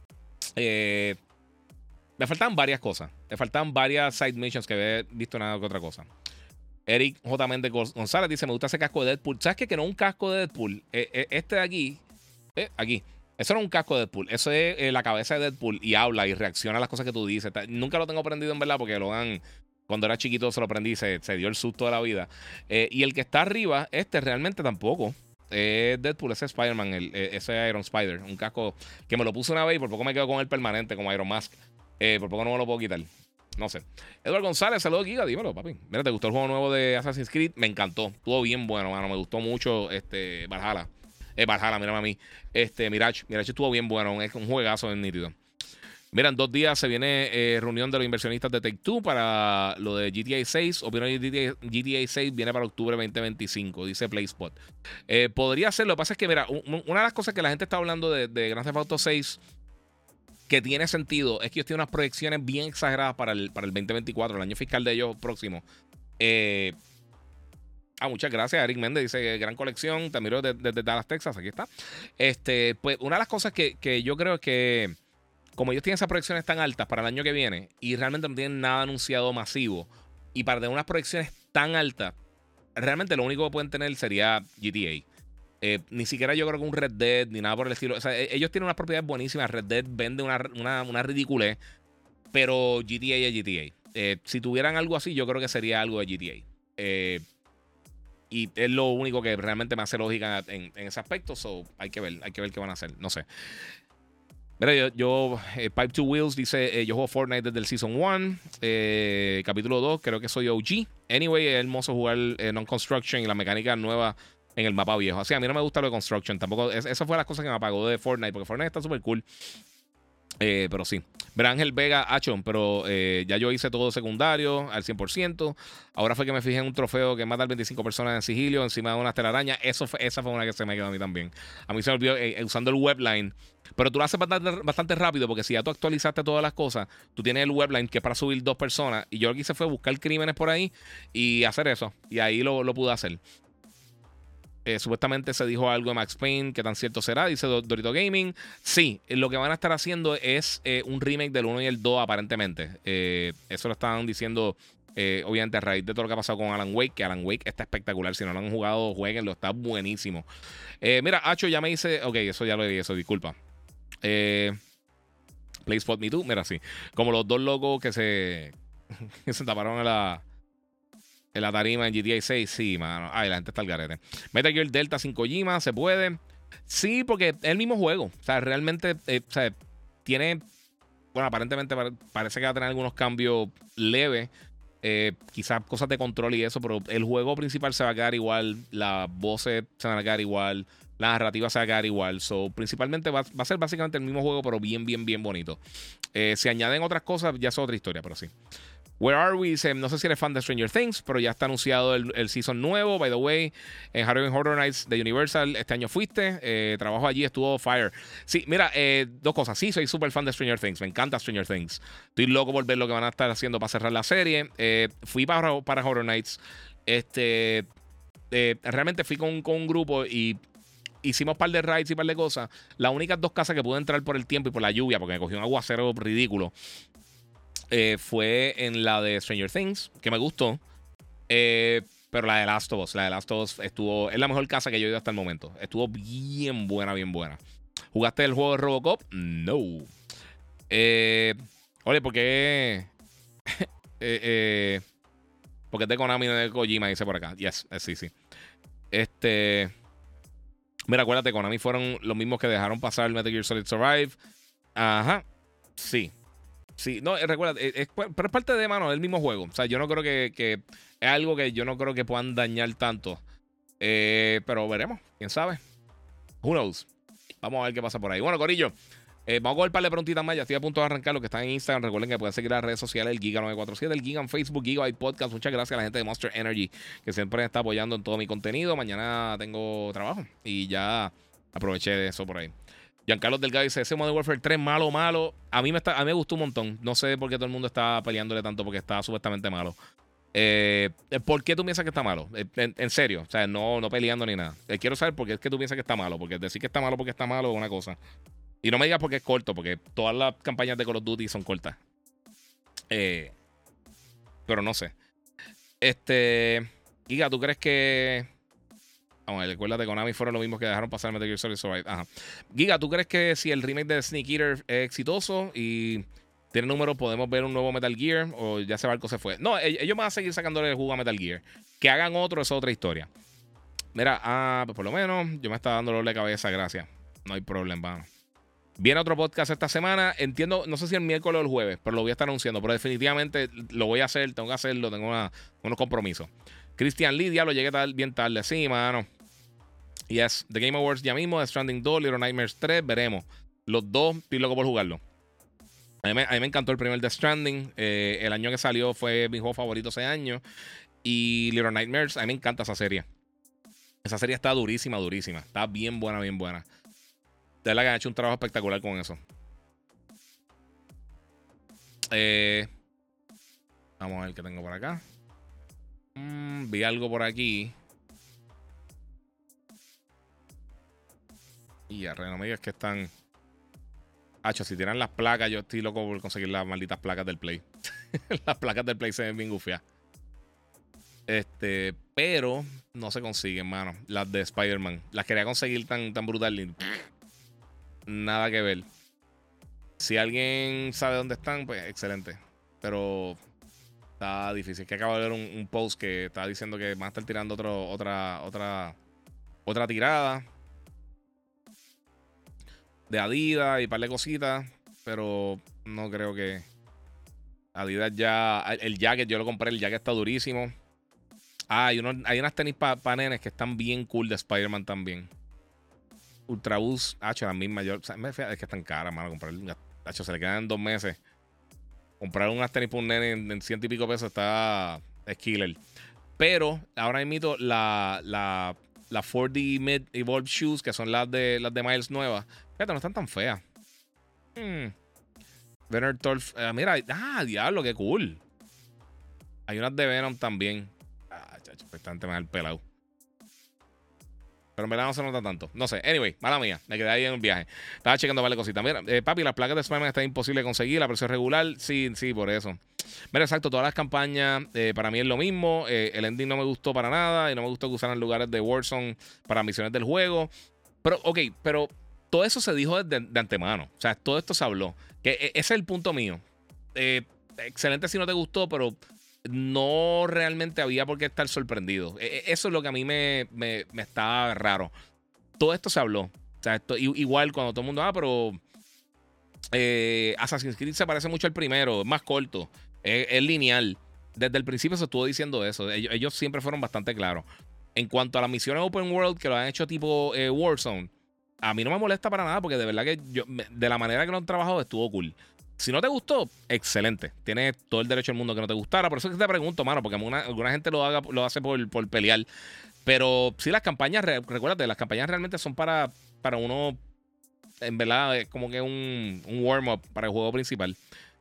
Eh, me faltaban varias cosas. Me faltaban varias side missions que había visto nada que otra cosa. Eric J. Méndez González dice: me gusta ese casco de Deadpool. ¿Sabes qué? Que no es un casco de Deadpool. Eh, eh, este de aquí. Eh, aquí. Eso no es un casco de Deadpool. Eso es eh, la cabeza de Deadpool y habla y reacciona a las cosas que tú dices. Nunca lo tengo prendido en verdad porque lo han. Cuando era chiquito se lo prendí y se, se dio el susto de la vida. Eh, y el que está arriba, este realmente tampoco. Eh, Deadpool, ese Spider-Man, el, eh, ese Iron Spider. Un casco que me lo puse una vez y por poco me quedo con él permanente, como Iron Mask. Eh, por poco no me lo puedo quitar. No sé. Eduardo González, saludos, Giga. Dímelo, papi. Mira, ¿te gustó el juego nuevo de Assassin's Creed? Me encantó. Estuvo bien bueno, mano. Me gustó mucho este Valhalla. Eh, Valhalla, mírame a mí. Este, Mirage. Mirage estuvo bien bueno. Es un juegazo en nítido. Mira, en dos días se viene eh, reunión de los inversionistas de Take-Two para lo de G T A seis. Opinión de G T A seis viene para octubre veinte veinticinco, dice PlaySpot. Eh, podría ser, lo que pasa es que, mira, un, una de las cosas que la gente está hablando de, de Grand Theft Auto seis que tiene sentido es que ellos tienen unas proyecciones bien exageradas para el, para el veinte veinticuatro, el año fiscal de ellos próximo. Eh, ah, muchas gracias, Eric Méndez dice: gran colección, te miro desde, desde Dallas, Texas, aquí está. Este, pues una de las cosas que, que yo creo que, como ellos tienen esas proyecciones tan altas para el año que viene y realmente no tienen nada anunciado masivo, y para tener unas proyecciones tan altas, realmente lo único que pueden tener sería G T A. Eh, ni siquiera yo creo que un Red Dead ni nada por el estilo. O sea, ellos tienen unas propiedades buenísimas. Red Dead vende una, una, una ridiculez, pero G T A es G T A. Eh, si tuvieran algo así, yo creo que sería algo de G T A. Eh, y es lo único que realmente me hace lógica en, en ese aspecto. So, hay que ver, hay que ver qué van a hacer. No sé. Mira, yo, yo eh, Pipe to Wheels dice: eh, yo juego Fortnite desde el Season uno, eh, capítulo dos, creo que soy O G. Anyway, es hermoso jugar eh, Non-Construction y la mecánica nueva en el mapa viejo. Así, a mí no me gusta lo de Construction. Tampoco, es, eso fue las cosas que me apagó de Fortnite, porque Fortnite está súper cool. Eh, pero sí. Mira, Ángel Vega, Achon, pero eh, ya yo hice todo secundario al cien por ciento. Ahora fue que me fijé en un trofeo que mata a veinticinco personas en sigilio encima de una telaraña. Eso fue, esa fue una que se me quedó a mí también. A mí se me olvidó eh, usando el webline. Pero tú lo haces bastante, bastante rápido, porque si ya tú actualizaste todas las cosas, tú tienes el webline que es para subir dos personas. Y yo lo que hice fue buscar crímenes por ahí y hacer eso. Y ahí lo, lo pude hacer. Eh, supuestamente se dijo algo de Max Payne, que tan cierto será, dice Dorito Gaming. Sí, lo que van a estar haciendo es eh, un remake del uno y el dos, aparentemente. Eh, eso lo estaban diciendo, eh, obviamente, a raíz de todo lo que ha pasado con Alan Wake, que Alan Wake está espectacular. Si no lo han jugado, jueguenlo, está buenísimo. Eh, mira, Acho ya me dice, ok, eso ya lo di, eso, disculpa. Eh, PlaySpot Me Too, mira, sí. Como los dos locos que se, que se taparon en la. En la tarima en G T A seis, sí, mano. Ay, la gente está al garete. Metal Gear Delta sin Kojima, ¿se puede? Sí, porque es el mismo juego. O sea, realmente, eh, o sea, tiene... bueno, aparentemente parece que va a tener algunos cambios leves. Eh, quizás cosas de control y eso, pero el juego principal se va a quedar igual, las voces se van a quedar igual, la narrativa se va a quedar igual. So, principalmente va, va a ser básicamente el mismo juego, pero bien, bien, bien bonito. Eh, si añaden otras cosas, ya es otra historia, pero sí. Where Are We? Dice, no sé si eres fan de Stranger Things, pero ya está anunciado el, el season nuevo. By the way, en Halloween Horror Nights de Universal este año fuiste. Eh, trabajo allí, estuvo fire. Sí, mira, eh, dos cosas. Sí, soy súper fan de Stranger Things. Me encanta Stranger Things. Estoy loco por ver lo que van a estar haciendo para cerrar la serie. Eh, fui para, para Horror Nights. Este, eh, realmente fui con, con un grupo y hicimos un par de rides y un par de cosas. Las únicas dos casas que pude entrar por el tiempo y por la lluvia, porque me cogió un aguacero ridículo, Eh, fue en la de Stranger Things, que me gustó. Eh, pero la de Last of Us, la de Last of Us estuvo. Es la mejor casa que yo he ido hasta el momento. Estuvo bien buena, bien buena. ¿Jugaste el juego de Robocop? No. Eh, oye, ¿por qué? eh, eh, porque es de Konami, no de Kojima, dice por acá. Yes, eh, sí, sí. Este. Mira, acuérdate, Konami fueron los mismos que dejaron pasar el Metal Gear Solid Survive. Ajá. Sí. Sí, no, recuerda, es, es, pero es parte de, mano, del mismo juego. O sea, yo no creo que, que es algo que yo no creo que puedan dañar tanto. Eh, pero veremos, quién sabe. Who knows? Vamos a ver qué pasa por ahí. Bueno, corillo, eh, vamos a coger un par de preguntitas más. Ya estoy a punto de arrancar. Los que están en Instagram, recuerden que pueden seguir las redes sociales, el Giga nueve cuatro siete, el Giga en Facebook, Gigabyte Podcast. Muchas gracias a la gente de Monster Energy, que siempre me está apoyando en todo mi contenido. Mañana tengo trabajo y ya aproveché de eso por ahí. Giancarlo Delgado dice, ese Modern Warfare tres malo, malo. A mí me está, a mí me gustó un montón. No sé por qué todo el mundo está peleándole tanto porque está supuestamente malo. Eh, ¿Por qué tú piensas que está malo? En, en serio, o sea, no, no peleando ni nada. Eh, quiero saber por qué es que tú piensas que está malo. Porque decir que está malo porque está malo es una cosa. Y no me digas porque es corto, porque todas las campañas de Call of Duty son cortas. Eh, pero no sé. Este, Giga, ¿tú crees que... Vamos a ver, recuérdate que Konami fueron los mismos que dejaron pasar Metal Gear Solid Survive. Ajá. Giga, ¿tú crees que si el remake de Snake Eater es exitoso y tiene números, podemos ver un nuevo Metal Gear? ¿O ya ese barco se fue? No, ellos van a seguir sacándole el jugo a Metal Gear. Que hagan otro es otra historia. Mira, ah, pues por lo menos yo me estaba dando dolor de cabeza, gracias. No hay problema. Viene otro podcast esta semana. Entiendo, no sé si el miércoles o el jueves, pero lo voy a estar anunciando. Pero definitivamente lo voy a hacer, tengo que hacerlo, tengo una, unos compromisos. Christian Lee, diablo, llegué tal, bien tarde. Sí, mano. Yes, The Game Awards ya mismo, The Stranding dos, Little Nightmares tres, veremos. Los dos, estoy loco por jugarlo. A mí me, a mí me encantó el primer The Stranding. Eh, el año que salió fue mi juego favorito ese año. Y Little Nightmares, a mí me encanta esa serie. Esa serie está durísima, durísima. Está bien buena, bien buena. De verdad que han hecho un trabajo espectacular con eso. Eh, vamos a ver qué tengo por acá. Mm, vi algo por aquí. Y arre, no me digas que están. Hacho, si tiran las placas, yo estoy loco por conseguir las malditas placas del Play. Las placas del Play se ven bien gufias. Este, pero no se consiguen, mano. Las de Spider-Man. Las quería conseguir tan, tan brutal. Y nada que ver. Si alguien sabe dónde están, pues excelente. Pero está difícil. Que acabo de ver un, un post que estaba diciendo que van a estar tirando otro, otra, otra, otra tirada de Adidas y un par de cositas. Pero no creo que. Adidas ya. El jacket, yo lo compré. El jacket está durísimo. Ah, hay, unos, hay unas tenis para pa nenes que están bien cool de Spider-Man también. Ultra Boost, Hacho, las mismas. Yo, o sea, es que están caras, mano. Comprar, Hacho, se le quedan dos meses. Comprar unas tenis para un nene en, en ciento y pico pesos está. Es killer. Pero ahora mismo la, la, la cuatro D Mid Evolved Shoes, que son las de, las de Miles nuevas, fíjate, no están tan feas. Hmm. Venom Torf. Eh, mira, ah, diablo, qué cool. Hay unas de Venom también. Ah, chacho, bastante más el pelado. Pero en verdad no se nota tanto. No sé. Anyway, mala mía. Me quedé ahí en el viaje. Estaba checando varias cositas. Mira, eh, papi, las placas de Spider-Man están imposible de conseguir. La presión regular, sí, sí, por eso. Mira, exacto. Todas las campañas eh, para mí es lo mismo. Eh, el ending no me gustó para nada. Y no me gustó que usaran lugares de Warzone para misiones del juego. Pero, ok, pero todo eso se dijo de, de antemano. O sea, todo esto se habló. Que ese es el punto mío. Eh, excelente si no te gustó, pero no realmente había por qué estar sorprendido. Eso es lo que a mí me, me, me está raro. Todo esto se habló. O sea, esto, igual cuando todo el mundo, ah, pero Eh, Assassin's Creed se parece mucho al primero, es más corto, es, es lineal. Desde el principio se estuvo diciendo eso. Ellos, ellos siempre fueron bastante claros. En cuanto a las misiones Open World, que lo han hecho tipo eh, Warzone, a mí no me molesta para nada porque de verdad que yo, de la manera que lo han trabajado estuvo cool. Si no te gustó, excelente. Tienes todo el derecho del mundo que no te gustara. Por eso es que te pregunto, mano, porque alguna, alguna gente lo, haga, lo hace por, por pelear. Pero sí, las campañas, recuérdate, las campañas realmente son para, para uno, en verdad, es como que un, un warm-up para el juego principal.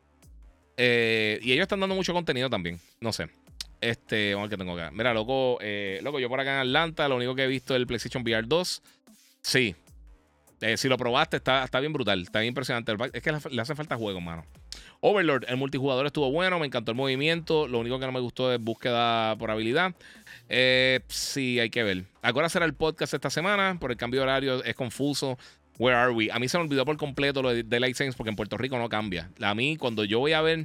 Eh, y ellos están dando mucho contenido también. No sé. Este, vamos a ver qué tengo acá. Mira, loco, eh, loco, yo por acá en Atlanta, lo único que he visto es el PlayStation V R dos. Sí. Eh, si lo probaste, está, está bien brutal. Está bien impresionante. Es que le, le hace falta juego, mano. Overlord, el multijugador estuvo bueno. Me encantó el movimiento. Lo único que no me gustó es búsqueda por habilidad. Eh, sí, hay que ver. Ahora será el podcast esta semana. Por el cambio de horario es confuso. Where are we? A mí se me olvidó por completo lo de Daylight Savings porque en Puerto Rico no cambia. A mí, cuando yo voy a ver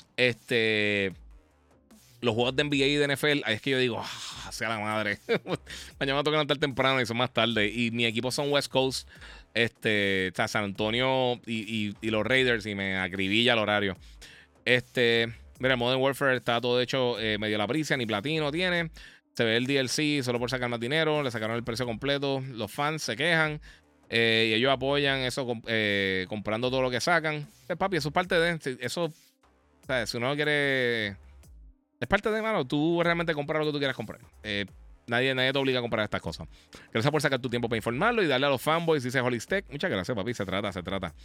este los juegos de N B A y de N F L, es que yo digo, ah, sea la madre. Mañana me toca levantar temprano y son más tarde. Y mi equipo son West Coast, este, o sea, San Antonio y, y, y los Raiders, y me acribilla el horario. Este, mira, Modern Warfare está todo hecho eh, medio la prisa, ni platino tiene. Se ve el D L C solo por sacar más dinero. Le sacaron el precio completo. Los fans se quejan. Eh, y ellos apoyan eso eh, comprando todo lo que sacan. Pues, papi, eso es parte de eso. O sea, si uno quiere, es parte de, mano, tú realmente comprar lo que tú quieras comprar. Eh, nadie, nadie te obliga a comprar estas cosas. Gracias por sacar tu tiempo para informarlo y darle a los fanboys. Dice Holistech. Muchas gracias, papi. Se trata, se trata.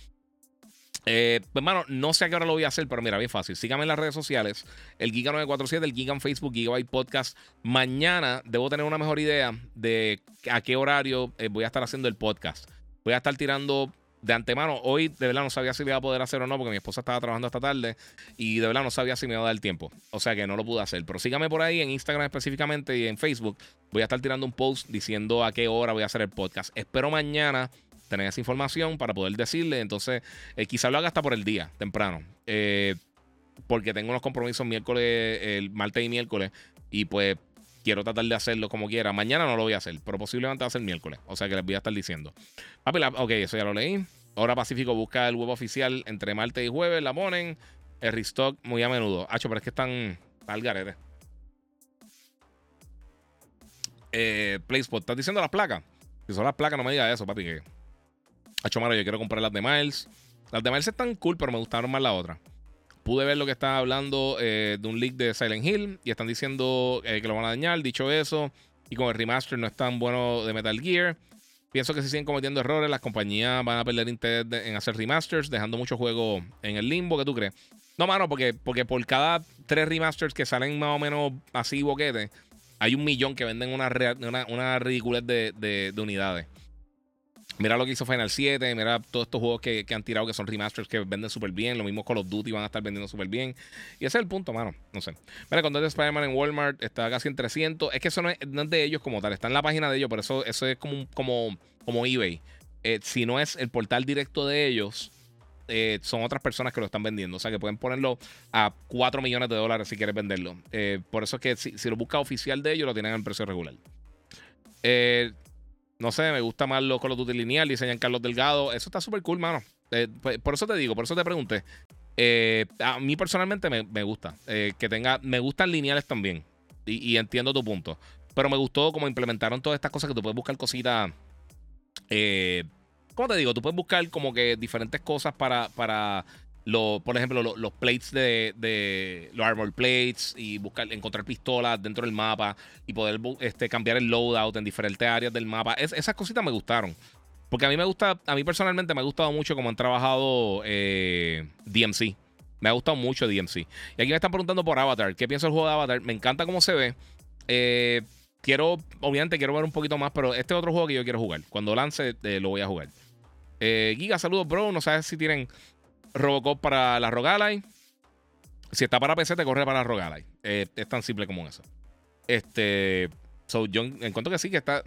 Eh, pues, mano, no sé a qué hora lo voy a hacer, pero mira, bien fácil. Síganme en las redes sociales. El Giga nueve cuatro siete, el Giga en Facebook, Gigabyte Podcast. Mañana debo tener una mejor idea de a qué horario eh, voy a estar haciendo el podcast. Voy a estar tirando de antemano. Hoy de verdad no sabía si lo iba a poder hacer o no, porque mi esposa estaba trabajando esta tarde y de verdad no sabía si me iba a dar el tiempo. O sea que no lo pude hacer. Pero síganme por ahí en Instagram específicamente y en Facebook. Voy a estar tirando un post diciendo a qué hora voy a hacer el podcast. Espero mañana tener esa información para poder decirle. Entonces, eh, quizás lo haga hasta por el día, temprano. Eh, porque tengo unos compromisos miércoles, el martes y miércoles. Y pues quiero tratar de hacerlo como quiera. Mañana no lo voy a hacer, pero posiblemente va a ser miércoles. O sea que les voy a estar diciendo. Papi, la, ok, eso ya lo leí. Hora Pacífico busca el web oficial entre martes y jueves. La ponen. El restock muy a menudo. Hacho, pero es que están al garete. Eh, PlaySpot, ¿estás diciendo las placas? Si son las placas, no me digas eso, papi. Que Hacho, mano, yo quiero comprar las de Miles. Las de Miles están cool, pero me gustaron más la otra. Pude ver lo que están hablando eh, de un leak de Silent Hill y están diciendo eh, que lo van a dañar. Dicho eso, y con el remaster no es tan bueno de Metal Gear, pienso que si siguen cometiendo errores, las compañías van a perder interés de, en hacer remasters, dejando muchos juegos en el limbo. ¿Qué tú crees? No, mano, porque, porque por cada tres remasters que salen más o menos así boquete, hay un millón que venden una, una, una ridiculez de, de, de unidades. Mira lo que hizo Final siete, mira todos estos juegos que, que han tirado que son remasters que venden súper bien. Lo mismo Call of Duty van a estar vendiendo súper bien. Y ese es el punto, mano. No sé. Mira, cuando es de Spider-Man en Walmart está casi en trescientos. Es que eso no es, no es de ellos como tal. Está en la página de ellos, pero eso, eso es como, como, como eBay. Eh, si no es el portal directo de ellos, eh, son otras personas que lo están vendiendo. O sea que pueden ponerlo a cuatro millones de dólares si quieres venderlo. Eh, por eso es que si, si lo buscas oficial de ellos, lo tienen en precio regular. Eh... No sé, me gusta más los Call of Duty lineal, diseñan Carlos Delgado. Eso está súper cool, mano. Eh, por eso te digo, por eso te pregunté. Eh, a mí personalmente me, me gusta. Eh, que tenga, me gustan lineales también. Y, y entiendo tu punto. Pero me gustó cómo implementaron todas estas cosas que tú puedes buscar cositas. Eh, ¿Cómo te digo? Tú puedes buscar como que diferentes cosas para. para Lo, por ejemplo, lo, los plates de, de los armor plates y buscar, encontrar pistolas dentro del mapa y poder este, cambiar el loadout en diferentes áreas del mapa. Es, esas cositas me gustaron. Porque a mí me gusta, a mí personalmente me ha gustado mucho cómo han trabajado eh, D M C. Me ha gustado mucho D M C. Y aquí me están preguntando por Avatar. ¿Qué pienso del juego de Avatar? Me encanta cómo se ve. Eh, quiero, obviamente quiero ver un poquito más, pero este es otro juego que yo quiero jugar. Cuando lance, eh, lo voy a jugar. Eh, Giga, saludos, bro. No sabes si tienen Robocop para la Rogue Ally. Si está para P C, te corre para la Rogue Ally. Eh, es tan simple como eso. Este. So, yo encuentro que sí, que está.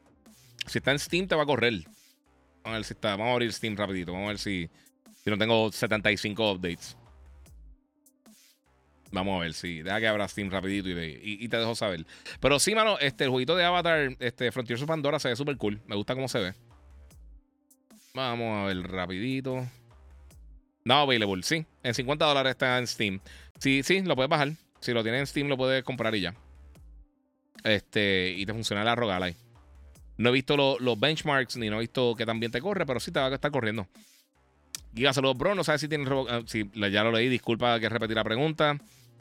Si está en Steam, te va a correr. Vamos a ver si está. Vamos a abrir Steam rapidito. Vamos a ver si. Si no tengo setenta y cinco updates. Vamos a ver si. Deja que abra Steam rapidito y, y, y te dejo saber. Pero sí, mano, este, el jueguito de Avatar, este, Frontiers of Pandora se ve súper cool. Me gusta cómo se ve. Vamos a ver rapidito. No available, sí. En cincuenta dólares está en Steam. Sí, sí, lo puedes bajar. Si lo tienes en Steam, lo puedes comprar y ya. Este, y te funciona la Rogal ahí. No he visto lo, los benchmarks ni no he visto que también te corre, pero sí te va a estar corriendo. Giga, saludos, bro. No sabes si tienes. Si ya lo leí, disculpa que repetí la pregunta.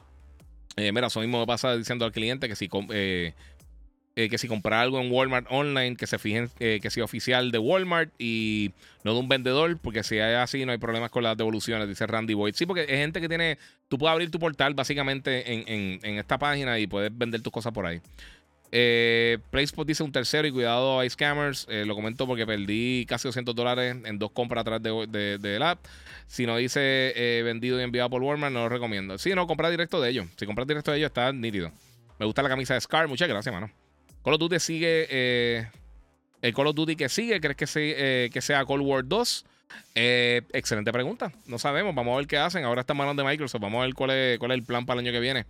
Eh, mira, eso mismo me pasa diciendo al cliente que si. Eh, Eh, que si comprar algo en Walmart online, que se fijen eh, que sea oficial de Walmart y no de un vendedor, porque si es así no hay problemas con las devoluciones, dice Randy Boyd. Sí, porque hay gente que tiene, tú puedes abrir tu portal básicamente en, en, en esta página y puedes vender tus cosas por ahí. Eh, PlaySpot dice un tercero y cuidado hay scammers. Eh, lo comento porque perdí casi doscientos dólares en dos compras atrás del de, de, de app. Si no dice eh, vendido y enviado por Walmart, no lo recomiendo. Sí, no, comprar directo de ellos. Si compras directo de ellos está nítido. Me gusta la camisa de Scar. Muchas gracias, mano. Call of Duty sigue. Eh, el Call of Duty que sigue, ¿crees que, se, eh, que sea Cold War dos? Eh, excelente pregunta. No sabemos. Vamos a ver qué hacen. Ahora está en manos de Microsoft. Vamos a ver cuál es, cuál es el plan para el año que viene.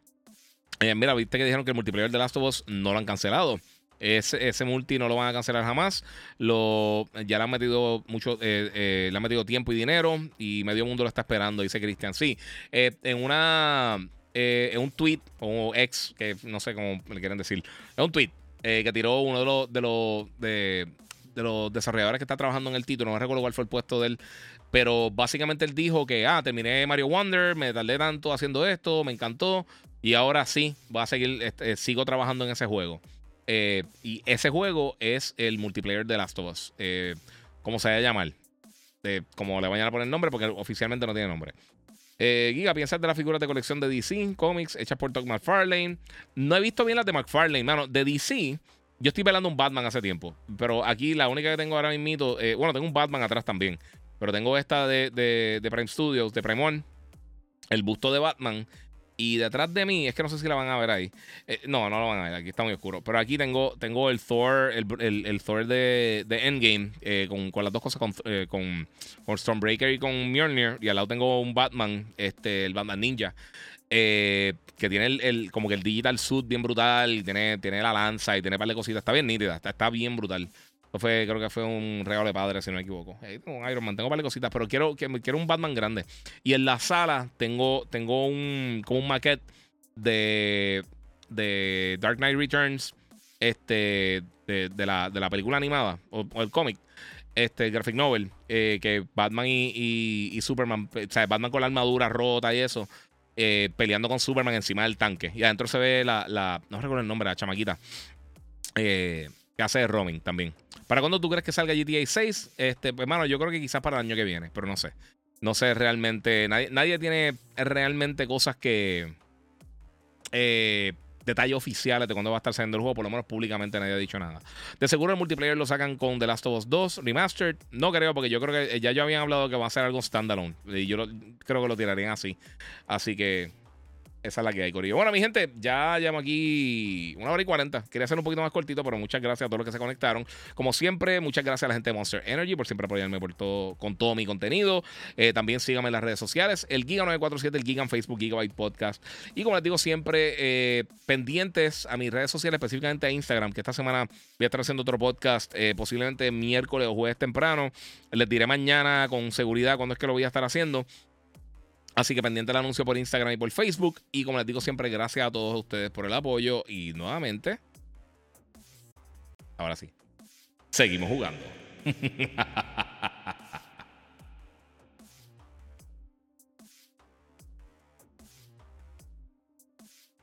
Eh, mira, viste que dijeron que el multiplayer de Last of Us no lo han cancelado. Ese, ese multi no lo van a cancelar jamás. Lo, ya le han metido mucho, eh, eh, le han metido tiempo y dinero. Y medio mundo lo está esperando, dice Cristian. Sí, eh, en una. Eh, en un tweet o ex, que no sé cómo le quieren decir, es un tweet eh, que tiró uno de los de los de, de los desarrolladores que está trabajando en el título, no recuerdo cuál fue el puesto de él, pero básicamente él dijo que ah, terminé Mario Wonder, me tardé tanto haciendo esto, me encantó y ahora sí, voy a seguir, este, sigo trabajando en ese juego. Eh, y ese juego es el multiplayer de Last of Us, eh, ¿cómo se va a llamar? Eh, como le vayan a poner nombre porque oficialmente no tiene nombre. Eh, Giga, ¿piensas de las figuras de colección de D C Comics hechas por Todd McFarlane? No he visto bien las de McFarlane, mano. De D C, yo estoy velando un Batman hace tiempo. Pero aquí la única que tengo ahora mismo, eh, bueno, tengo un Batman atrás también. Pero tengo esta de, de, de Prime Studios, de Prime One, el busto de Batman. Y detrás de mí, es que no sé si la van a ver ahí. Eh, no, no la van a ver, aquí está muy oscuro. Pero aquí tengo, tengo el Thor, el, el, el Thor de, de Endgame, eh, con, con las dos cosas, con, eh, con, con Stormbreaker y con Mjolnir. Y al lado tengo un Batman, este, el Batman Ninja, eh, que tiene el, el, como que el digital suit bien brutal, y tiene, tiene la lanza y tiene un par de cositas. Está bien nítida, está, está bien brutal. Fue, creo que fue un regalo de padre, si no me equivoco. Ahí tengo un Iron Man, tengo un par de cositas, pero quiero, quiero un Batman grande. Y en la sala tengo, tengo un, como un maquete de, de Dark Knight Returns, este, de, de, la, de la película animada, o, o el cómic, este, graphic novel, eh, que Batman y, y, y Superman, o sea, Batman con la armadura rota y eso, eh, peleando con Superman encima del tanque. Y adentro se ve la, la no recuerdo el nombre, la chamaquita, eh, que hace de Robin también. ¿Para cuándo tú crees que salga G T A seis? Este, pues, hermano, yo creo que quizás para el año que viene, pero no sé. No sé realmente. Nadie, nadie tiene realmente cosas que. Eh, detalles oficiales de cuándo va a estar saliendo el juego. Por lo menos públicamente nadie ha dicho nada. De seguro el multiplayer lo sacan con The Last of Us dos Remastered. No creo, porque yo creo que ya yo habían hablado que va a ser algo standalone. Y yo lo, creo que lo tirarían así. Así que. Esa es la que hay, corillo. Bueno, mi gente, ya llamo aquí una hora y cuarenta. Quería hacer un poquito más cortito, pero muchas gracias a todos los que se conectaron. Como siempre, muchas gracias a la gente de Monster Energy por siempre apoyarme por todo, con todo mi contenido. Eh, también síganme en las redes sociales. El Giga nueve cuatro siete, el Giga en Facebook, Gigabyte Podcast. Y como les digo siempre, eh, pendientes a mis redes sociales, específicamente a Instagram, que esta semana voy a estar haciendo otro podcast, eh, posiblemente miércoles o jueves temprano. Les diré mañana con seguridad cuándo es que lo voy a estar haciendo. Así que pendiente el anuncio por Instagram y por Facebook. Y como les digo siempre, gracias a todos ustedes por el apoyo. Y nuevamente, ahora sí, seguimos jugando.